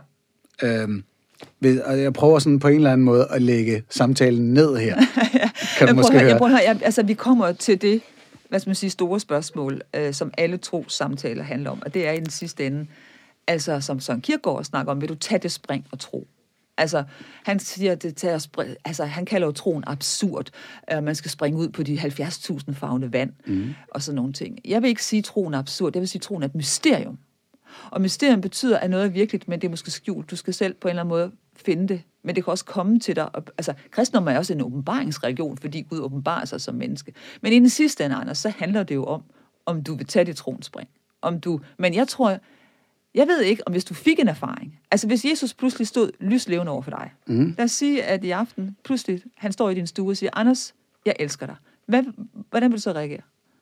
Og jeg prøver sådan på en eller anden måde at lægge samtalen ned her. Kan du måske høre? Vi kommer til det, hvad skal man sige, store spørgsmål, som alle trossamtaler handler om, og det er i den sidste ende, altså som Søren Kierkegaard snakker om, vil du tage det spring og tro? Altså, han siger, han kalder jo troen absurd, man skal springe ud på de 70.000 favne vand, og sådan nogle ting. Jeg vil ikke sige, troen er absurd, jeg vil sige, troen er et mysterium. Og mysterium betyder, at noget er virkeligt, men det er måske skjult. Du skal selv på en eller anden måde finde det. Men det kan også komme til dig. Altså, kristendom er også en åbenbaringsreligion, fordi Gud åbenbarer sig som menneske. Men i den sidste ende, Anders, så handler det jo om du vil tage dit tronspring. Men jeg ved ikke, om hvis du fik en erfaring. Altså, hvis Jesus pludselig stod lyslevende over for dig. Lad os sige, at i aften, pludselig, han står i din stue og siger, Anders, jeg elsker dig. Hvordan vil du så reagere?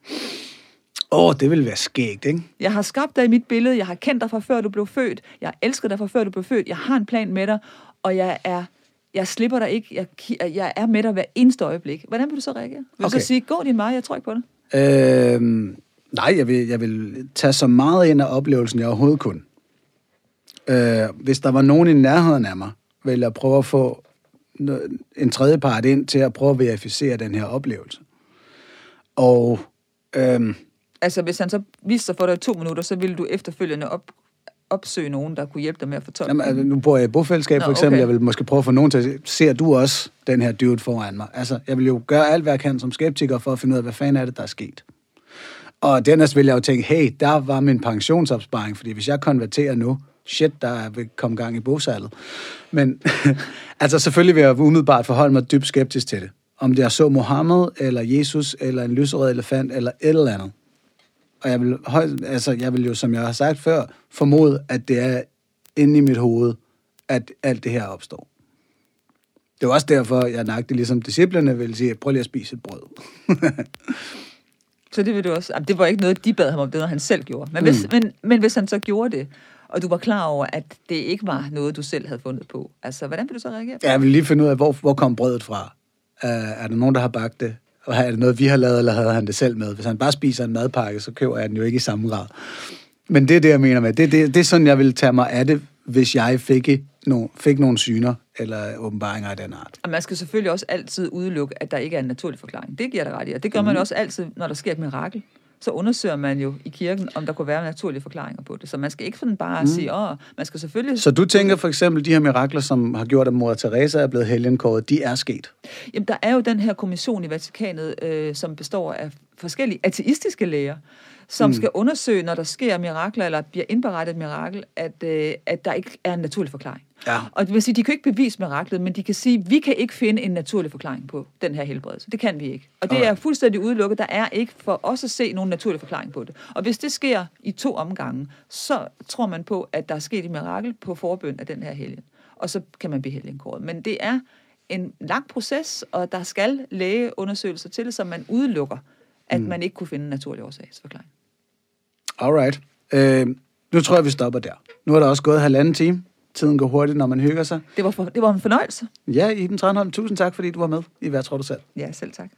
Det vil være skægt, ikke? Jeg har skabt dig i mit billede, jeg har kendt dig fra før du blev født, jeg elsker dig fra før du blev født, jeg har en plan med dig, og jeg slipper dig ikke, jeg er med dig hver eneste øjeblik. Hvordan vil du så reagere? Vil du så sige, gå din vej, jeg tror ikke på det? Nej, jeg vil tage så meget ind af oplevelsen, jeg overhovedet kunne. Hvis der var nogen i nærheden af mig, ville jeg prøve at få en tredje part ind til at prøve at verificere den her oplevelse. Og altså, hvis han så viste sig for dig i 2 minutter, så ville du efterfølgende opsøge nogen, der kunne hjælpe dig med at fortolke. Jamen, altså, nu bor jeg i bofællesskab, for eksempel. Okay. Jeg vil måske prøve at få nogen til at se, ser du også den her dude foran mig? Altså, jeg vil jo gøre alt, hvad jeg kan som skeptiker, for at finde ud af, hvad fanden er det, der er sket. Og dernæst vil jeg jo tænke, hey, der var min pensionsopsparing, fordi hvis jeg konverterer nu, shit, der vil komme gang i bogsalget. Men altså, selvfølgelig vil jeg umiddelbart forholde mig dybt skeptisk til det. Om det er så Mohammed, eller Jesus, eller en lyserød elefant, eller et eller andet. Og jeg vil jo, som jeg har sagt før, formode, at det er inde i mit hoved, at alt det her opstår. Det er også derfor, jeg nøjagtigt ligesom disciplerne vil sige, prøv lige at spise et brød. Så det vil du også. Det var ikke noget, de bad ham om, det var noget, han selv gjorde. Men hvis han så gjorde det, og du var klar over, at det ikke var noget, du selv havde fundet på, altså, hvordan vil du så reagere? Jeg vil lige finde ud af, hvor kom brødet fra? Er der nogen, der har bagt det? Og er det noget, vi har lavet, eller havde han det selv med? Hvis han bare spiser en madpakke, så køber jeg den jo ikke i samme grad. Men det er det, jeg mener med. Det er sådan, jeg ville tage mig af det, hvis jeg fik nogle syner eller åbenbaringer af den art. Og man skal selvfølgelig også altid udelukke, at der ikke er en naturlig forklaring. Det giver dig ret i, og det gør man også altid, når der sker et mirakel. Så undersøger man jo i kirken, om der kunne være naturlige forklaringer på det. Så man skal ikke sådan bare sige, man skal selvfølgelig... Så du tænker for eksempel, de her mirakler, som har gjort, at Mor Teresa er blevet helgenkåret, de er sket? Jamen, der er jo den her kommission i Vatikanet, som består af forskellige ateistiske læger, som skal undersøge, når der sker mirakler, eller bliver indberettet et mirakel, at der ikke er en naturlig forklaring. Ja. Og det vil sige, de kan ikke bevise miraklet, men de kan sige, vi kan ikke finde en naturlig forklaring på den her helbredelse. Det kan vi ikke. Og det er fuldstændig udelukket. Der er ikke for os at se nogen naturlig forklaring på det. Og hvis det sker i 2 omgange, så tror man på, at der er sket et mirakel på forbøn af den her helgen. Og så kan man blive helgenkåret. Men det er en lang proces, og der skal lægeundersøgelser til, så man udelukker, at man ikke kunne finde en naturlig årsagsforklaring. Alright. Nu tror jeg, vi stopper der. Nu er der også gået 1,5 time. Tiden går hurtigt, når man hygger sig. Det var en fornøjelse. Ja, Iben Tranholm, tusind tak, fordi du var med i Hvad tror du selv? Ja, selv tak.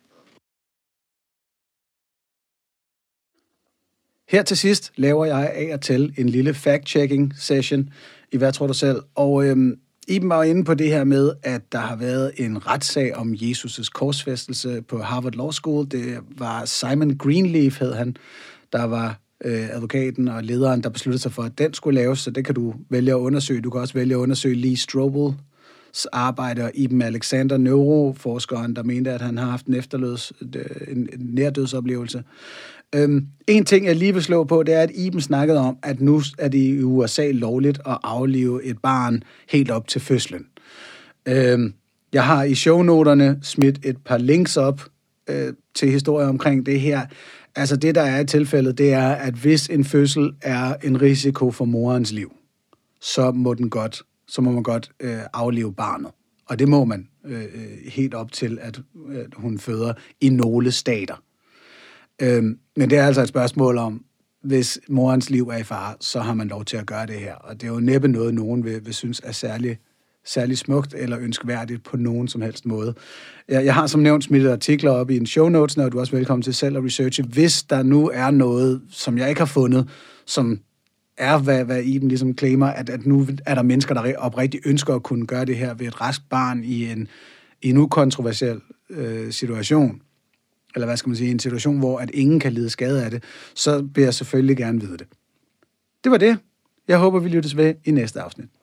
Her til sidst laver jeg af og til en lille fact-checking session i Hvad tror du selv? Og Iben var inde på det her med, at der har været en retssag om Jesus' korsfæstelse på Harvard Law School. Det var Simon Greenleaf, hed han, der var advokaten og lederen, der besluttede sig for, at den skulle laves, så det kan du vælge at undersøge. Du kan også vælge at undersøge Lee Strobels arbejde, og Iben Alexander, neuroforskeren, der mente, at han har haft en nærdødsoplevelse. En ting, jeg lige vil slå på, det er, at Iben snakkede om, at nu er det i USA lovligt at aflive et barn helt op til fødslen. Jeg har i shownoterne smidt et par links op til historier omkring det her. Altså det, der er i tilfældet, det er, at hvis en fødsel er en risiko for morens liv, så må man godt aflive barnet. Og det må man helt op til, at hun føder i nogle stater. Men det er altså et spørgsmål om, hvis morens liv er i fare, så har man lov til at gøre det her. Og det er jo næppe noget, nogen vil synes er særlig smukt eller ønskværdigt på nogen som helst måde. Jeg har som nævnt smittet artikler op i en show notes, og du er også velkommen til selv at researche. Hvis der nu er noget, som jeg ikke har fundet, som er, hvad Iben ligesom claimer, at nu er der mennesker, der oprigtigt ønsker at kunne gøre det her ved et rask barn i en ukontroversiel situation, eller hvad skal man sige, en situation, hvor at ingen kan lide skade af det, så vil jeg selvfølgelig gerne vide det. Det var det. Jeg håber, vi lyttes ved i næste afsnit.